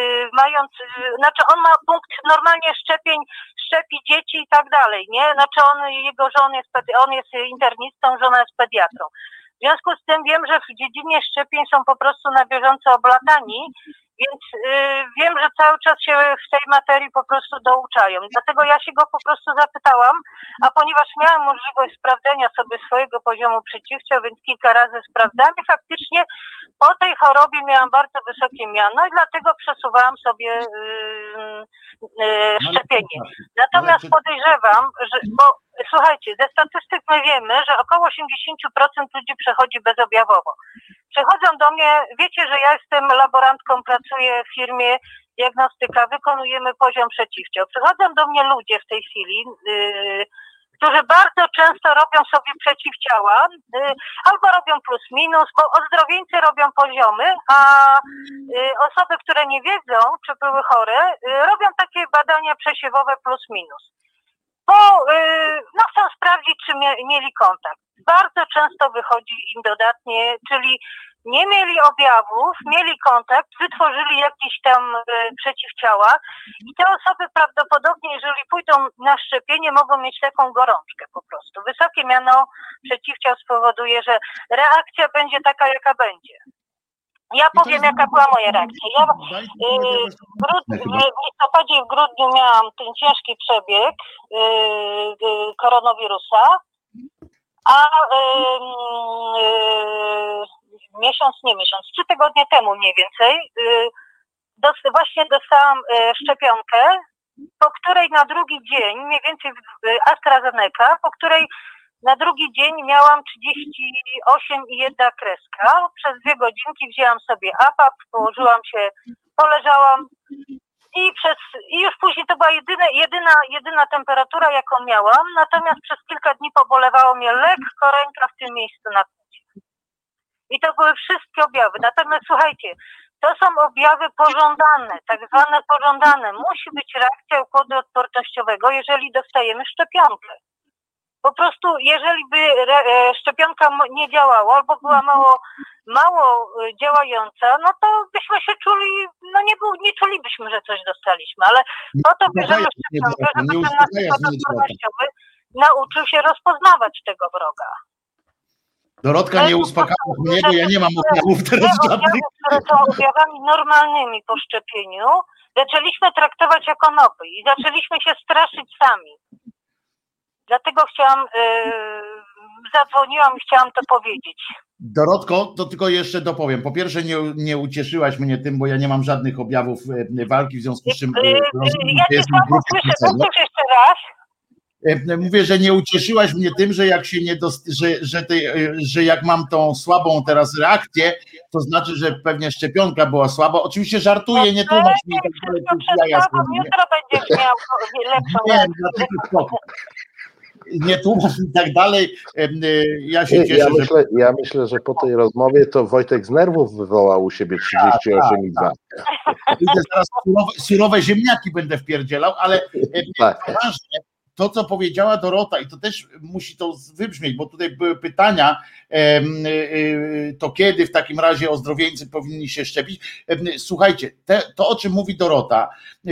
S8: on ma punkt normalnie szczepień, szczepi dzieci i tak dalej, nie? Znaczy on jest internistą, żona jest pediatrą. W związku z tym wiem, że w dziedzinie szczepień są po prostu na bieżąco oblatani, więc wiem, że cały czas się w tej materii po prostu douczają. Dlatego ja się go po prostu zapytałam, a ponieważ miałam możliwość sprawdzenia sobie swojego poziomu przeciwciał, więc kilka razy sprawdzałam i faktycznie po tej chorobie miałam bardzo wysokie miano i dlatego przesuwałam sobie szczepienie. Natomiast podejrzewam, bo słuchajcie, ze statystyk my wiemy, że około 80% ludzi przechodzi bezobjawowo. Przychodzą do mnie, wiecie, że ja jestem laborantką, pracuję w firmie diagnostyka, wykonujemy poziom przeciwciał. Przychodzą do mnie ludzie w tej chwili, którzy bardzo często robią sobie przeciwciała, albo robią plus minus, bo ozdrowieńcy robią poziomy, a osoby, które nie wiedzą, czy były chore, robią takie badania przesiewowe plus minus. Bo chcą sprawdzić, czy mieli kontakt. Bardzo często wychodzi im dodatnie, czyli nie mieli objawów, mieli kontakt, wytworzyli jakieś tam przeciwciała i te osoby prawdopodobnie, jeżeli pójdą na szczepienie, mogą mieć taką gorączkę po prostu. Wysokie miano przeciwciał spowoduje, że reakcja będzie taka, jaka będzie. Ja powiem, jaka była moja reakcja. Ja w listopadzie i w grudniu miałam ten ciężki przebieg koronawirusa, a miesiąc, 3 tygodnie temu mniej więcej, właśnie dostałam szczepionkę, po której na drugi dzień, mniej więcej AstraZeneca, po której na drugi dzień miałam 38,1 kreska. Przez 2 godzinki wzięłam sobie APAP, położyłam się, poleżałam i już później to była jedyna temperatura, jaką miałam. Natomiast przez kilka dni pobolewało mnie lekko ręka w tym miejscu na płucie. I to były wszystkie objawy. Natomiast słuchajcie, to są objawy pożądane, tak zwane pożądane. Musi być reakcja układu odpornościowego, jeżeli dostajemy szczepionkę. Po prostu, jeżeli by szczepionka nie działała albo była mało działająca, no to byśmy się czuli, no nie czulibyśmy, że coś dostaliśmy, ale po to bierzemy szczepionkę, żeby ten nasz układ odpornościowy nauczył się rozpoznawać tego wroga.
S4: Dorotka, nie uspokaja mnie, bo ja nie mam objawów teraz żadnych.
S8: Które są objawami normalnymi po szczepieniu, zaczęliśmy traktować jako nopy i zaczęliśmy się straszyć sami. Dlatego zadzwoniłam i chciałam to powiedzieć.
S4: Dorotko, to tylko jeszcze dopowiem. Po pierwsze, nie ucieszyłaś mnie tym, bo ja nie mam żadnych objawów walki, w związku z czym...
S8: Ja cię słabo słyszę, powtórz jeszcze raz.
S4: Mówię, że nie ucieszyłaś mnie tym, że jak się że jak mam tą słabą teraz reakcję, to znaczy, że pewnie szczepionka była słaba. Oczywiście żartuję, nie tłumacz mi tak dalej.
S8: Jutro będziesz miał lepszą reakcję.
S4: Nie tłumacz mi tak dalej. Ja się cieszę,
S3: ja myślę, że po tej rozmowie to Wojtek z nerwów wywołał u siebie 38,2.
S4: Idę zaraz surowe ziemniaki będę wpierdzielał, ale ważne, to, co powiedziała Dorota, i to też musi to wybrzmieć, bo tutaj były pytania, to kiedy w takim razie ozdrowieńcy powinni się szczepić. Słuchajcie, to o czym mówi Dorota,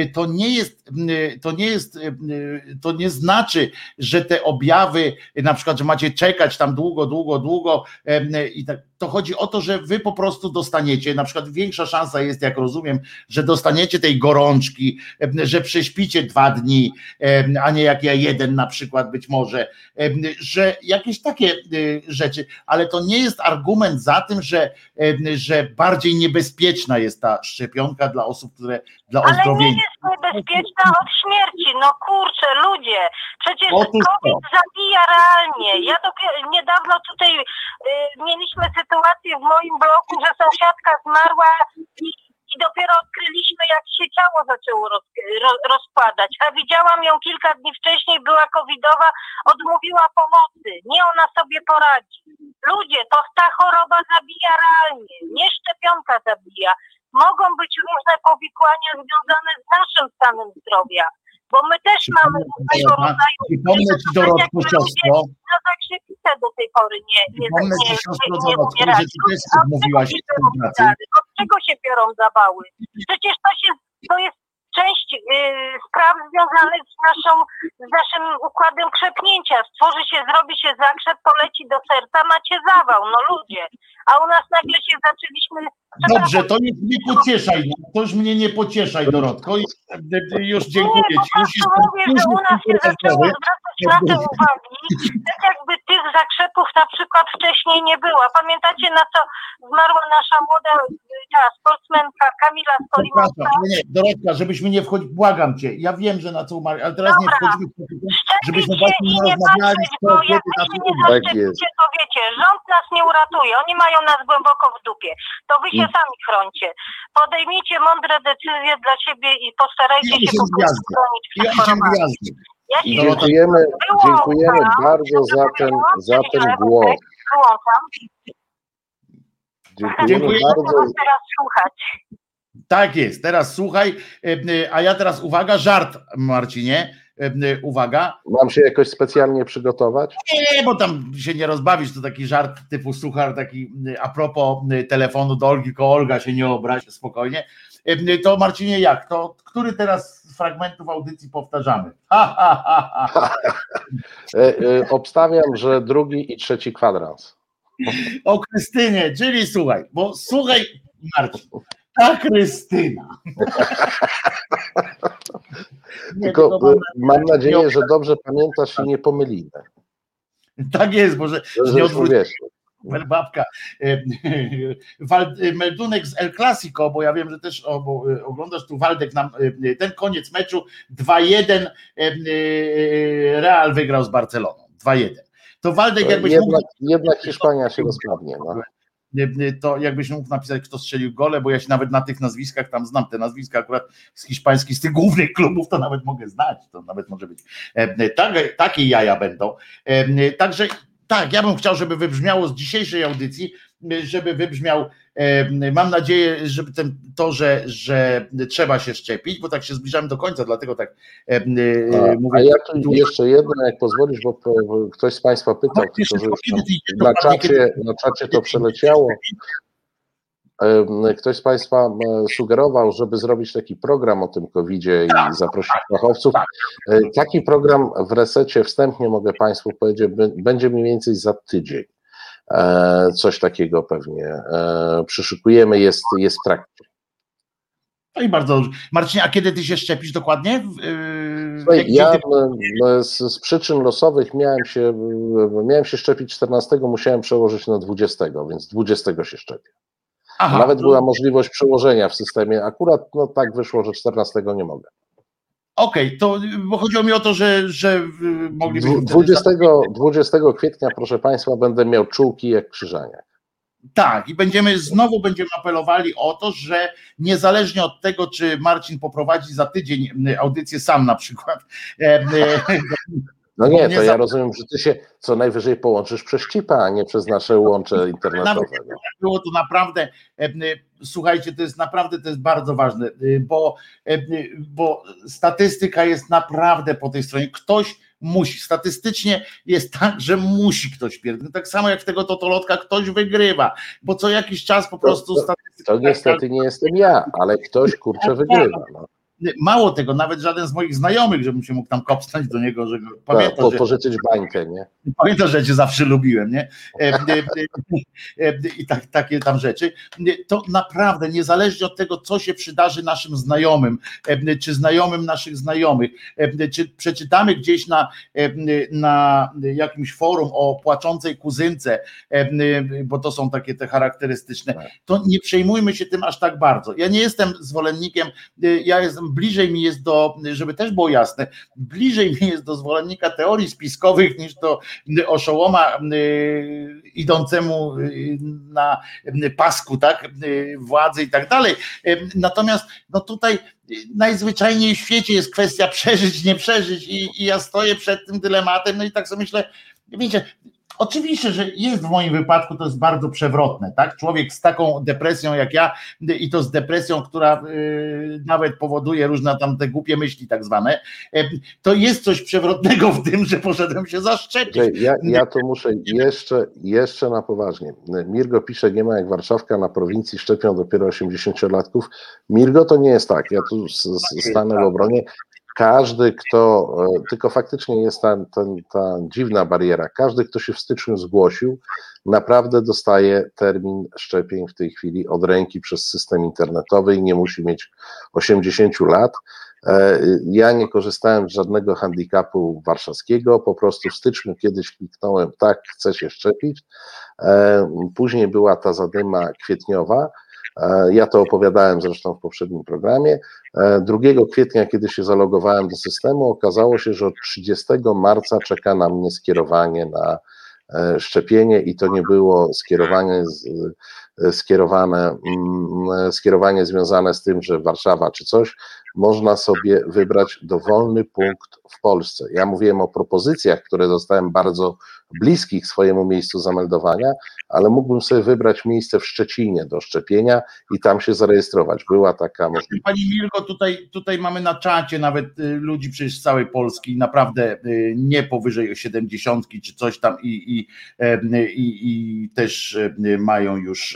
S4: to nie znaczy, że te objawy, na przykład, że macie czekać tam długo i tak. To chodzi o to, że wy po prostu dostaniecie, na przykład większa szansa jest, jak rozumiem, że dostaniecie tej gorączki, że prześpicie 2 dni, a nie jak ja 1 na przykład być może, że jakieś takie rzeczy, ale to nie jest argument za tym, że bardziej niebezpieczna jest ta szczepionka dla osób, które dla ozdrowienia.
S8: Ale nie jest niebezpieczna od śmierci, no kurczę, ludzie, przecież COVID zabija realnie. Ja niedawno tutaj mieliśmy sytuację w moim bloku, że sąsiadka zmarła i dopiero odkryliśmy, jak się ciało zaczęło rozkładać, a widziałam ją kilka dni wcześniej, była covidowa, odmówiła pomocy, nie ona sobie poradzi. Ludzie, to ta choroba zabija realnie, nie szczepionka zabija. Mogą być różne powikłania związane z naszym stanem zdrowia, bo my też mamy różnego rodzaju...
S4: Przypomnę ci, Dorotko, siostro,
S8: na zakrzepite do tej pory nie
S4: umierali.
S8: Od czego się biorą zawały? Przecież to jest część spraw związanych z naszym układem krzepnięcia. Zrobi się zakrzep, poleci do serca, macie zawał, no ludzie. A u nas nagle się zaczęliśmy...
S4: Dobrze, to nie pocieszaj, to już mnie nie pocieszaj, Dorotko. Już dziękuję ci.
S8: Mówię, że u nas się zaczęło zwracać na te uwagi, tak jakby tych zakrzepów na przykład wcześniej nie było. Pamiętacie, na co zmarła nasza młoda sportsmenka Kamila Skolimowska?
S4: Nie, Dorotka, żebyśmy nie wchodzili, błagam cię, ja wiem, że na co umarli, ale teraz nie wchodzimy w to, żebyśmy właśnie nie rozmawiali z to, kiedy na to
S8: zaszczepicie, to wiecie, rząd nas nie uratuje, oni mają nas głęboko w dupie. To wy się sami chroncie. Podejmijcie mądre decyzje dla siebie i postarajcie się po prostu chronić przed chorobami.
S3: Dziękujemy bardzo za ten głos. Dziękujemy bardzo.
S8: Teraz słuchać.
S4: Tak jest, teraz słuchaj, a ja teraz uwaga, żart, Marcinie, uwaga.
S3: Mam się jakoś specjalnie przygotować?
S4: Nie, bo tam się nie rozbawisz, to taki żart typu suchar, taki a propos telefonu do Olgi, tylko Olga się nie obrazi, spokojnie. To Marcinie jak? To który teraz z fragmentów audycji powtarzamy?
S3: Obstawiam, że 2. i 3. kwadrans.
S4: O Krystynie, czyli słuchaj, Marcin, ta Krystyna.
S3: Tylko mam nadzieję, że dobrze pamiętasz i nie pomylimy.
S4: Tak jest, bo że nie odwrócisz. Babka. Meldunek z El Clasico, bo ja wiem, że też oglądasz tu, Waldek nam ten koniec meczu 2-1 Real wygrał z Barceloną. 2-1. To Waldek jakbyś
S3: jednak Hiszpania się rozpadnie. No.
S4: To jakbyś mógł napisać, kto strzelił gole, bo ja się nawet na tych nazwiskach tam znam, te nazwiska akurat z hiszpańskich, z tych głównych klubów to nawet mogę znać, to nawet może być. Takie jaja będą. Także tak, ja bym chciał, żeby wybrzmiało z dzisiejszej audycji, żeby wybrzmiał, mam nadzieję, żeby że trzeba się szczepić, bo tak się zbliżamy do końca, dlatego tak mówię.
S3: A ja tu jeszcze jedno, jak pozwolisz, bo ktoś z Państwa pytał, tylko że na czacie to przeleciało. Ktoś z Państwa sugerował, żeby zrobić taki program o tym COVID-zie i zaprosić fachowców. Taki program w Resecie, wstępnie mogę Państwu powiedzieć, będzie mniej więcej za tydzień. Coś takiego pewnie przyszykujemy, jest w trakcie.
S4: No i bardzo dobrze. Marcinie, a kiedy ty się szczepisz dokładnie?
S3: Ja z przyczyn losowych miałem się szczepić 14, musiałem przełożyć na 20, więc 20 się szczepię. Aha, nawet była możliwość przełożenia w systemie. Akurat tak wyszło, że 14 nie mogę.
S4: Okej, to bo chodziło mi o to, że moglibyśmy
S3: 20 kwietnia, proszę Państwa, będę miał czułki jak krzyżaniak.
S4: Tak, i znowu będziemy apelowali o to, że niezależnie od tego, czy Marcin poprowadzi za tydzień audycję sam na przykład.
S3: No nie, to ja rozumiem, że ty się co najwyżej połączysz przez čipa, a nie przez nasze łącze internetowe.
S4: Nawet było to naprawdę, słuchajcie, to jest bardzo ważne, bo statystyka jest naprawdę po tej stronie. Ktoś musi, statystycznie jest tak, że musi ktoś pierdolnąć. Tak samo jak w tego totolotka ktoś wygrywa, bo co jakiś czas po prostu statystyka...
S3: To niestety nie jestem ja, ale ktoś kurczę wygrywa. No.
S4: Mało tego, nawet żaden z moich znajomych, żebym się mógł tam kopnąć do niego, że pamiętasz,
S3: pożyczyć bańkę, nie?
S4: Pamiętasz, że cię zawsze lubiłem, nie? I takie tam rzeczy. To naprawdę, niezależnie od tego, co się przydarzy naszym znajomym, czy znajomym naszych znajomych, czy przeczytamy gdzieś na jakimś forum o płaczącej kuzynce, bo to są takie te charakterystyczne, to nie przejmujmy się tym aż tak bardzo. Ja nie jestem zwolennikiem, bliżej mi jest żeby też było jasne, bliżej mi jest do zwolennika teorii spiskowych niż do oszołoma idącemu na pasku, tak, władzy i tak dalej. Natomiast tutaj najzwyczajniej w świecie jest kwestia przeżyć, nie przeżyć i ja stoję przed tym dylematem, no i tak sobie myślę, wiecie, oczywiście, że jest w moim wypadku, to jest bardzo przewrotne, tak? Człowiek z taką depresją jak ja i to z depresją, która nawet powoduje różne tam te głupie myśli tak zwane, to jest coś przewrotnego w tym, że poszedłem się zaszczepić.
S3: Ja to muszę jeszcze na poważnie. Mirgo pisze, nie ma jak Warszawka, na prowincji szczepią dopiero 80-latków. Mirgo, to nie jest tak, ja tu stanę w obronie. Każdy, kto, tylko faktycznie jest ta dziwna bariera, każdy, kto się w styczniu zgłosił, naprawdę dostaje termin szczepień w tej chwili od ręki przez system internetowy i nie musi mieć 80 lat. Ja nie korzystałem z żadnego handicapu warszawskiego, po prostu w styczniu kiedyś kliknąłem, tak, chcę się szczepić. Później była ta zadyma kwietniowa. Ja to opowiadałem zresztą w poprzednim programie. 2 kwietnia, kiedy się zalogowałem do systemu, okazało się, że od 30 marca czeka na mnie skierowanie na szczepienie i to nie było skierowanie związane z tym, że Warszawa czy coś, można sobie wybrać dowolny punkt w Polsce. Ja mówiłem o propozycjach, które zostałem bardzo bliskich swojemu miejscu zameldowania, ale mógłbym sobie wybrać miejsce w Szczecinie do szczepienia i tam się zarejestrować. Była taka możliwość.
S4: Pani Mirko, tutaj mamy na czacie nawet ludzi przecież z całej Polski, naprawdę nie powyżej 70 czy coś tam i też mają już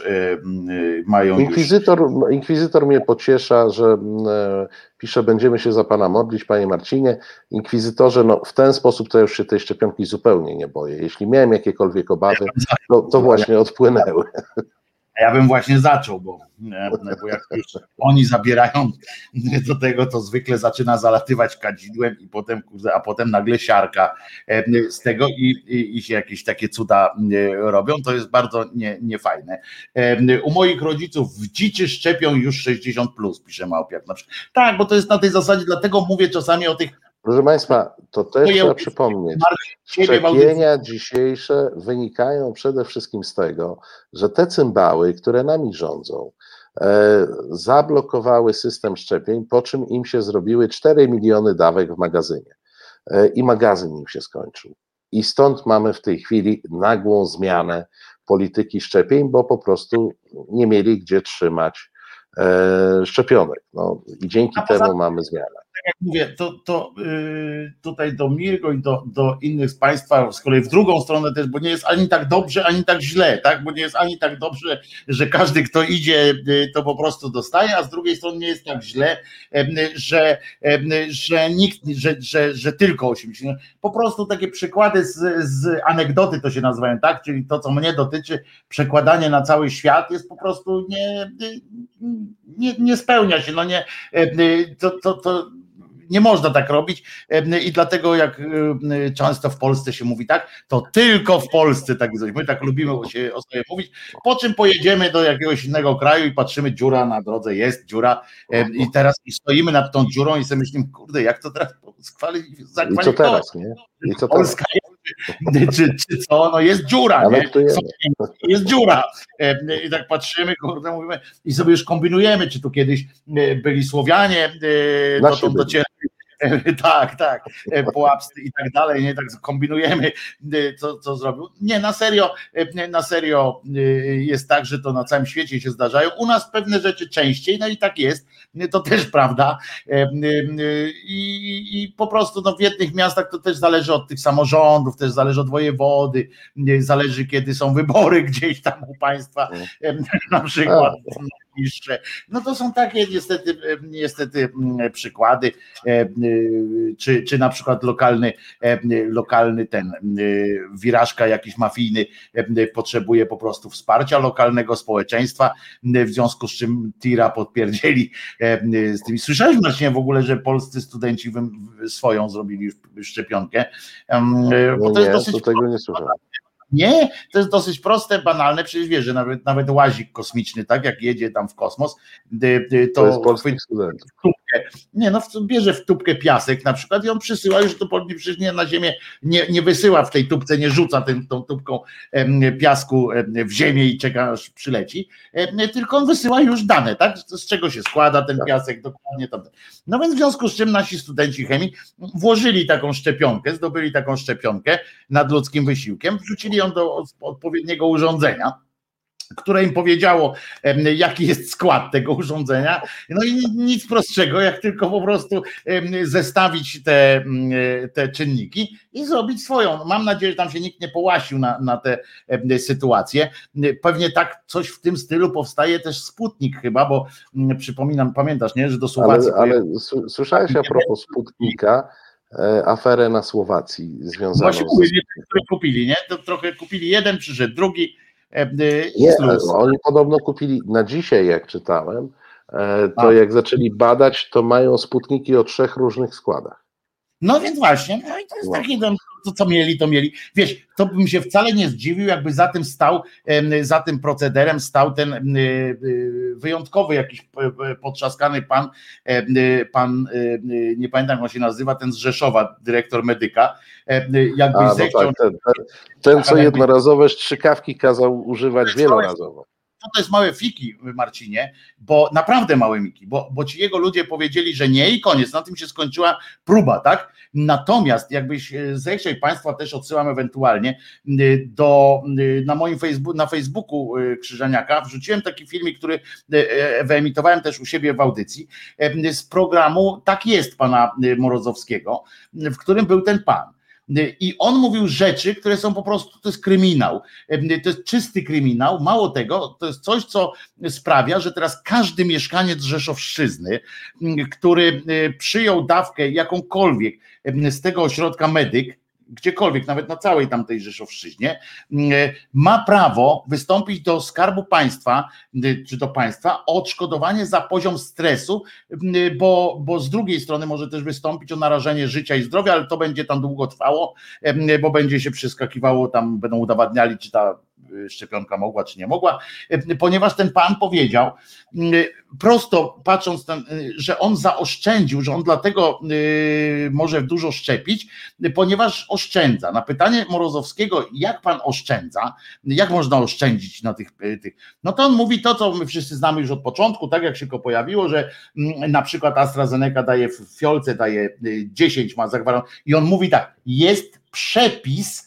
S3: Inkwizytor mnie pociesza, że pisze, będziemy się za pana modlić, panie Marcinie. Inkwizytorze, no w ten sposób to już się tej szczepionki zupełnie nie boję. Jeśli miałem jakiekolwiek obawy, to właśnie odpłynęły.
S4: Ja bym właśnie zaczął, bo jak już oni zabierają do tego, to zwykle zaczyna zalatywać kadzidłem i potem nagle siarka z tego i się jakieś takie cuda robią. To jest bardzo niefajne. U moich rodziców w dziczy szczepią już 60+, pisze Małpiak na przykład. Tak, bo to jest na tej zasadzie, dlatego mówię czasami o tych.
S3: Proszę Państwa, to też trzeba przypomnieć, szczepienia dzisiejsze wynikają przede wszystkim z tego, że te cymbały, które nami rządzą, zablokowały system szczepień, po czym im się zrobiły 4 miliony dawek w magazynie i magazyn im się skończył. I stąd mamy w tej chwili nagłą zmianę polityki szczepień, bo po prostu nie mieli gdzie trzymać szczepionek. No, i dzięki temu mamy zmianę.
S4: Jak mówię, to tutaj do Mirgo i do innych z Państwa, z kolei w drugą stronę też, bo nie jest ani tak dobrze, ani tak źle, tak? Bo nie jest ani tak dobrze, że każdy, kto idzie, to po prostu dostaje, a z drugiej strony nie jest tak źle, że nikt, że tylko 80. Po prostu takie przykłady z anegdoty to się nazywają, tak? Czyli to, co mnie dotyczy, przekładanie na cały świat jest po prostu nie spełnia się, no nie, to nie można tak robić i dlatego jak często w Polsce się mówi tak, to tylko w Polsce tak coś, my tak lubimy o sobie mówić, po czym pojedziemy do jakiegoś innego kraju i patrzymy, dziura na drodze, jest dziura i teraz stoimy nad tą dziurą i sobie myślimy, kurde, jak to teraz
S3: I co teraz, nie? I co
S4: Polska czy co, no jest dziura, nie? Jest dziura i tak patrzymy, kurde, mówimy i sobie już kombinujemy, czy tu kiedyś byli Słowianie, dotąd docierają. Tak, Połapscy i tak dalej, nie, tak kombinujemy, co zrobił. Nie, na serio jest tak, że to na całym świecie się zdarzają. U nas pewne rzeczy częściej, no i tak jest, to też prawda. I po prostu no, w jednych miastach to też zależy od tych samorządów, też zależy od wojewody, zależy kiedy są wybory gdzieś tam u państwa, na przykład. No to są takie niestety przykłady, czy na przykład lokalny ten wirażka jakiś mafijny potrzebuje po prostu wsparcia lokalnego społeczeństwa, w związku z czym tira podpierdzieli z tymi. Słyszałeś Marcinie w ogóle, że polscy studenci swoją zrobili już szczepionkę? Bo to jest dosyć
S3: tego nie słyszałem.
S4: Nie, to jest dosyć proste, banalne, przecież wiesz, że nawet łazik kosmiczny, tak jak jedzie tam w kosmos,
S3: to jest polskich studentów.
S4: Nie, no bierze w tubkę piasek na przykład i on przysyła już przecież nie na ziemię, nie wysyła w tej tubce, nie rzuca tą tubką piasku w ziemię i czeka aż przyleci, tylko on wysyła już dane, tak, z czego się składa ten piasek, dokładnie tam. No więc w związku z czym nasi studenci chemii włożyli taką szczepionkę, zdobyli taką szczepionkę nad ludzkim wysiłkiem, wrzucili ją do odpowiedniego urządzenia, które im powiedziało, jaki jest skład tego urządzenia. No i nic prostszego, jak tylko po prostu zestawić te czynniki i zrobić swoją. Mam nadzieję, że tam się nikt nie połasił na tę sytuację. Pewnie tak coś w tym stylu powstaje też Sputnik chyba, bo przypominam, pamiętasz, nie, że do Słowacji...
S3: Ale słyszałeś a propos Sputnika, aferę na Słowacji związaną z...
S4: Właśnie które kupili, nie? To trochę kupili, jeden przyszedł, drugi.
S3: Nie, oni podobno kupili na dzisiaj, jak czytałem, to jak zaczęli badać, to mają Sputniki o 3 różnych składach.
S4: No więc właśnie, no i to jest takie, to co mieli, to mieli. Wiesz, to bym się wcale nie zdziwił, jakby za tym procederem stał ten wyjątkowy jakiś potrzaskany pan, nie pamiętam jak on się nazywa, ten z Rzeszowa, dyrektor medyka. Jakbyś zechciał...
S3: Tak, ten co jednorazowe strzykawki kazał używać wielorazowo.
S4: To jest małe fiki, Marcinie, bo naprawdę małe miki, bo ci jego ludzie powiedzieli, że nie i koniec, na tym się skończyła próba, tak? Natomiast jakbyś zechciał, i Państwa też odsyłam ewentualnie na moim Facebooku Krzyżaniaka, wrzuciłem taki filmik, który wyemitowałem też u siebie w audycji z programu Tak jest pana Morozowskiego, w którym był ten pan. I on mówił rzeczy, które są po prostu, to jest kryminał, to jest czysty kryminał, mało tego, to jest coś, co sprawia, że teraz każdy mieszkaniec Rzeszowszczyzny, który przyjął dawkę jakąkolwiek z tego ośrodka Medyk, gdziekolwiek, nawet na całej tamtej Rzeszowszczyźnie, ma prawo wystąpić do Skarbu Państwa, czy do państwa o odszkodowanie za poziom stresu, bo z drugiej strony może też wystąpić o narażenie życia i zdrowia, ale to będzie tam długo trwało, bo będzie się przeskakiwało, tam będą udowadniali, czy ta szczepionka mogła, czy nie mogła, ponieważ ten pan powiedział, prosto patrząc, że on zaoszczędził, że on dlatego może dużo szczepić, ponieważ oszczędza. Na pytanie Morozowskiego, jak pan oszczędza, jak można oszczędzić na tych, no to on mówi to, co my wszyscy znamy już od początku, tak jak się to pojawiło, że na przykład AstraZeneca daje w fiolce, daje 10, ma zagwarantowane, i on mówi tak, jest przepis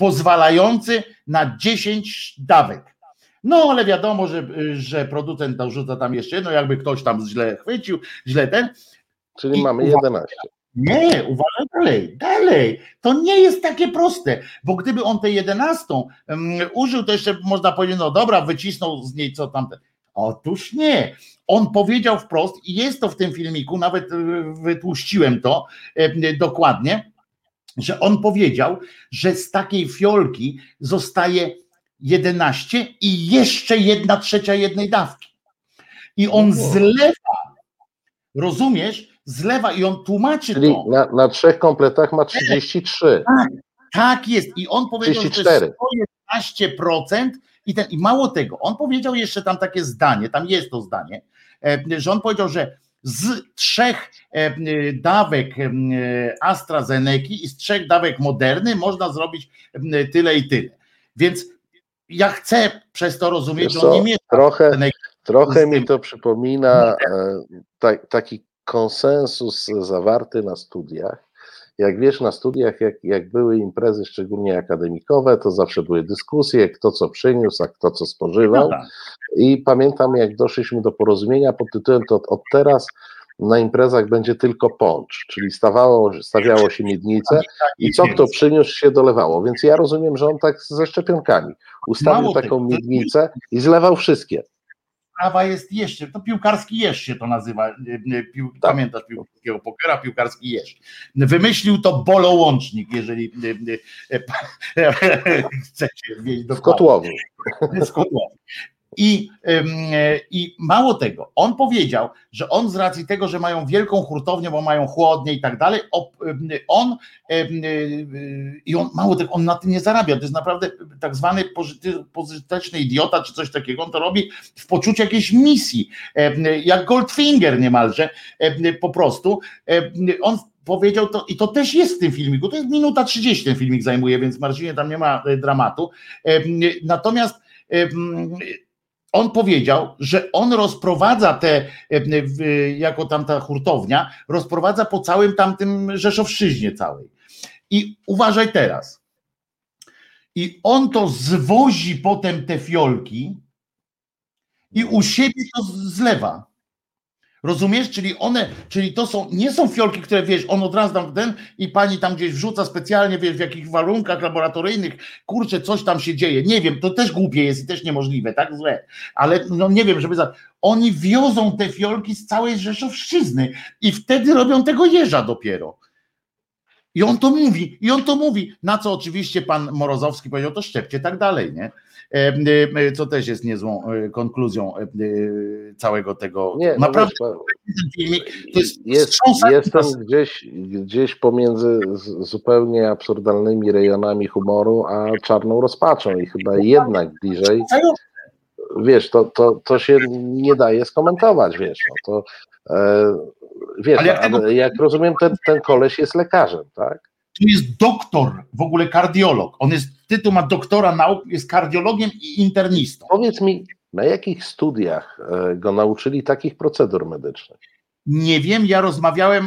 S4: pozwalający na 10 dawek. No ale wiadomo, że producent dorzuca tam jeszcze jedno, jakby ktoś tam źle chwycił, źle ten.
S3: Czyli mamy 11.
S4: Nie, uważaj dalej. To nie jest takie proste, bo gdyby on tę 11 użył, to jeszcze można powiedzieć, no dobra, wycisnął z niej co tamte. Otóż nie. On powiedział wprost i jest to w tym filmiku, nawet wytłuściłem to dokładnie, że on powiedział, że z takiej fiolki zostaje 11 i jeszcze 1/3 jednej dawki. I on zlewa, rozumiesz? Zlewa i on tłumaczy
S3: czyli
S4: to.
S3: Na 3 kompletach ma 33.
S4: Tak jest. I on powiedział,
S3: 34.
S4: że to jest 11% i mało tego, on powiedział jeszcze tam takie zdanie, tam jest to zdanie, że on powiedział, że z 3 dawek AstraZeneki i z 3 dawek Moderny można zrobić tyle i tyle. Więc ja chcę przez to rozumieć, że on nie miesza.
S3: Trochę mi to przypomina taki konsensus zawarty na studiach. Jak wiesz, na studiach, jak były imprezy, szczególnie akademikowe, to zawsze były dyskusje, kto co przyniósł, a kto co spożywał. I pamiętam, jak doszliśmy do porozumienia pod tytułem, to od teraz na imprezach będzie tylko poncz, czyli stawiało się miednicę i co kto przyniósł, się dolewało. Więc ja rozumiem, że on tak ze szczepionkami ustawił taką miednicę i zlewał wszystkie.
S4: Sprawa jest jeszcze, to piłkarski jesz się to nazywa, pamiętasz piłkarskiego pokera, piłkarski jesz. Wymyślił to Bolo-Łącznik, jeżeli chcecie wiedzieć dokładnie.
S3: W kotłowni.
S4: I mało tego, on powiedział, że on z racji tego, że mają wielką hurtownię, bo mają chłodnie i tak dalej, on mało tego, on na tym nie zarabia, to jest naprawdę tak zwany pożyteczny idiota, czy coś takiego, on to robi w poczuciu jakiejś misji, jak Goldfinger niemalże, po prostu, on powiedział to, i to też jest w tym filmiku, to jest 1:30 ten filmik zajmuje, więc Marcinie tam nie ma dramatu, natomiast on powiedział, że on rozprowadza jako tamta hurtownia, rozprowadza po całym tamtym Rzeszowszczyźnie całej. I uważaj teraz. I on to zwozi potem te fiolki i u siebie to zlewa. Rozumiesz? Czyli to nie są fiolki, które wiesz, on od razu tam i pani tam gdzieś wrzuca specjalnie, wiesz, w jakich warunkach laboratoryjnych, kurczę, coś tam się dzieje. Nie wiem, to też głupie jest i też niemożliwe, tak złe. Ale no nie wiem, oni wiozą te fiolki z całej Rzeszowszczyzny i wtedy robią tego jeża dopiero. I on to mówi, na co oczywiście pan Morozowski powiedział, to szczepcie tak dalej, nie? Co też jest niezłą konkluzją całego tego.
S3: Nie,
S4: naprawdę
S3: ten filmik to jestem gdzieś pomiędzy zupełnie absurdalnymi rejonami humoru a czarną rozpaczą i chyba jednak bliżej. Wiesz, to się nie daje skomentować, wiesz, no to wiesz, ale jak rozumiem, ten koleś jest lekarzem, tak?
S4: To jest doktor, w ogóle kardiolog. Tytuł ma doktora nauk, jest kardiologiem i internistą.
S3: Powiedz mi, na jakich studiach go nauczyli takich procedur medycznych?
S4: Nie wiem, ja rozmawiałem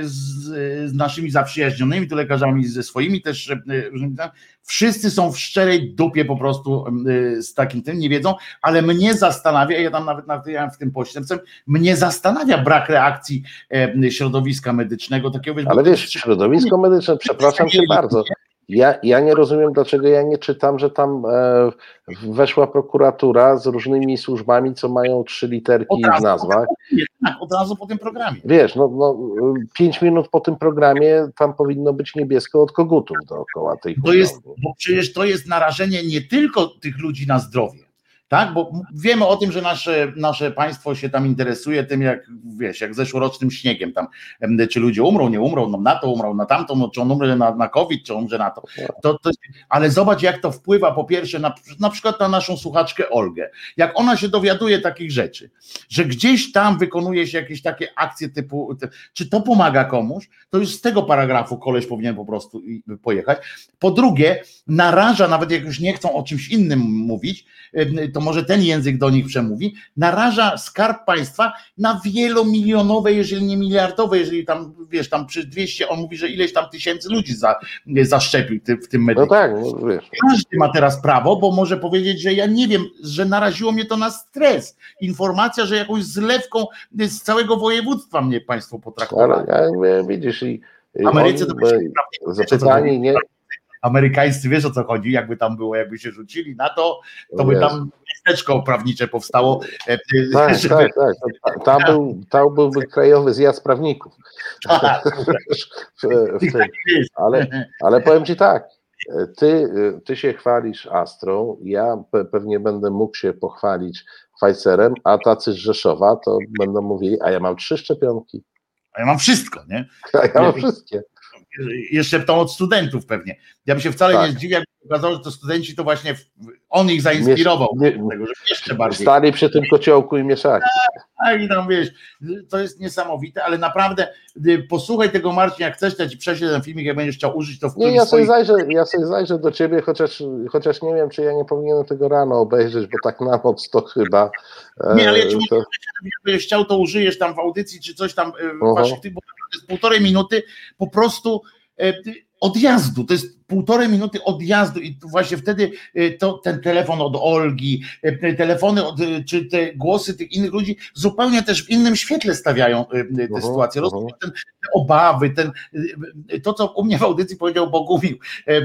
S4: z naszymi zaprzyjaźnionymi tu lekarzami, ze swoimi też, wszyscy są w szczerej dupie po prostu z takim tym, nie wiedzą, ale mnie zastanawia, ja tam nawet nagrałem w tym pośrednictwem, mnie zastanawia brak reakcji środowiska medycznego. Takiego,
S3: ale wiesz, środowisko medyczne, przepraszam cię bardzo, ja nie rozumiem, dlaczego ja nie czytam, że tam weszła prokuratura z różnymi służbami, co mają 3 literki w nazwach.
S4: Tak, od razu po tym programie.
S3: Wiesz, 5 minut po tym programie tam powinno być niebiesko od kogutów dookoła tej hurtowni.
S4: Bo przecież to jest narażenie nie tylko tych ludzi na zdrowie, tak? Bo wiemy o tym, że nasze państwo się tam interesuje tym, jak wiesz, jak zeszłorocznym śniegiem tam, czy ludzie umrą, nie umrą, no na to umrą, na tamto, no, czy on umrze na COVID, czy on umrze na to. Ale zobacz, jak to wpływa po pierwsze na przykład na naszą słuchaczkę Olgę. Jak ona się dowiaduje takich rzeczy, że gdzieś tam wykonuje się jakieś takie akcje typu, czy to pomaga komuś, to już z tego paragrafu koleś powinien po prostu pojechać. Po drugie, naraża, nawet jak już nie chcą o czymś innym mówić, to może ten język do nich przemówi, naraża Skarb Państwa na wielomilionowe, jeżeli nie miliardowe, jeżeli tam, wiesz, tam przy 200, on mówi, że ileś tam tysięcy ludzi zaszczepił w tym medyku.
S3: No tak, no wiesz.
S4: Każdy ma teraz prawo, bo może powiedzieć, że ja nie wiem, że naraziło mnie to na stres. Informacja, że jakąś zlewką z całego województwa mnie państwo potraktowali.
S3: Ale widzisz, i
S4: Ameryce to
S3: zapytani nie.
S4: Amerykańscy, wiesz o co chodzi, jakby tam było, jakby się rzucili na to, to by tam miasteczko prawnicze powstało.
S3: Tak, żeby... tak. Tam byłby krajowy zjazd prawników. Ale powiem ci tak, ty się chwalisz Astrą, ja pewnie będę mógł się pochwalić Pfizerem, a tacy z Rzeszowa to będą mówili, a ja mam 3 szczepionki.
S4: A ja mam wszystko, nie?
S3: A ja mam wszystkie.
S4: Jeszcze to od studentów pewnie. Ja bym się wcale nie zdziwił, jakby się okazało, że to studenci to właśnie on ich zainspirował do tego, żeby jeszcze bardziej.
S3: Stali przy tym kociołku i mieszali.
S4: I tam wiesz, to jest niesamowite, ale naprawdę posłuchaj tego, Marcin, jak chcesz, to ci prześlę ten filmik, jak będziesz chciał użyć, to w
S3: ja sobie zajrzę do ciebie, chociaż nie wiem, czy ja nie powinienem tego rano obejrzeć, bo tak na noc to chyba.
S4: Nie, ale ja ci mówię, jakbyś chciał, to użyjesz tam w audycji, czy coś tam waszych tych, bo to jest 1,5 minuty po prostu odjazdu, to jest 1,5 minuty odjazdu i właśnie wtedy ten telefon od Olgi, telefony czy te głosy tych innych ludzi zupełnie też w innym świetle stawiają te sytuacje. Rozumiem te obawy, to co u mnie w audycji powiedział Bogumił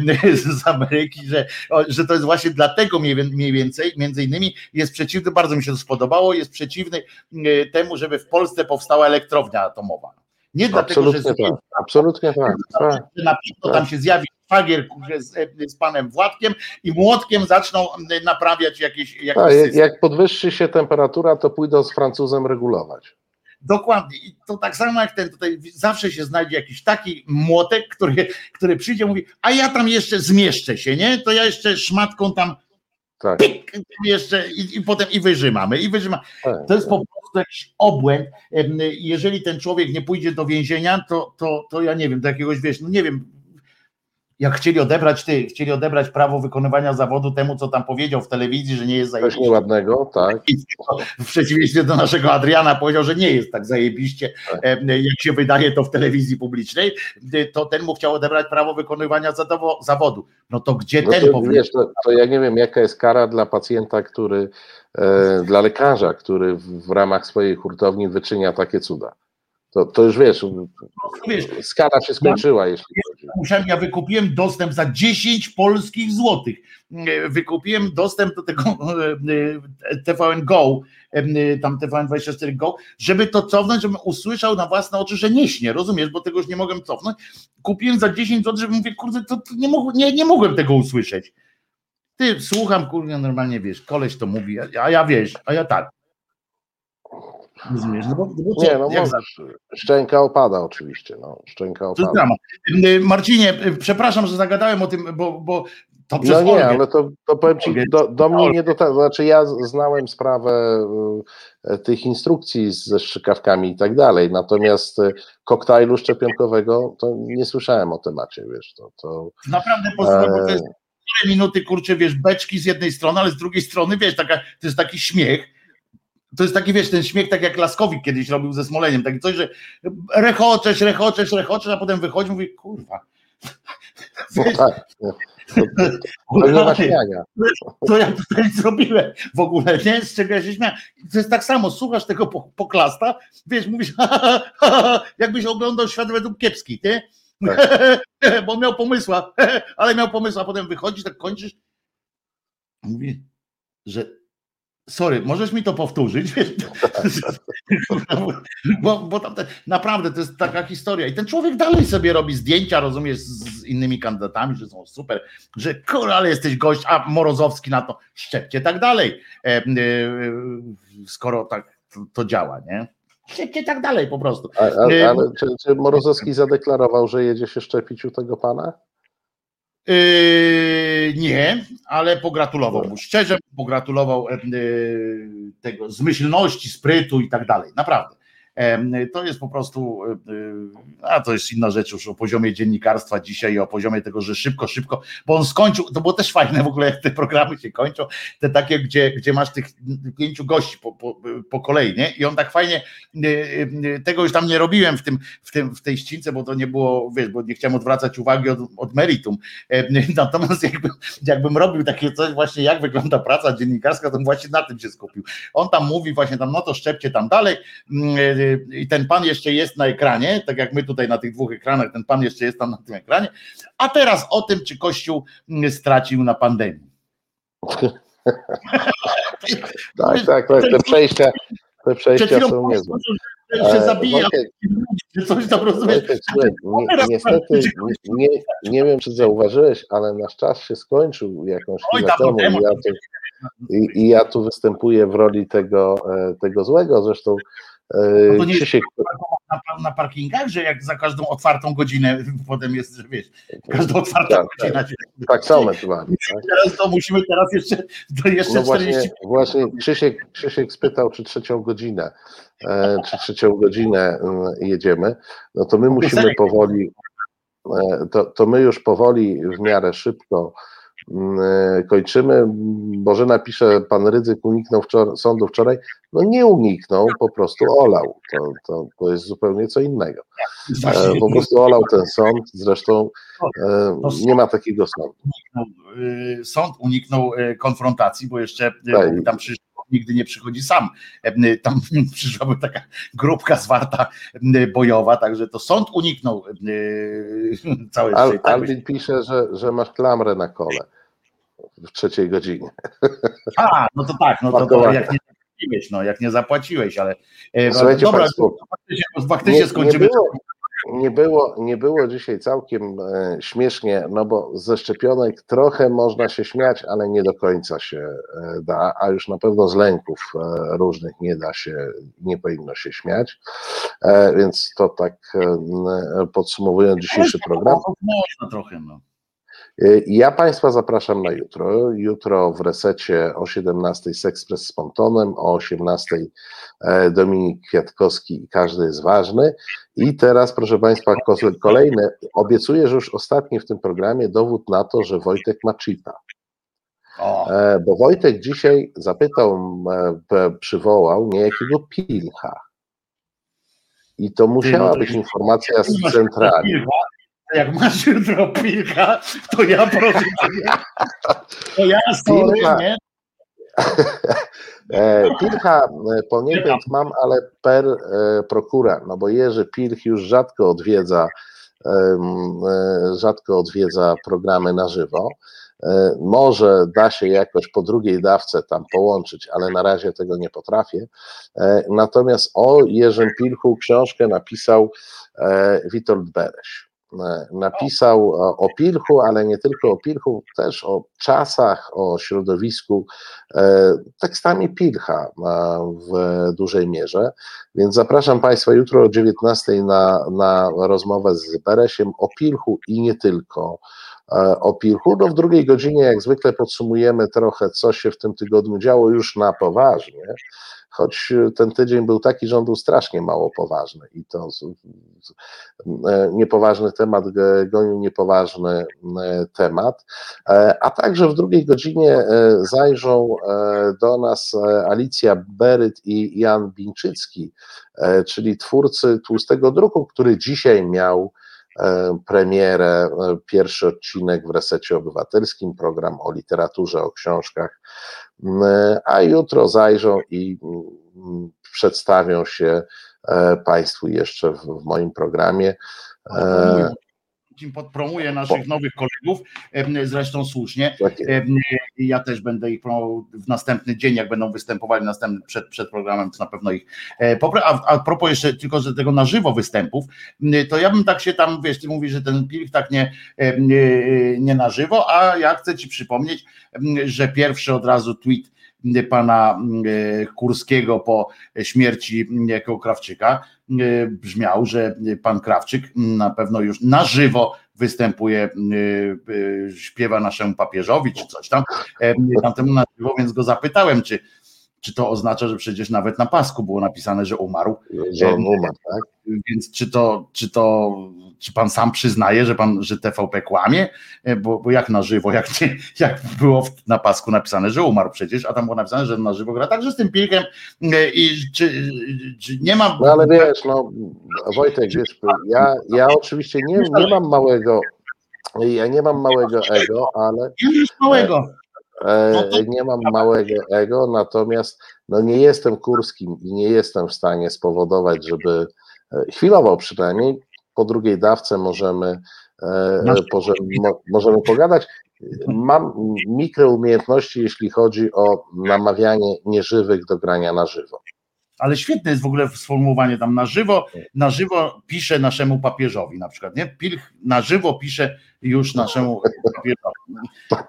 S4: z Ameryki, że to jest właśnie dlatego mniej więcej, między innymi jest przeciwny, bardzo mi się to spodobało, jest przeciwny temu, żeby w Polsce powstała elektrownia atomowa. Nie dlatego, że
S3: absolutnie tak.
S4: Na pewno tam się zjawi szwagier z panem Władkiem i młotkiem zaczną naprawiać jakieś
S3: jak podwyższy się temperatura, to pójdą z Francuzem regulować.
S4: Dokładnie. I to tak samo jak ten tutaj, zawsze się znajdzie jakiś taki młotek, który przyjdzie i mówi, a ja tam jeszcze zmieszczę się, nie? To ja jeszcze szmatką tam pik, jeszcze i potem wyrzymamy. To jest po prostu jakiś obłęd. Jeżeli ten człowiek nie pójdzie do więzienia, to ja nie wiem, do jakiegoś, wiesz, no nie wiem, jak chcieli odebrać prawo wykonywania zawodu temu, co tam powiedział w telewizji, że nie jest zajebiście.
S3: Coś nieładnego, tak.
S4: W przeciwieństwie do naszego Adriana powiedział, że nie jest tak zajebiście, jak się wydaje to w telewizji publicznej, to ten mu chciał odebrać prawo wykonywania zawodu. No to gdzie ten powinien?
S3: Wiesz, to ja nie wiem, jaka jest kara dla pacjenta, dla lekarza, który w ramach swojej hurtowni wyczynia takie cuda. To już wiesz, skala się skończyła.
S4: Ja wykupiłem dostęp za 10 polskich złotych. Wykupiłem dostęp do tego TVN Go, tam TVN24 Go, żeby to cofnąć, żebym usłyszał na własne oczy, że nie śnię, rozumiesz, bo tego już nie mogłem cofnąć. Kupiłem za 10 zł, żeby mówię, kurde, to nie mogłem tego usłyszeć. Ty, słucham, kurde, normalnie, wiesz, koleś to mówi, a ja tak. Rozumiesz?
S3: Szczęka opada oczywiście. Szczęka opada.
S4: Marcinie, przepraszam, że zagadałem o tym, bo to przez
S3: Olgę. Nie, ale to powiem ci, do mnie nie dotarło. Znaczy ja znałem sprawę tych instrukcji ze strzykawkami i tak dalej, natomiast koktajlu szczepionkowego to nie słyszałem o temacie, wiesz. To
S4: naprawdę posłuchaj, bo to jest 4 minuty, kurczę, wiesz, beczki z jednej strony, ale z drugiej strony, wiesz, to jest taki śmiech. To jest taki, wiesz, ten śmiech, tak jak Laskowik kiedyś robił ze Smoleniem, taki coś, że rechoczesz, a potem wychodzi i mówi, kurwa.
S3: To nie ma śmiania.
S4: To ja tutaj zrobiłem w ogóle, nie? Z czego ja się śmiałem. To jest tak samo, słuchasz tego poklasta, wiesz, mówisz, jakbyś oglądał Świat według Kiepskich, nie? Tak. Bo miał pomysła, ale miał pomysł, a potem wychodzisz, tak kończysz. Mówi, że sorry, możesz mi to powtórzyć? Bo tam naprawdę to jest taka historia. I ten człowiek dalej sobie robi zdjęcia, rozumiesz, z innymi kandydatami, że są super, że kurwa, ale jesteś gość, a Morozowski na to, szczepcie tak dalej, skoro tak to działa, nie? Szczepcie tak dalej po prostu.
S3: Ale czy Morozowski zadeklarował, że jedzie się szczepić u tego pana?
S4: Nie, ale pogratulował mu, szczerze pogratulował tego zmyślności, sprytu i tak dalej, naprawdę. To jest po prostu, a to jest inna rzecz już o poziomie dziennikarstwa dzisiaj i o poziomie tego, że szybko, bo on skończył, to było też fajne w ogóle, jak te programy się kończą, te takie, gdzie masz tych 5 gości po kolei, nie? I on tak fajnie, tego już tam nie robiłem w tej ścince, bo to nie było, wiesz, bo nie chciałem odwracać uwagi od meritum. Natomiast jakbym robił takie coś właśnie, jak wygląda praca dziennikarska, to właśnie na tym się skupił. On tam mówi właśnie tam, no to szczepcie tam dalej i ten pan jeszcze jest na ekranie, tak jak my tutaj na tych 2 ekranach, ten pan jeszcze jest tam na tym ekranie, a teraz o tym, czy Kościół stracił na pandemii.
S3: Tak, te przejścia są niezłe.
S4: Się zabija, coś tam rozumiesz.
S3: Niestety, nie wiem, czy zauważyłeś, ale nasz czas się skończył jakąś chwilę temu i ja tu występuję w roli tego złego, zresztą
S4: to nie Krzysiek... na parkingach, że jak za każdą otwartą godzinę potem jest, że wiesz, każda otwarta godzina.
S3: Tak są ewentualnie. Tak?
S4: Teraz to musimy jeszcze
S3: no 40. Właśnie Krzysiek spytał, czy 3. godzinę, jedziemy, no to my musimy powoli, to my już powoli w miarę szybko kończymy. Bożena pisze, pan Rydzyk uniknął sądu wczoraj. No nie uniknął, po prostu olał. To jest zupełnie co innego. Po prostu olał ten sąd, zresztą nie ma takiego sądu.
S4: Sąd uniknął konfrontacji, bo jeszcze tam nigdy nie przychodzi sam. Tam przyszłaby taka grupka zwarta bojowa, także to sąd uniknął całej
S3: Alvin pisze, że masz klamrę na kole w 3. godzinie.
S4: No to tak, no to jak nie zapłaciłeś, jak nie zapłaciłeś, ale
S3: słuchajcie
S4: dobra,
S3: państwo,
S4: faktycznie skończymy.
S3: Nie było dzisiaj całkiem śmiesznie, no bo ze szczepionek trochę można się śmiać, ale nie do końca się da, a już na pewno z lęków różnych nie powinno się śmiać, więc to tak podsumowując dzisiejszy program.
S4: Można trochę,
S3: Ja Państwa zapraszam na jutro. Jutro w Resecie o 17:00 Sekspres z Pontonem, o 18:00 Dominik Kwiatkowski i Każdy jest ważny. I teraz, proszę Państwa, kolejne, obiecuję, że już ostatni w tym programie dowód na to, że Wojtek ma chipa. Bo Wojtek dzisiaj przywołał niejakiego Pilcha. I to musiała być informacja z centrali.
S4: Jak masz jutro Pilcha, to ja proszę cię, to ja nie?
S3: Pilcha poniekąd mam, ale per prokura, no bo Jerzy Pilch już rzadko odwiedza programy na żywo. Może da się jakoś po drugiej dawce tam połączyć, ale na razie tego nie potrafię. Natomiast o Jerzym Pilchu książkę napisał Witold Bereś. Napisał o Pilchu, ale nie tylko o Pilchu, też o czasach, o środowisku, tekstami Pilcha w dużej mierze, więc zapraszam Państwa jutro o 19:00 na rozmowę z Beresiem o Pilchu i nie tylko o Pilchu. No w 2. godzinie jak zwykle podsumujemy trochę, co się w tym tygodniu działo już na poważnie, choć ten tydzień był taki, że on był strasznie mało poważny i to niepoważny temat gonił niepoważny temat, a także w 2. godzinie zajrzą do nas Alicja Beryt i Jan Bińczycki, czyli twórcy Tłustego Druku, który dzisiaj miał premierę, pierwszy odcinek w Resecie Obywatelskim, program o literaturze, o książkach, a jutro zajrzą i przedstawią się Państwu jeszcze w moim programie.
S4: Podpromuję naszych nowych kolegów, zresztą słusznie. Ja też będę ich promował w następny dzień, jak będą występowali przed programem, to na pewno ich. A propos jeszcze tylko że tego na żywo występów, to ja bym tak się tam, wiesz, ty mówisz, że ten Pilch tak nie na żywo, a ja chcę ci przypomnieć, że pierwszy od razu tweet pana Kurskiego po śmierci jakiego Krawczyka brzmiał, że pan Krawczyk na pewno już na żywo występuje, śpiewa naszemu papieżowi czy coś tam, tamtemu na żywo, więc go zapytałem, czy to oznacza, że przecież nawet na pasku było napisane, że umarł.
S3: Że on umarł, tak?
S4: Więc czy pan sam przyznaje, że TVP kłamie? Bo jak na żywo, jak było na pasku napisane, że umarł przecież, a tam było napisane, że na żywo gra. Także z tym Pilkiem i czy nie ma...
S3: No ale wiesz, Wojtek, wiesz, ja oczywiście nie mam małego ego, ale... Nie mam małego ego, natomiast nie jestem Kurskim i nie jestem w stanie spowodować, żeby chwilowo przynajmniej po drugiej dawce możemy pogadać. Mam mikroumiejętności, jeśli chodzi o namawianie nieżywych do grania na żywo.
S4: Ale świetne jest w ogóle sformułowanie tam na żywo pisze naszemu papieżowi na przykład, nie? Pilch na żywo pisze już naszemu papieżowi.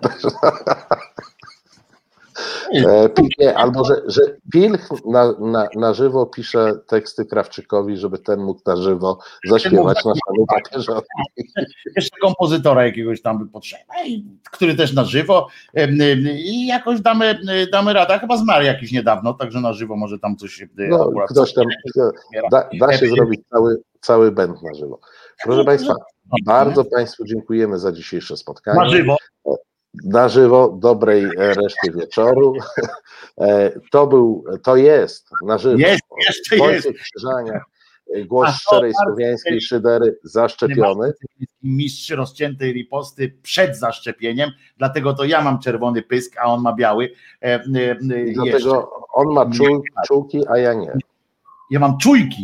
S3: Albo że Pilch na żywo pisze teksty Krawczykowi, żeby ten mógł na żywo zaśpiewać naszemu papieżowi.
S4: Jeszcze kompozytora jakiegoś tam by potrzeba, który też na żywo i jakoś damy radę. Chyba zmarł jakiś niedawno, także na żywo może tam coś
S3: ktoś tam da się zrobić cały band na żywo. Proszę Państwa, bardzo Państwu dziękujemy za dzisiejsze spotkanie. Na żywo, dobrej reszty wieczoru. To jest na żywo. Wojciech Krzyżania, głos szczerej słowiańskiej szydery, zaszczepiony.
S4: Mistrz rozciętej riposty przed zaszczepieniem, dlatego to ja mam czerwony pysk, a on ma biały.
S3: Dlatego on ma czułki, a ja nie.
S4: Ja mam czujki.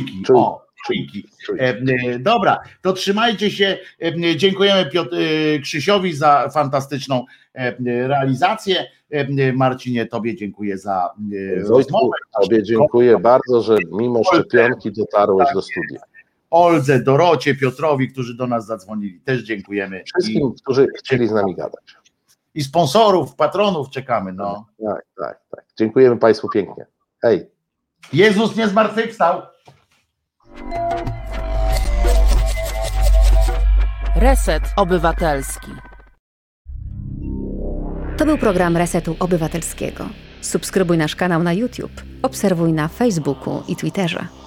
S4: Dobra, to trzymajcie się. Dziękujemy Krzysiowi za fantastyczną realizację. Marcinie, tobie dziękuję za rozmowę.
S3: Tobie dziękuję bardzo, że mimo szczepionki dotarłeś do studia.
S4: Oldze, Dorocie, Piotrowi, którzy do nas zadzwonili, też dziękujemy.
S3: Wszystkim, którzy chcieli z nami gadać.
S4: I sponsorów, patronów czekamy.
S3: Tak. Dziękujemy Państwu pięknie. Hej.
S4: Jezus nie zmartwychwstał.
S9: Reset Obywatelski.
S1: To był program Resetu Obywatelskiego. Subskrybuj nasz kanał na YouTube, obserwuj na Facebooku i Twitterze.